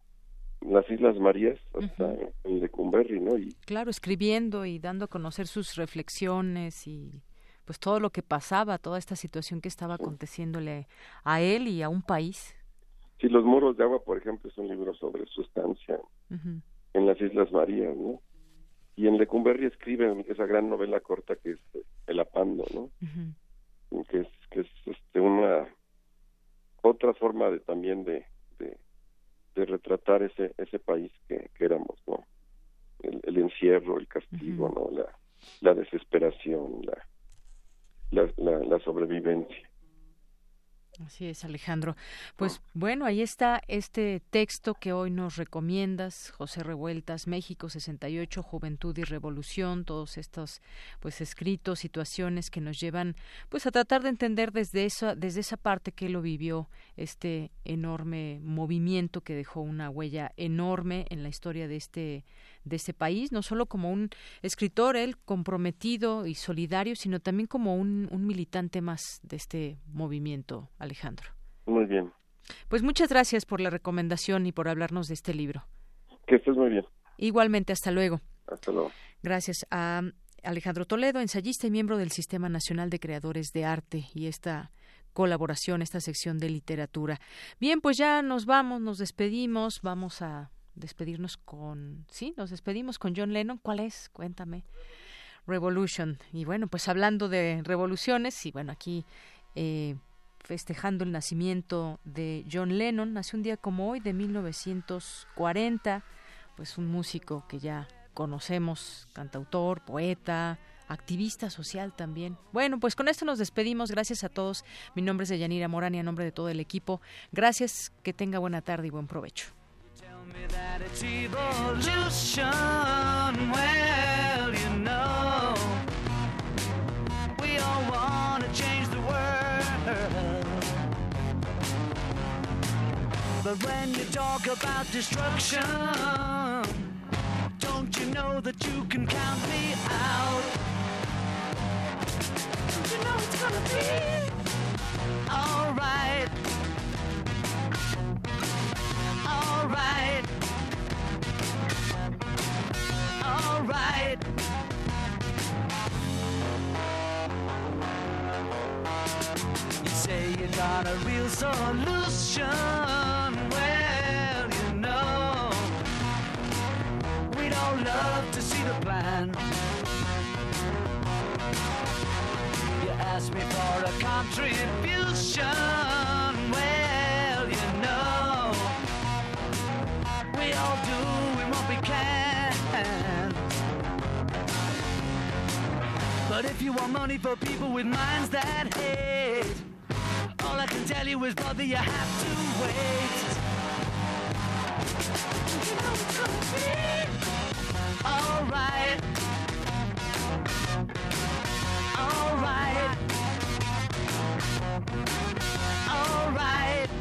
las Islas Marías hasta uh-huh. en Lecumberri, ¿no? Y claro, escribiendo y dando a conocer sus reflexiones y pues todo lo que pasaba, toda esta situación que estaba aconteciéndole a él y a un país. Sí, Los Muros de Agua, por ejemplo, es un libro sobre su estancia uh-huh. en las Islas Marías, ¿no? Y en Lecumberri escribe esa gran novela corta que es El Apando, ¿no? Uh-huh. Que es que es este una otra forma de también de de de retratar ese ese país que, que éramos, ¿no? El, el encierro, el castigo, uh-huh. ¿no? La la desesperación, la la, la, la sobrevivencia. Así es, Alejandro. Pues bueno, ahí está este texto que hoy nos recomiendas, José Revueltas, México sesenta y ocho, Juventud y Revolución, todos estos pues escritos, situaciones que nos llevan pues a tratar de entender desde esa desde esa parte que lo vivió, este enorme movimiento que dejó una huella enorme en la historia de este de este país, no solo como un escritor, él comprometido y solidario, sino también como un, un militante más de este movimiento, Alejandro. Muy bien. Pues muchas gracias por la recomendación y por hablarnos de este libro. Que estés muy bien. Igualmente, hasta luego. Hasta luego. Gracias a Alejandro Toledo, ensayista y miembro del Sistema Nacional de Creadores de Arte, y esta colaboración, esta sección de literatura. Bien, pues ya nos vamos, nos despedimos, vamos a despedirnos con... Sí, nos despedimos con John Lennon. ¿Cuál es? Cuéntame. Revolution. Y bueno, pues hablando de revoluciones, y bueno, aquí eh, festejando el nacimiento de John Lennon, nació un día como hoy de mil novecientos cuarenta, pues un músico que ya conocemos, cantautor, poeta, activista social también. Bueno, pues con esto nos despedimos. Gracias a todos. Mi nombre es Deyanira Morán y a nombre de todo el equipo, gracias, que tenga buena tarde y buen provecho. But when you talk about destruction, don't you know that you can count me out? Don't you know it's gonna be alright? Alright. Alright. You say you got a real solution. Well, you know, we'd all love to see the plan. You ask me for a contribution. Well, you know, we all do what we can. But if you want money for people with minds that hate, all I can tell you is, brother, you have to wait. You know it's gonna be alright. Alright. Alright.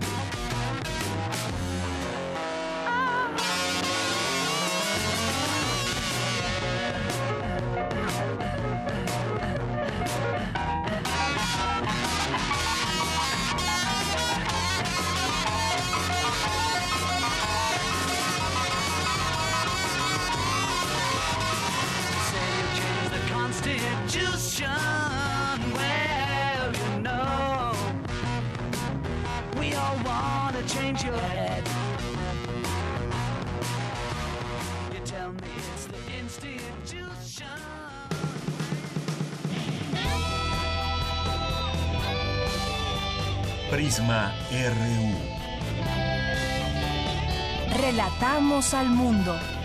Constitution, well, you know, we all want to change your head. You tell me it's the institution. Prisma R U. Relatamos al mundo.